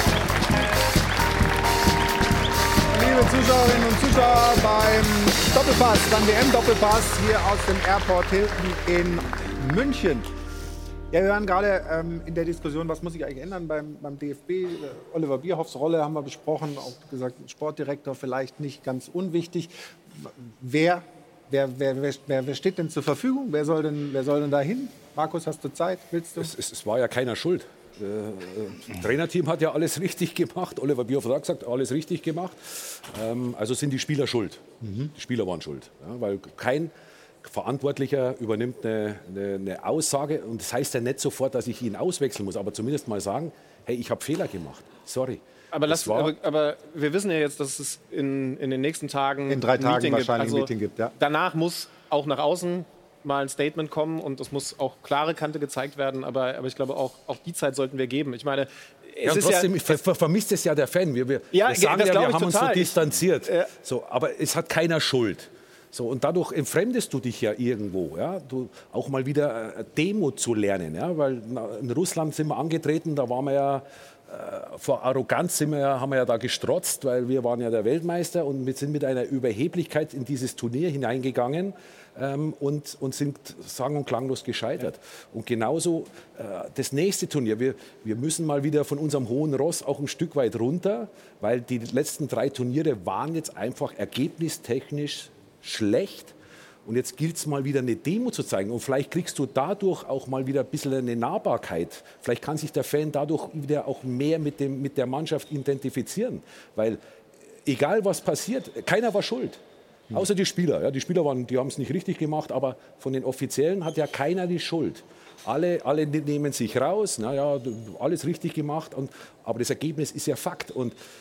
Zuschauerinnen und Zuschauer beim Doppelpass, dann W M-Doppelpass hier aus dem Airport Hilton in München. Ja, wir waren gerade ähm, in der Diskussion, was muss sich eigentlich ändern beim, beim D F B. Äh, Oliver Bierhoffs Rolle haben wir besprochen, auch gesagt, Sportdirektor vielleicht nicht ganz unwichtig. Wer, wer, wer, wer, wer steht denn zur Verfügung? Wer soll denn, wer soll denn da hin? Markus, hast du Zeit? Willst du? Es, es, es war ja keiner schuld. Das Trainerteam hat ja alles richtig gemacht. Oliver Bierhoff hat gesagt, alles richtig gemacht. Ähm, also sind die Spieler schuld. Mhm. Die Spieler waren schuld. Ja, weil kein Verantwortlicher übernimmt eine, eine, eine Aussage. Und das heißt ja nicht sofort, dass ich ihn auswechseln muss. Aber zumindest mal sagen, hey, ich habe Fehler gemacht. Sorry. Aber, lass, aber, aber wir wissen ja jetzt, dass es in, in den nächsten Tagen in drei Tagen Meeting wahrscheinlich gibt. Also ein Meeting gibt. Ja. Danach muss auch nach außen mal ein Statement kommen und es muss auch klare Kante gezeigt werden, aber, aber ich glaube, auch, auch die Zeit sollten wir geben. Ich meine, es ja, und ist trotzdem ja, ver ver vermisst es ja der Fan. Wir, wir, ja, wir sagen das ja, wir ich haben total. uns so distanziert. Ich, äh, so, aber es hat keiner Schuld. So, und dadurch entfremdest du dich ja irgendwo. Ja? Du, auch mal wieder äh, Demut zu lernen. Ja? Weil na, in Russland sind wir angetreten, da waren wir ja äh, vor Arroganz sind wir ja, haben wir ja da gestrotzt, weil wir waren ja der Weltmeister und wir sind mit einer Überheblichkeit in dieses Turnier hineingegangen. Ähm, und, und sind sang- und klanglos gescheitert. Ja. Und genauso äh, das nächste Turnier. Wir, wir müssen mal wieder von unserem hohen Ross auch ein Stück weit runter, weil die letzten drei Turniere waren jetzt einfach ergebnistechnisch schlecht. Und jetzt gilt es mal wieder eine Demo zu zeigen. Und vielleicht kriegst du dadurch auch mal wieder ein bisschen eine Nahbarkeit. Vielleicht kann sich der Fan dadurch wieder auch mehr mit, dem, mit der Mannschaft identifizieren. Weil egal was passiert, keiner war schuld. Außer die Spieler. Ja, die Spieler waren, die haben es nicht richtig gemacht, aber von den Offiziellen hat ja keiner die Schuld. Alle, alle nehmen sich raus, naja, alles richtig gemacht, und, aber das Ergebnis ist ja Fakt. Und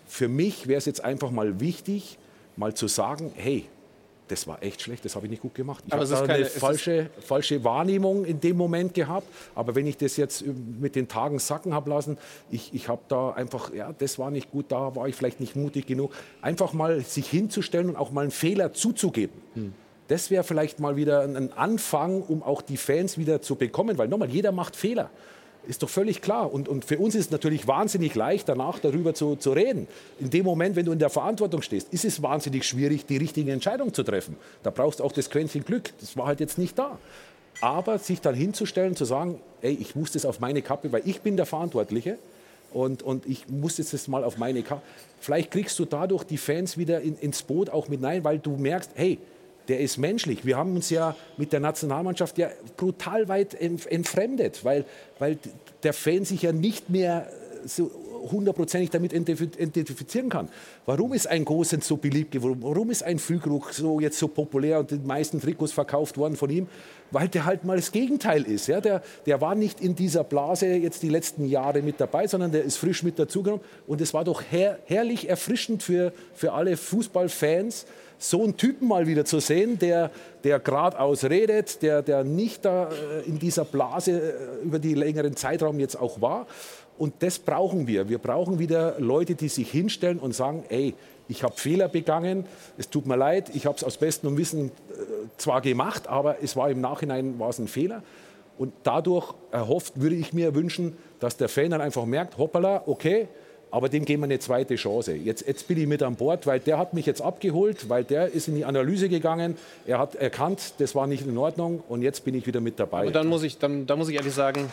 für mich wäre es jetzt einfach mal wichtig, mal zu sagen, hey, das war echt schlecht, das habe ich nicht gut gemacht. Ich habe da keine, eine falsche, falsche Wahrnehmung in dem Moment gehabt. Aber wenn ich das jetzt mit den Tagen sacken habe lassen, ich, ich habe da einfach, ja, das war nicht gut, da war ich vielleicht nicht mutig genug. Einfach mal sich hinzustellen und auch mal einen Fehler zuzugeben. Hm. Das wäre vielleicht mal wieder ein Anfang, um auch die Fans wieder zu bekommen. Weil nochmal, jeder macht Fehler. Ist doch völlig klar. Und, und für uns ist es natürlich wahnsinnig leicht, danach darüber zu, zu reden. In dem Moment, wenn du in der Verantwortung stehst, ist es wahnsinnig schwierig, die richtige Entscheidung zu treffen. Da brauchst du auch das Quäntchen Glück. Das war halt jetzt nicht da. Aber sich dann hinzustellen, zu sagen, ey, ich muss das auf meine Kappe, weil ich bin der Verantwortliche und, und ich muss jetzt das mal auf meine Kappe. Vielleicht kriegst du dadurch die Fans wieder in, ins Boot auch mit rein, weil du merkst, hey, der ist menschlich. Wir haben uns ja mit der Nationalmannschaft ja brutal weit entfremdet, weil, weil der Fan sich ja nicht mehr so hundertprozentig damit identifizieren kann. Warum ist ein Gosens so beliebt geworden? Warum ist ein Füllkrug so jetzt so populär und die meisten Trikots verkauft worden von ihm? Weil der halt mal das Gegenteil ist. Ja? Der, der war nicht in dieser Blase jetzt die letzten Jahre mit dabei, sondern der ist frisch mit dazugekommen. Und es war doch her, herrlich erfrischend für, für alle Fußballfans, so einen Typen mal wieder zu sehen, der, der geradeaus redet, der, der nicht da in dieser Blase über die längeren Zeitraum jetzt auch war. Und das brauchen wir. Wir brauchen wieder Leute, die sich hinstellen und sagen, ey, ich habe Fehler begangen, es tut mir leid, ich habe es aus bestem Wissen äh, zwar gemacht, aber es war im Nachhinein war es ein Fehler. Und dadurch erhofft, würde ich mir wünschen, dass der Fan dann einfach merkt, hoppala, okay, aber dem geben wir eine zweite Chance. Jetzt, jetzt bin ich mit an Bord, weil der hat mich jetzt abgeholt, weil der ist in die Analyse gegangen, er hat erkannt, das war nicht in Ordnung und jetzt bin ich wieder mit dabei. Und dann muss ich, dann, dann muss ich ehrlich sagen,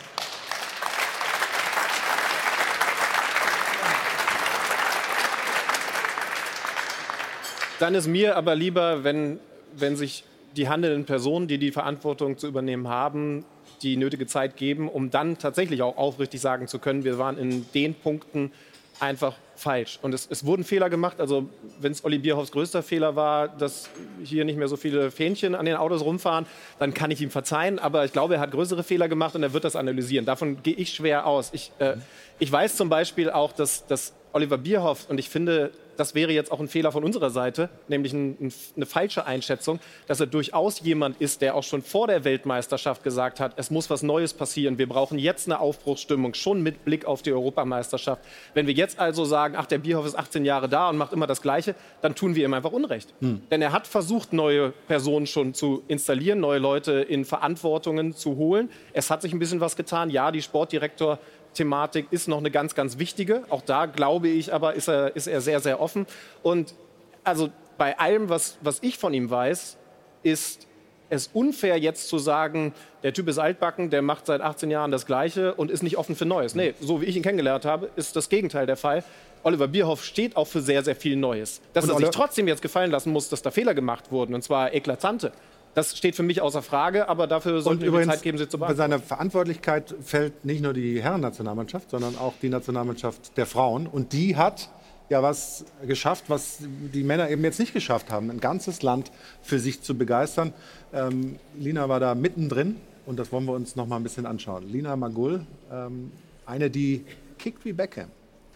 dann ist mir aber lieber, wenn, wenn sich die handelnden Personen, die die Verantwortung zu übernehmen haben, die nötige Zeit geben, um dann tatsächlich auch aufrichtig sagen zu können, wir waren in den Punkten einfach falsch. Und es, es wurden Fehler gemacht. Also wenn es Olli Bierhoffs größter Fehler war, dass hier nicht mehr so viele Fähnchen an den Autos rumfahren, dann kann ich ihm verzeihen. Aber ich glaube, er hat größere Fehler gemacht und er wird das analysieren. Davon gehe ich schwer aus. Ich, äh, ich weiß zum Beispiel auch, dass, dass Oliver Bierhoff, und ich finde, das wäre jetzt auch ein Fehler von unserer Seite, nämlich ein, ein, eine falsche Einschätzung, dass er durchaus jemand ist, der auch schon vor der Weltmeisterschaft gesagt hat, es muss was Neues passieren, wir brauchen jetzt eine Aufbruchsstimmung, schon mit Blick auf die Europameisterschaft. Wenn wir jetzt also sagen, ach, der Bierhoff ist achtzehn Jahre da und macht immer das Gleiche, dann tun wir ihm einfach Unrecht. Hm. Denn er hat versucht, neue Personen schon zu installieren, neue Leute in Verantwortungen zu holen. Es hat sich ein bisschen was getan. Ja, die Sportdirektor Thematik ist noch eine ganz, ganz wichtige. Auch da, glaube ich, aber ist er, ist er sehr, sehr offen. Und also bei allem, was, was ich von ihm weiß, ist es unfair, jetzt zu sagen, der Typ ist altbacken, der macht seit achtzehn Jahren das Gleiche und ist nicht offen für Neues. Nee, so wie ich ihn kennengelernt habe, ist das Gegenteil der Fall. Oliver Bierhoff steht auch für sehr, sehr viel Neues. Dass und er sich trotzdem jetzt gefallen lassen muss, dass da Fehler gemacht wurden, und zwar eklatante. Das steht für mich außer Frage, aber dafür sollten wir die Zeit geben, sie zu beantworten. Bei seiner Verantwortlichkeit fällt nicht nur die Herrennationalmannschaft, sondern auch die Nationalmannschaft der Frauen. Und die hat ja was geschafft, was die Männer eben jetzt nicht geschafft haben, ein ganzes Land für sich zu begeistern. Ähm, Lina war da mittendrin und das wollen wir uns noch mal ein bisschen anschauen. Lina Magull, ähm, eine, die kickt wie Beckham.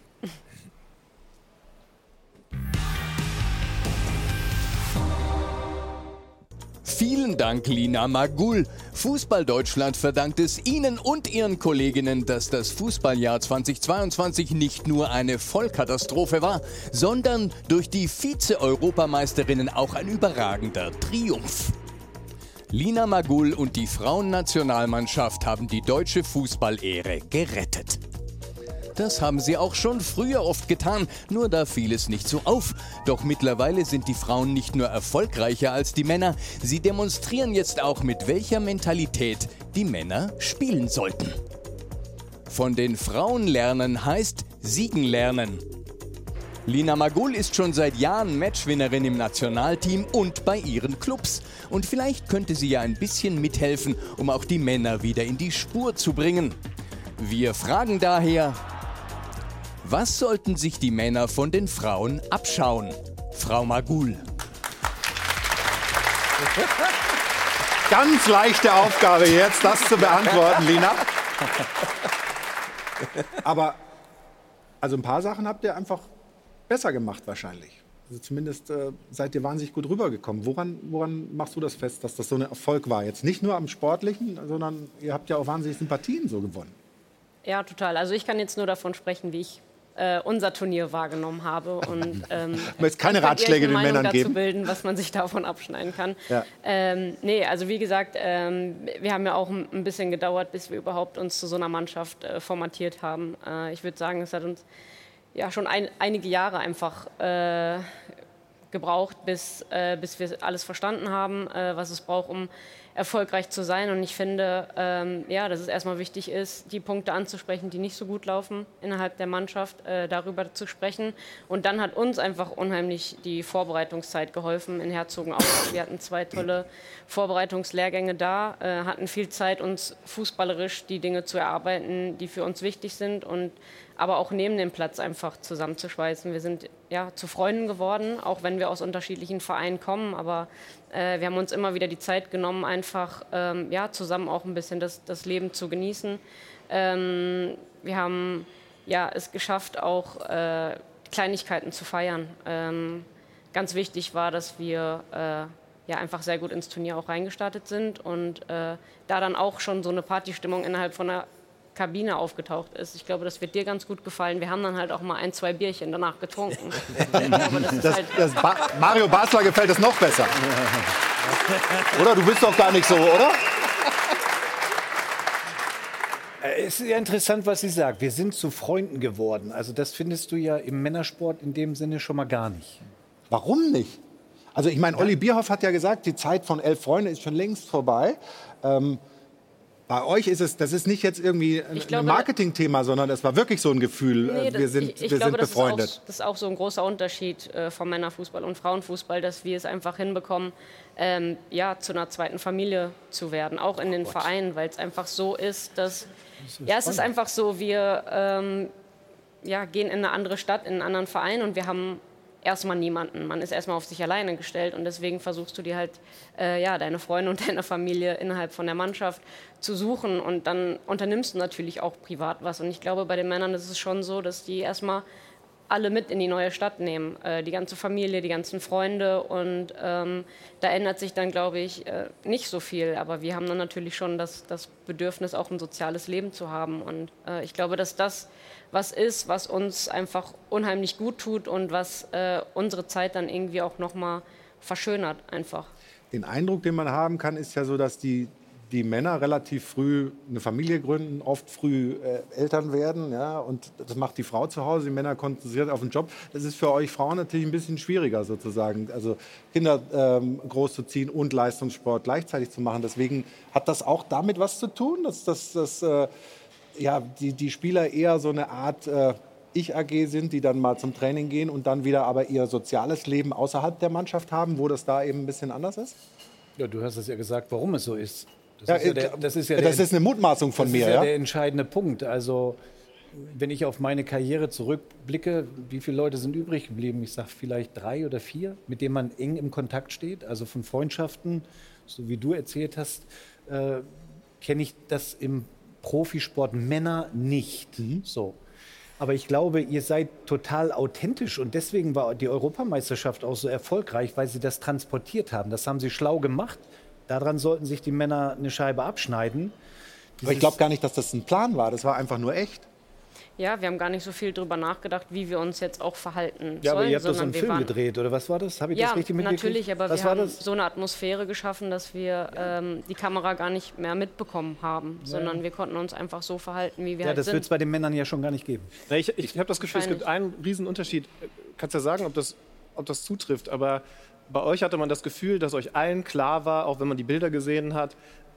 Vielen Dank, Lina Magull. Fußball-Deutschland verdankt es Ihnen und Ihren Kolleginnen, dass das Fußballjahr zweitausendzweiundzwanzig nicht nur eine Vollkatastrophe war, sondern durch die Vize-Europameisterinnen auch ein überragender Triumph. Lina Magull und die Frauennationalmannschaft haben die deutsche Fußballehre gerettet. Das haben sie auch schon früher oft getan, nur da fiel es nicht so auf. Doch mittlerweile sind die Frauen nicht nur erfolgreicher als die Männer, sie demonstrieren jetzt auch, mit welcher Mentalität die Männer spielen sollten. Von den Frauen lernen heißt siegen lernen. Lina Magull ist schon seit Jahren Matchwinnerin im Nationalteam und bei ihren Clubs. Und vielleicht könnte sie ja ein bisschen mithelfen, um auch die Männer wieder in die Spur zu bringen. Wir fragen daher: Was sollten sich die Männer von den Frauen abschauen? Frau Magull. Ganz leichte Aufgabe jetzt, das zu beantworten, Lina. Aber also ein paar Sachen habt ihr einfach besser gemacht wahrscheinlich. Also zumindest äh, seid ihr wahnsinnig gut rübergekommen. Woran, woran machst du das fest, dass das so ein Erfolg war? Jetzt nicht nur am Sportlichen, sondern ihr habt ja auch wahnsinnig Sympathien so gewonnen. Ja, total. Also ich kann jetzt nur davon sprechen, wie ich äh, unser Turnier wahrgenommen habe. Und ähm, jetzt keine Ratschläge den Männern dazu geben, bilden, was man sich davon abschneiden kann. Ja. Ähm, nee, also wie gesagt, ähm, wir haben ja auch ein bisschen gedauert, bis wir überhaupt uns zu so einer Mannschaft äh, formatiert haben. Äh, ich würde sagen, es hat uns ja schon ein, einige Jahre einfach äh, gebraucht, bis, äh, bis wir alles verstanden haben, äh, was es braucht, um erfolgreich zu sein. Und ich finde, ähm, ja, dass es erstmal wichtig ist, die Punkte anzusprechen, die nicht so gut laufen innerhalb der Mannschaft, äh, darüber zu sprechen. Und dann hat uns einfach unheimlich die Vorbereitungszeit geholfen in Herzogenaurach. Wir hatten zwei tolle Vorbereitungslehrgänge da, äh, hatten viel Zeit, uns fußballerisch die Dinge zu erarbeiten, die für uns wichtig sind und aber auch neben dem Platz einfach zusammenzuschweißen. Wir sind ja zu Freunden geworden, auch wenn wir aus unterschiedlichen Vereinen kommen, aber äh, wir haben uns immer wieder die Zeit genommen, einfach ähm, ja, zusammen auch ein bisschen das, das Leben zu genießen. Ähm, wir haben ja, es geschafft, auch äh, Kleinigkeiten zu feiern. Ähm, ganz wichtig war, dass wir äh, ja, einfach sehr gut ins Turnier auch reingestartet sind und äh, da dann auch schon so eine Partystimmung innerhalb von einer Kabine aufgetaucht ist. Ich glaube, das wird dir ganz gut gefallen. Wir haben dann halt auch mal ein, zwei Bierchen danach getrunken. Aber das ist das, halt das ba Mario Basler gefällt das noch besser. Oder? Du bist doch gar nicht so, oder? Es ist ja interessant, was sie sagt. Wir sind zu Freunden geworden. Also das findest du ja im Männersport in dem Sinne schon mal gar nicht. Warum nicht? Also ich meine, Olli Bierhoff hat ja gesagt, die Zeit von elf Freunden ist schon längst vorbei. Ähm, Bei euch ist es, das ist nicht jetzt irgendwie ein glaube, Marketingthema, sondern es war wirklich so ein Gefühl, Nee, wir sind, ich, ich wir glaube, sind das befreundet. Ist auch, das ist auch so ein großer Unterschied äh, vom Männerfußball und Frauenfußball, dass wir es einfach hinbekommen, ähm, ja, zu einer zweiten Familie zu werden, auch in den oh Vereinen, weil es einfach so ist, dass, das ist ja, es ist einfach so, wir ähm, ja, gehen in eine andere Stadt, in einen anderen Verein und wir haben erstmal niemanden. Man ist erstmal auf sich alleine gestellt und deswegen versuchst du dir halt äh, ja, deine Freunde und deine Familie innerhalb von der Mannschaft zu suchen und dann unternimmst du natürlich auch privat was. Und ich glaube, bei den Männern ist es schon so, dass die erstmal alle mit in die neue Stadt nehmen. Äh, die ganze Familie, die ganzen Freunde und ähm, da ändert sich dann, glaube ich, äh, nicht so viel. Aber wir haben dann natürlich schon das, das Bedürfnis, auch ein soziales Leben zu haben. Und äh, ich glaube, dass das was ist, was uns einfach unheimlich gut tut und was äh, unsere Zeit dann irgendwie auch noch mal verschönert einfach. Den Eindruck, den man haben kann, ist ja so, dass die, die Männer relativ früh eine Familie gründen, oft früh äh, Eltern werden, ja, und das macht die Frau zu Hause, die Männer konzentriert auf den Job. Das ist für euch Frauen natürlich ein bisschen schwieriger sozusagen, also Kinder ähm, großzuziehen und Leistungssport gleichzeitig zu machen. Deswegen hat das auch damit was zu tun, dass das, das äh, ja, die, die Spieler eher so eine Art äh, Ich-A G sind, die dann mal zum Training gehen und dann wieder aber ihr soziales Leben außerhalb der Mannschaft haben, wo das da eben ein bisschen anders ist? Ja, du hast es ja gesagt, warum es so ist. Das Ja, ist, ja der, das ist, ja das der, ist eine Mutmaßung von das mir. Das ist ja, ja der entscheidende Punkt. Also, wenn ich auf meine Karriere zurückblicke, wie viele Leute sind übrig geblieben? Ich sage vielleicht drei oder vier, mit denen man eng im Kontakt steht. Also von Freundschaften, so wie du erzählt hast, äh, kenne ich das im Profisport Männer nicht. Mhm. So. Aber ich glaube, ihr seid total authentisch und deswegen war die Europameisterschaft auch so erfolgreich, weil sie das transportiert haben. Das haben sie schlau gemacht. Daran sollten sich die Männer eine Scheibe abschneiden. Aber ich glaube gar nicht, dass das ein Plan war. Das war einfach nur echt. Ja, wir haben gar nicht so viel darüber nachgedacht, wie wir uns jetzt auch verhalten ja, sollen. Aber ihr habt doch so einen wir Film waren, gedreht, oder was war das? Habe ich ja, das richtig mitgekriegt? natürlich, aber was wir haben das? so eine Atmosphäre geschaffen, dass wir ähm, die Kamera gar nicht mehr mitbekommen haben, ja. sondern wir konnten uns einfach so verhalten, wie wir ja, halt das sind. wird es bei den Männern ja schon gar nicht geben. Na, ich ich habe das Gefühl, es gibt einen riesen Unterschied. Kannst ja sagen, ob das, ob das zutrifft, aber bei euch hatte man das Gefühl, dass euch allen klar war, auch wenn man die Bilder gesehen hat,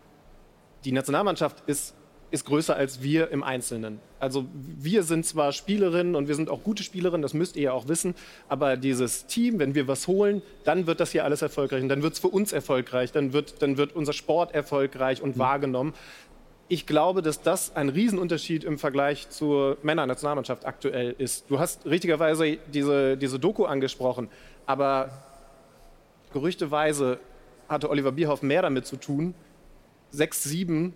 die Nationalmannschaft ist ist größer als wir im Einzelnen. Also wir sind zwar Spielerinnen und wir sind auch gute Spielerinnen, das müsst ihr ja auch wissen, aber dieses Team, wenn wir was holen, dann wird das hier alles erfolgreich und dann wird es für uns erfolgreich, dann wird, dann wird unser Sport erfolgreich und mhm. wahrgenommen. Ich glaube, dass das ein Riesenunterschied im Vergleich zur Männernationalmannschaft aktuell ist. Du hast richtigerweise diese, diese Doku angesprochen, aber gerüchteweise hatte Oliver Bierhoff mehr damit zu tun, sechs, sieben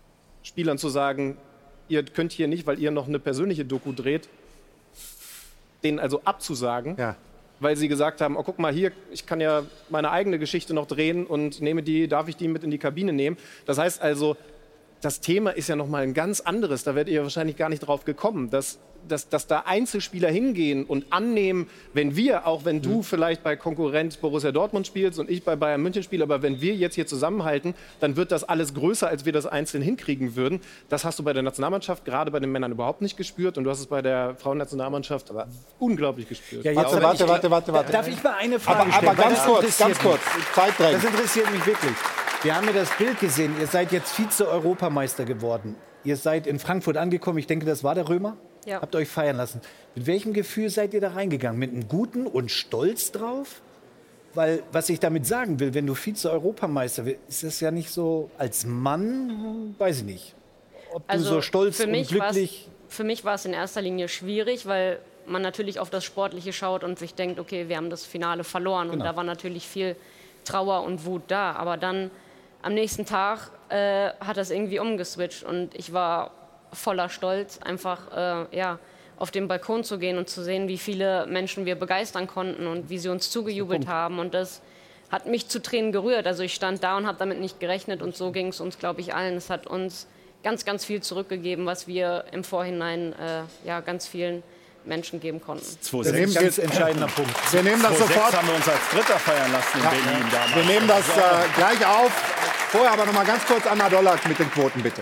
Spielern zu sagen, ihr könnt hier nicht, weil ihr noch eine persönliche Doku dreht, denen also abzusagen, ja. weil sie gesagt haben, oh, guck mal hier, ich kann ja meine eigene Geschichte noch drehen und nehme die, darf ich die mit in die Kabine nehmen? Das heißt also, das Thema ist ja noch mal ein ganz anderes. Da werdet ihr wahrscheinlich gar nicht drauf gekommen, dass, dass, dass da Einzelspieler hingehen und annehmen, wenn wir, auch wenn du mhm. vielleicht bei Konkurrenz Borussia Dortmund spielst und ich bei Bayern München spiele, aber wenn wir jetzt hier zusammenhalten, dann wird das alles größer, als wir das einzeln hinkriegen würden. Das hast du bei der Nationalmannschaft, gerade bei den Männern, überhaupt nicht gespürt. Und du hast es bei der Frauennationalmannschaft aber unglaublich gespürt. Ja, warte, warte, ich, warte, warte, warte. Darf ich mal eine Frage aber, stellen? Aber ganz kurz, ganz kurz. Zeit drängen. Das interessiert mich wirklich. Wir haben ja das Bild gesehen. Ihr seid jetzt Vize-Europameister geworden. Ihr seid in Frankfurt angekommen. Ich denke, das war der Römer. Ja. Habt euch feiern lassen. Mit welchem Gefühl seid ihr da reingegangen? Mit einem guten und Stolz drauf? Weil, was ich damit sagen will, wenn du Vize-Europameister bist, ist das ja nicht so als Mann, weiß ich nicht. Ob also du so stolz für und mich glücklich... Für mich war es in erster Linie schwierig, weil man natürlich auf das Sportliche schaut und sich denkt, okay, wir haben das Finale verloren. Genau. Und da war natürlich viel Trauer und Wut da. Aber dann am nächsten Tag äh, hat das irgendwie umgeswitcht und ich war voller Stolz, einfach äh, ja, auf den Balkon zu gehen und zu sehen, wie viele Menschen wir begeistern konnten und wie sie uns zugejubelt haben. Und das hat mich zu Tränen gerührt. Also ich stand da und habe damit nicht gerechnet und so ging es uns, glaube ich, allen. Es hat uns ganz, ganz viel zurückgegeben, was wir im Vorhinein äh, ja, ganz vielen Menschen geben konnten. Das ist ein ganz entscheidender Punkt. Wir nehmen das sofort. haben wir uns als Dritter feiern lassen in ja, Berlin damals. Wir nehmen das äh, gleich auf. Vorher aber noch mal ganz kurz Anna Dollack mit den Quoten, bitte.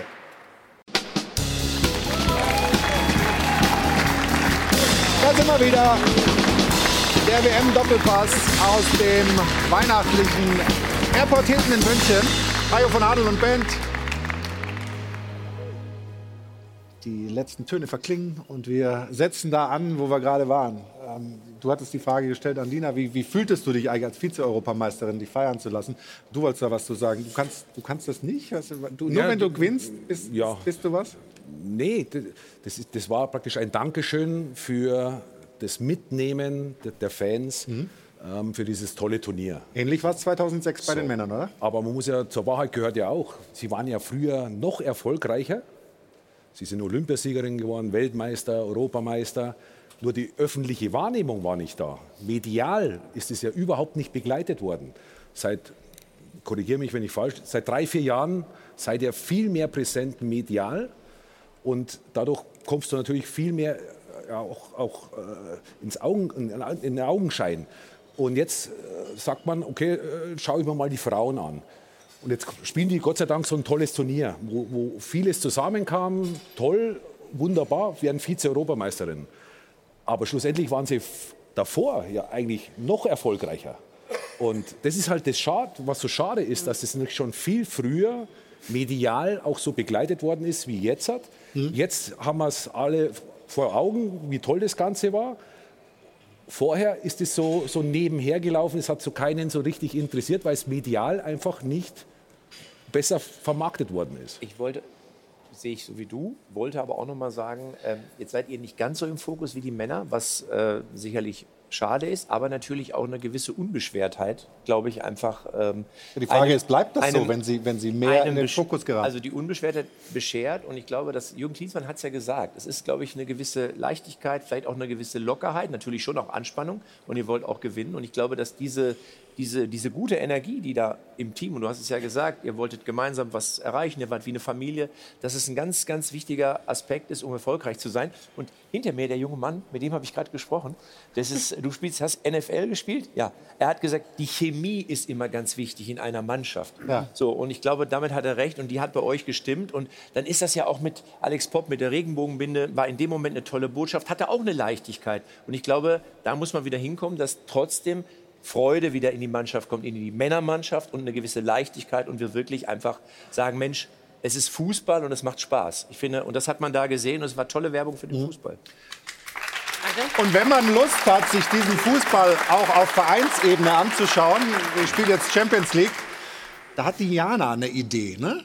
Da sind wir wieder. Der W M-Doppelpass aus dem weihnachtlichen Airport Hilton in München. Hajo von Adel und Band. Die letzten Töne verklingen und wir setzen da an, wo wir gerade waren. Ähm, du hattest die Frage gestellt an Lina, wie, wie fühltest du dich eigentlich als Vize-Europameisterin, dich feiern zu lassen? Du wolltest da was zu sagen. Du kannst, du kannst das nicht? Also, du, nur ja, wenn du gewinnst, bist, ja. bist du was? Nee, das, ist, das war praktisch ein Dankeschön für das Mitnehmen der, der Fans. Mhm. ähm, für dieses tolle Turnier. Ähnlich war es zweitausendsechs bei so. den Männern, oder? Aber man muss ja, zur Wahrheit gehört ja auch, sie waren ja früher noch erfolgreicher. Sie sind Olympiasiegerin geworden, Weltmeister, Europameister. Nur die öffentliche Wahrnehmung war nicht da. Medial ist es ja überhaupt nicht begleitet worden. Seit, korrigiere mich, wenn ich falsch, seit drei, vier Jahren seid ihr viel mehr präsent medial. Und dadurch kommst du natürlich viel mehr ja, auch, auch äh, ins Augen, in, in den Augenschein. Und jetzt äh, sagt man, okay, äh, schaue ich mir mal die Frauen an. Und jetzt spielen die Gott sei Dank so ein tolles Turnier, wo, wo vieles zusammenkam, toll, wunderbar, werden Vize-Europameisterin. Aber schlussendlich waren sie davor ja eigentlich noch erfolgreicher. Und das ist halt das Schade, was so schade ist, dass es das schon viel früher medial auch so begleitet worden ist wie jetzt. Mhm. Jetzt haben wir es alle vor Augen, wie toll das Ganze war. Vorher ist es so, so nebenher gelaufen, es hat so keinen so richtig interessiert, weil es medial einfach nicht besser vermarktet worden ist. Ich wollte, sehe ich so wie du, wollte aber auch noch mal sagen, äh, jetzt seid ihr nicht ganz so im Fokus wie die Männer, was äh, sicherlich schade ist, aber natürlich auch eine gewisse Unbeschwertheit, glaube ich, einfach. Ähm, die Frage einem, ist, bleibt das einem, so, wenn Sie, wenn Sie mehr in den Fokus geraten? Also die Unbeschwertheit beschert und ich glaube, dass Jürgen Klinsmann hat es ja gesagt, es ist, glaube ich, eine gewisse Leichtigkeit, vielleicht auch eine gewisse Lockerheit, natürlich schon auch Anspannung und ihr wollt auch gewinnen und ich glaube, dass diese Diese, diese gute Energie, die da im Team, und du hast es ja gesagt, ihr wolltet gemeinsam was erreichen, ihr wart wie eine Familie, dass es ein ganz, ganz wichtiger Aspekt ist, um erfolgreich zu sein. Und hinter mir, der junge Mann, mit dem habe ich gerade gesprochen, das ist, du spielst, hast N F L gespielt? Ja. Er hat gesagt, die Chemie ist immer ganz wichtig in einer Mannschaft. Ja. So, und ich glaube, damit hat er recht und die hat bei euch gestimmt. Und dann ist das ja auch mit Alex Popp, mit der Regenbogenbinde, war in dem Moment eine tolle Botschaft, hatte auch eine Leichtigkeit. Und ich glaube, da muss man wieder hinkommen, dass trotzdem Freude wieder in die Mannschaft kommt, in die Männermannschaft und eine gewisse Leichtigkeit und wir wirklich einfach sagen, Mensch, es ist Fußball und es macht Spaß. Ich finde, und das hat man da gesehen und es war tolle Werbung für den mhm. Fußball. Und wenn man Lust hat, sich diesen Fußball auch auf Vereinsebene anzuschauen, ich spiele jetzt Champions League, da hat die Jana eine Idee, ne?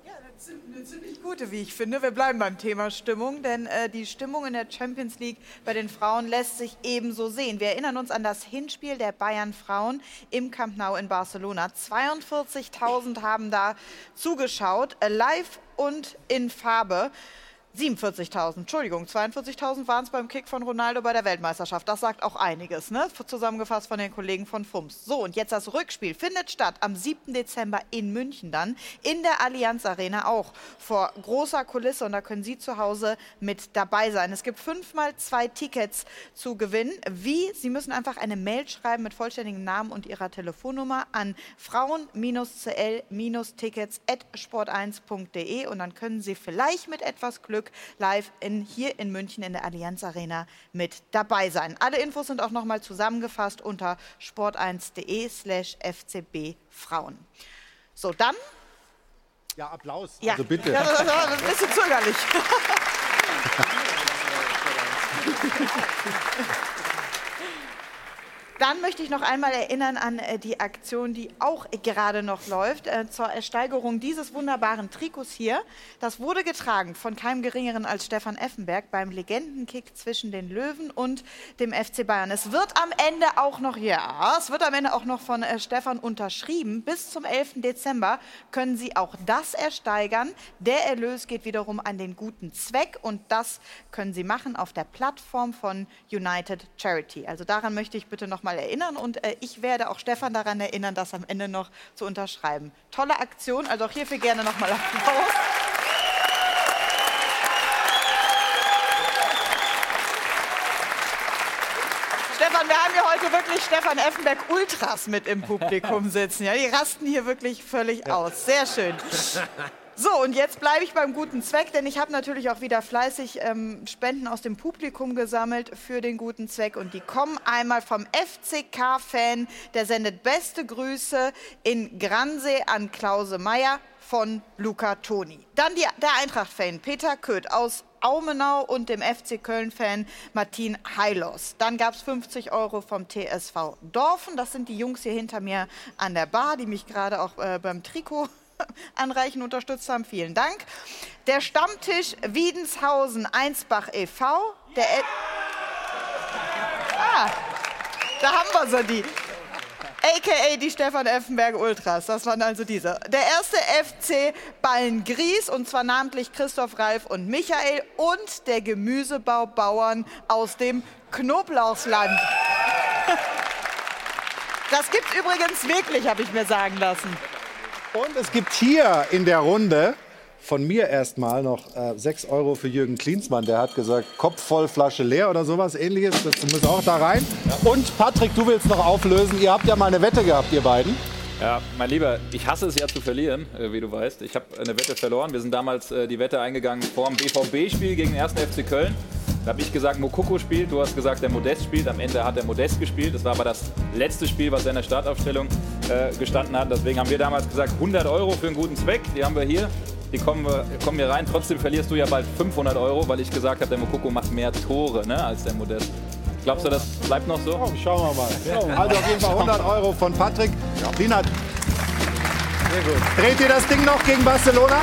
Gute, wie ich finde. Wir bleiben beim Thema Stimmung, denn äh, die Stimmung in der Champions League bei den Frauen lässt sich ebenso sehen. Wir erinnern uns an das Hinspiel der Bayern-Frauen im Camp Nou in Barcelona. zweiundvierzigtausend haben da zugeschaut, äh, live und in Farbe. siebenundvierzigtausend, Entschuldigung, zweiundvierzigtausend waren es beim Kick von Ronaldo bei der Weltmeisterschaft. Das sagt auch einiges, ne? Zusammengefasst von den Kollegen von F U M S. So, und jetzt das Rückspiel findet statt am siebten Dezember in München dann, in der Allianz Arena auch, vor großer Kulisse. Und da können Sie zu Hause mit dabei sein. Es gibt fünfmal zwei Tickets zu gewinnen. Wie? Sie müssen einfach eine Mail schreiben mit vollständigem Namen und Ihrer Telefonnummer an frauen c l tickets at sport eins punkt de und dann können Sie vielleicht mit etwas Glück live in, hier in München in der Allianz Arena mit dabei sein. Alle Infos sind auch nochmal zusammengefasst unter sport eins punkt de slash f c b frauen. So, dann... Ja, Applaus. Ja. Also bitte. Ja, das war ein bisschen zögerlich. Dann möchte ich noch einmal erinnern an äh, die Aktion, die auch äh, gerade noch läuft, äh, zur Ersteigerung dieses wunderbaren Trikots hier. Das wurde getragen von keinem Geringeren als Stefan Effenberg beim Legendenkick zwischen den Löwen und dem F C Bayern. Es wird am Ende auch noch, ja, es wird am Ende auch noch von äh, Stefan unterschrieben. Bis zum elften Dezember können Sie auch das ersteigern. Der Erlös geht wiederum an den guten Zweck und das können Sie machen auf der Plattform von United Charity. Also daran möchte ich bitte noch mal erinnern und äh, ich werde auch Stefan daran erinnern, das am Ende noch zu unterschreiben. Tolle Aktion, also auch hierfür gerne noch mal Applaus. Stefan, wir haben hier heute wirklich Stefan Effenberg Ultras mit im Publikum sitzen. Ja, die rasten hier wirklich völlig aus. Sehr schön. So, und jetzt bleibe ich beim guten Zweck, denn ich habe natürlich auch wieder fleißig ähm, Spenden aus dem Publikum gesammelt für den guten Zweck. Und die kommen einmal vom F C K-Fan, der sendet beste Grüße in Gransee an Klause Meier von Luca Toni. Dann die, der Eintracht-Fan Peter Köth aus Aumenau und dem F C Köln-Fan Martin Heilos. Dann gab es fünfzig Euro vom T S V Dorfen. Das sind die Jungs hier hinter mir an der Bar, die mich gerade auch äh, beim Trikot anreichen unterstützt haben. Vielen Dank. Der Stammtisch Wiedenshausen Einsbach e V. Der El ah, da haben wir so die. A K A die Stefan Effenberg Ultras. Das waren also diese. Der erste F C Ballen-Gries und zwar namentlich Christoph, Ralf und Michael und der Gemüsebau Bauern aus dem Knoblauchsland. Das gibt's übrigens wirklich, habe ich mir sagen lassen. Und es gibt hier in der Runde von mir erstmal noch äh, sechs Euro für Jürgen Klinsmann. Der hat gesagt, Kopf voll, Flasche leer oder sowas ähnliches. Das muss auch da rein. Ja. Und Patrick, du willst noch auflösen. Ihr habt ja mal eine Wette gehabt, ihr beiden. Ja, mein Lieber, ich hasse es ja zu verlieren, äh, wie du weißt. Ich habe eine Wette verloren. Wir sind damals äh, die Wette eingegangen vor dem B V B-Spiel gegen den ersten F C Köln. Da habe ich gesagt, Mokoko spielt, du hast gesagt, der Modest spielt. Am Ende hat der Modest gespielt. Das war aber das letzte Spiel, was er in der Startaufstellung äh, gestanden hat. Deswegen haben wir damals gesagt, hundert Euro für einen guten Zweck. Die haben wir hier. Die kommen, kommen hier rein. Trotzdem verlierst du ja bald fünfhundert Euro, weil ich gesagt habe, der Mokoko macht mehr Tore, ne, als der Modest. Glaubst du, das bleibt noch so? Oh, schauen wir mal. Ja. Also auf jeden Fall hundert Euro von Patrick. Ja. Lina, sehr gut. Dreht ihr das Ding noch gegen Barcelona?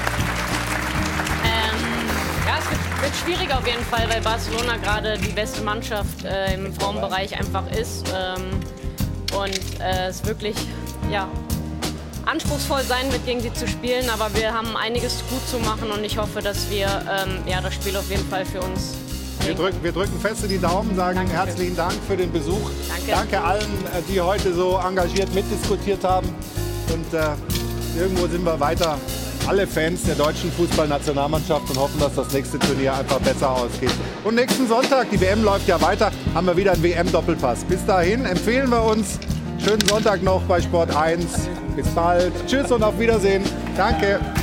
Ja, es wird, wird schwierig auf jeden Fall, weil Barcelona gerade die beste Mannschaft äh, im Frauenbereich einfach ist. Ähm, und äh, es wirklich ja, anspruchsvoll sein wird, gegen sie zu spielen. Aber wir haben einiges gut zu machen und ich hoffe, dass wir ähm, ja, das Spiel auf jeden Fall für uns. Wir drücken, wir drücken fest in die Daumen, sagen Danke. herzlichen Dank für den Besuch. Danke. Danke allen, die heute so engagiert mitdiskutiert haben. Und äh, irgendwo sind wir weiter alle Fans der deutschen Fußballnationalmannschaft und hoffen, dass das nächste Turnier einfach besser ausgeht. Und nächsten Sonntag, die W M läuft ja weiter, haben wir wieder einen W M-Doppelpass. Bis dahin empfehlen wir uns. Schönen Sonntag noch bei Sport eins. Bis bald. Tschüss und auf Wiedersehen. Danke.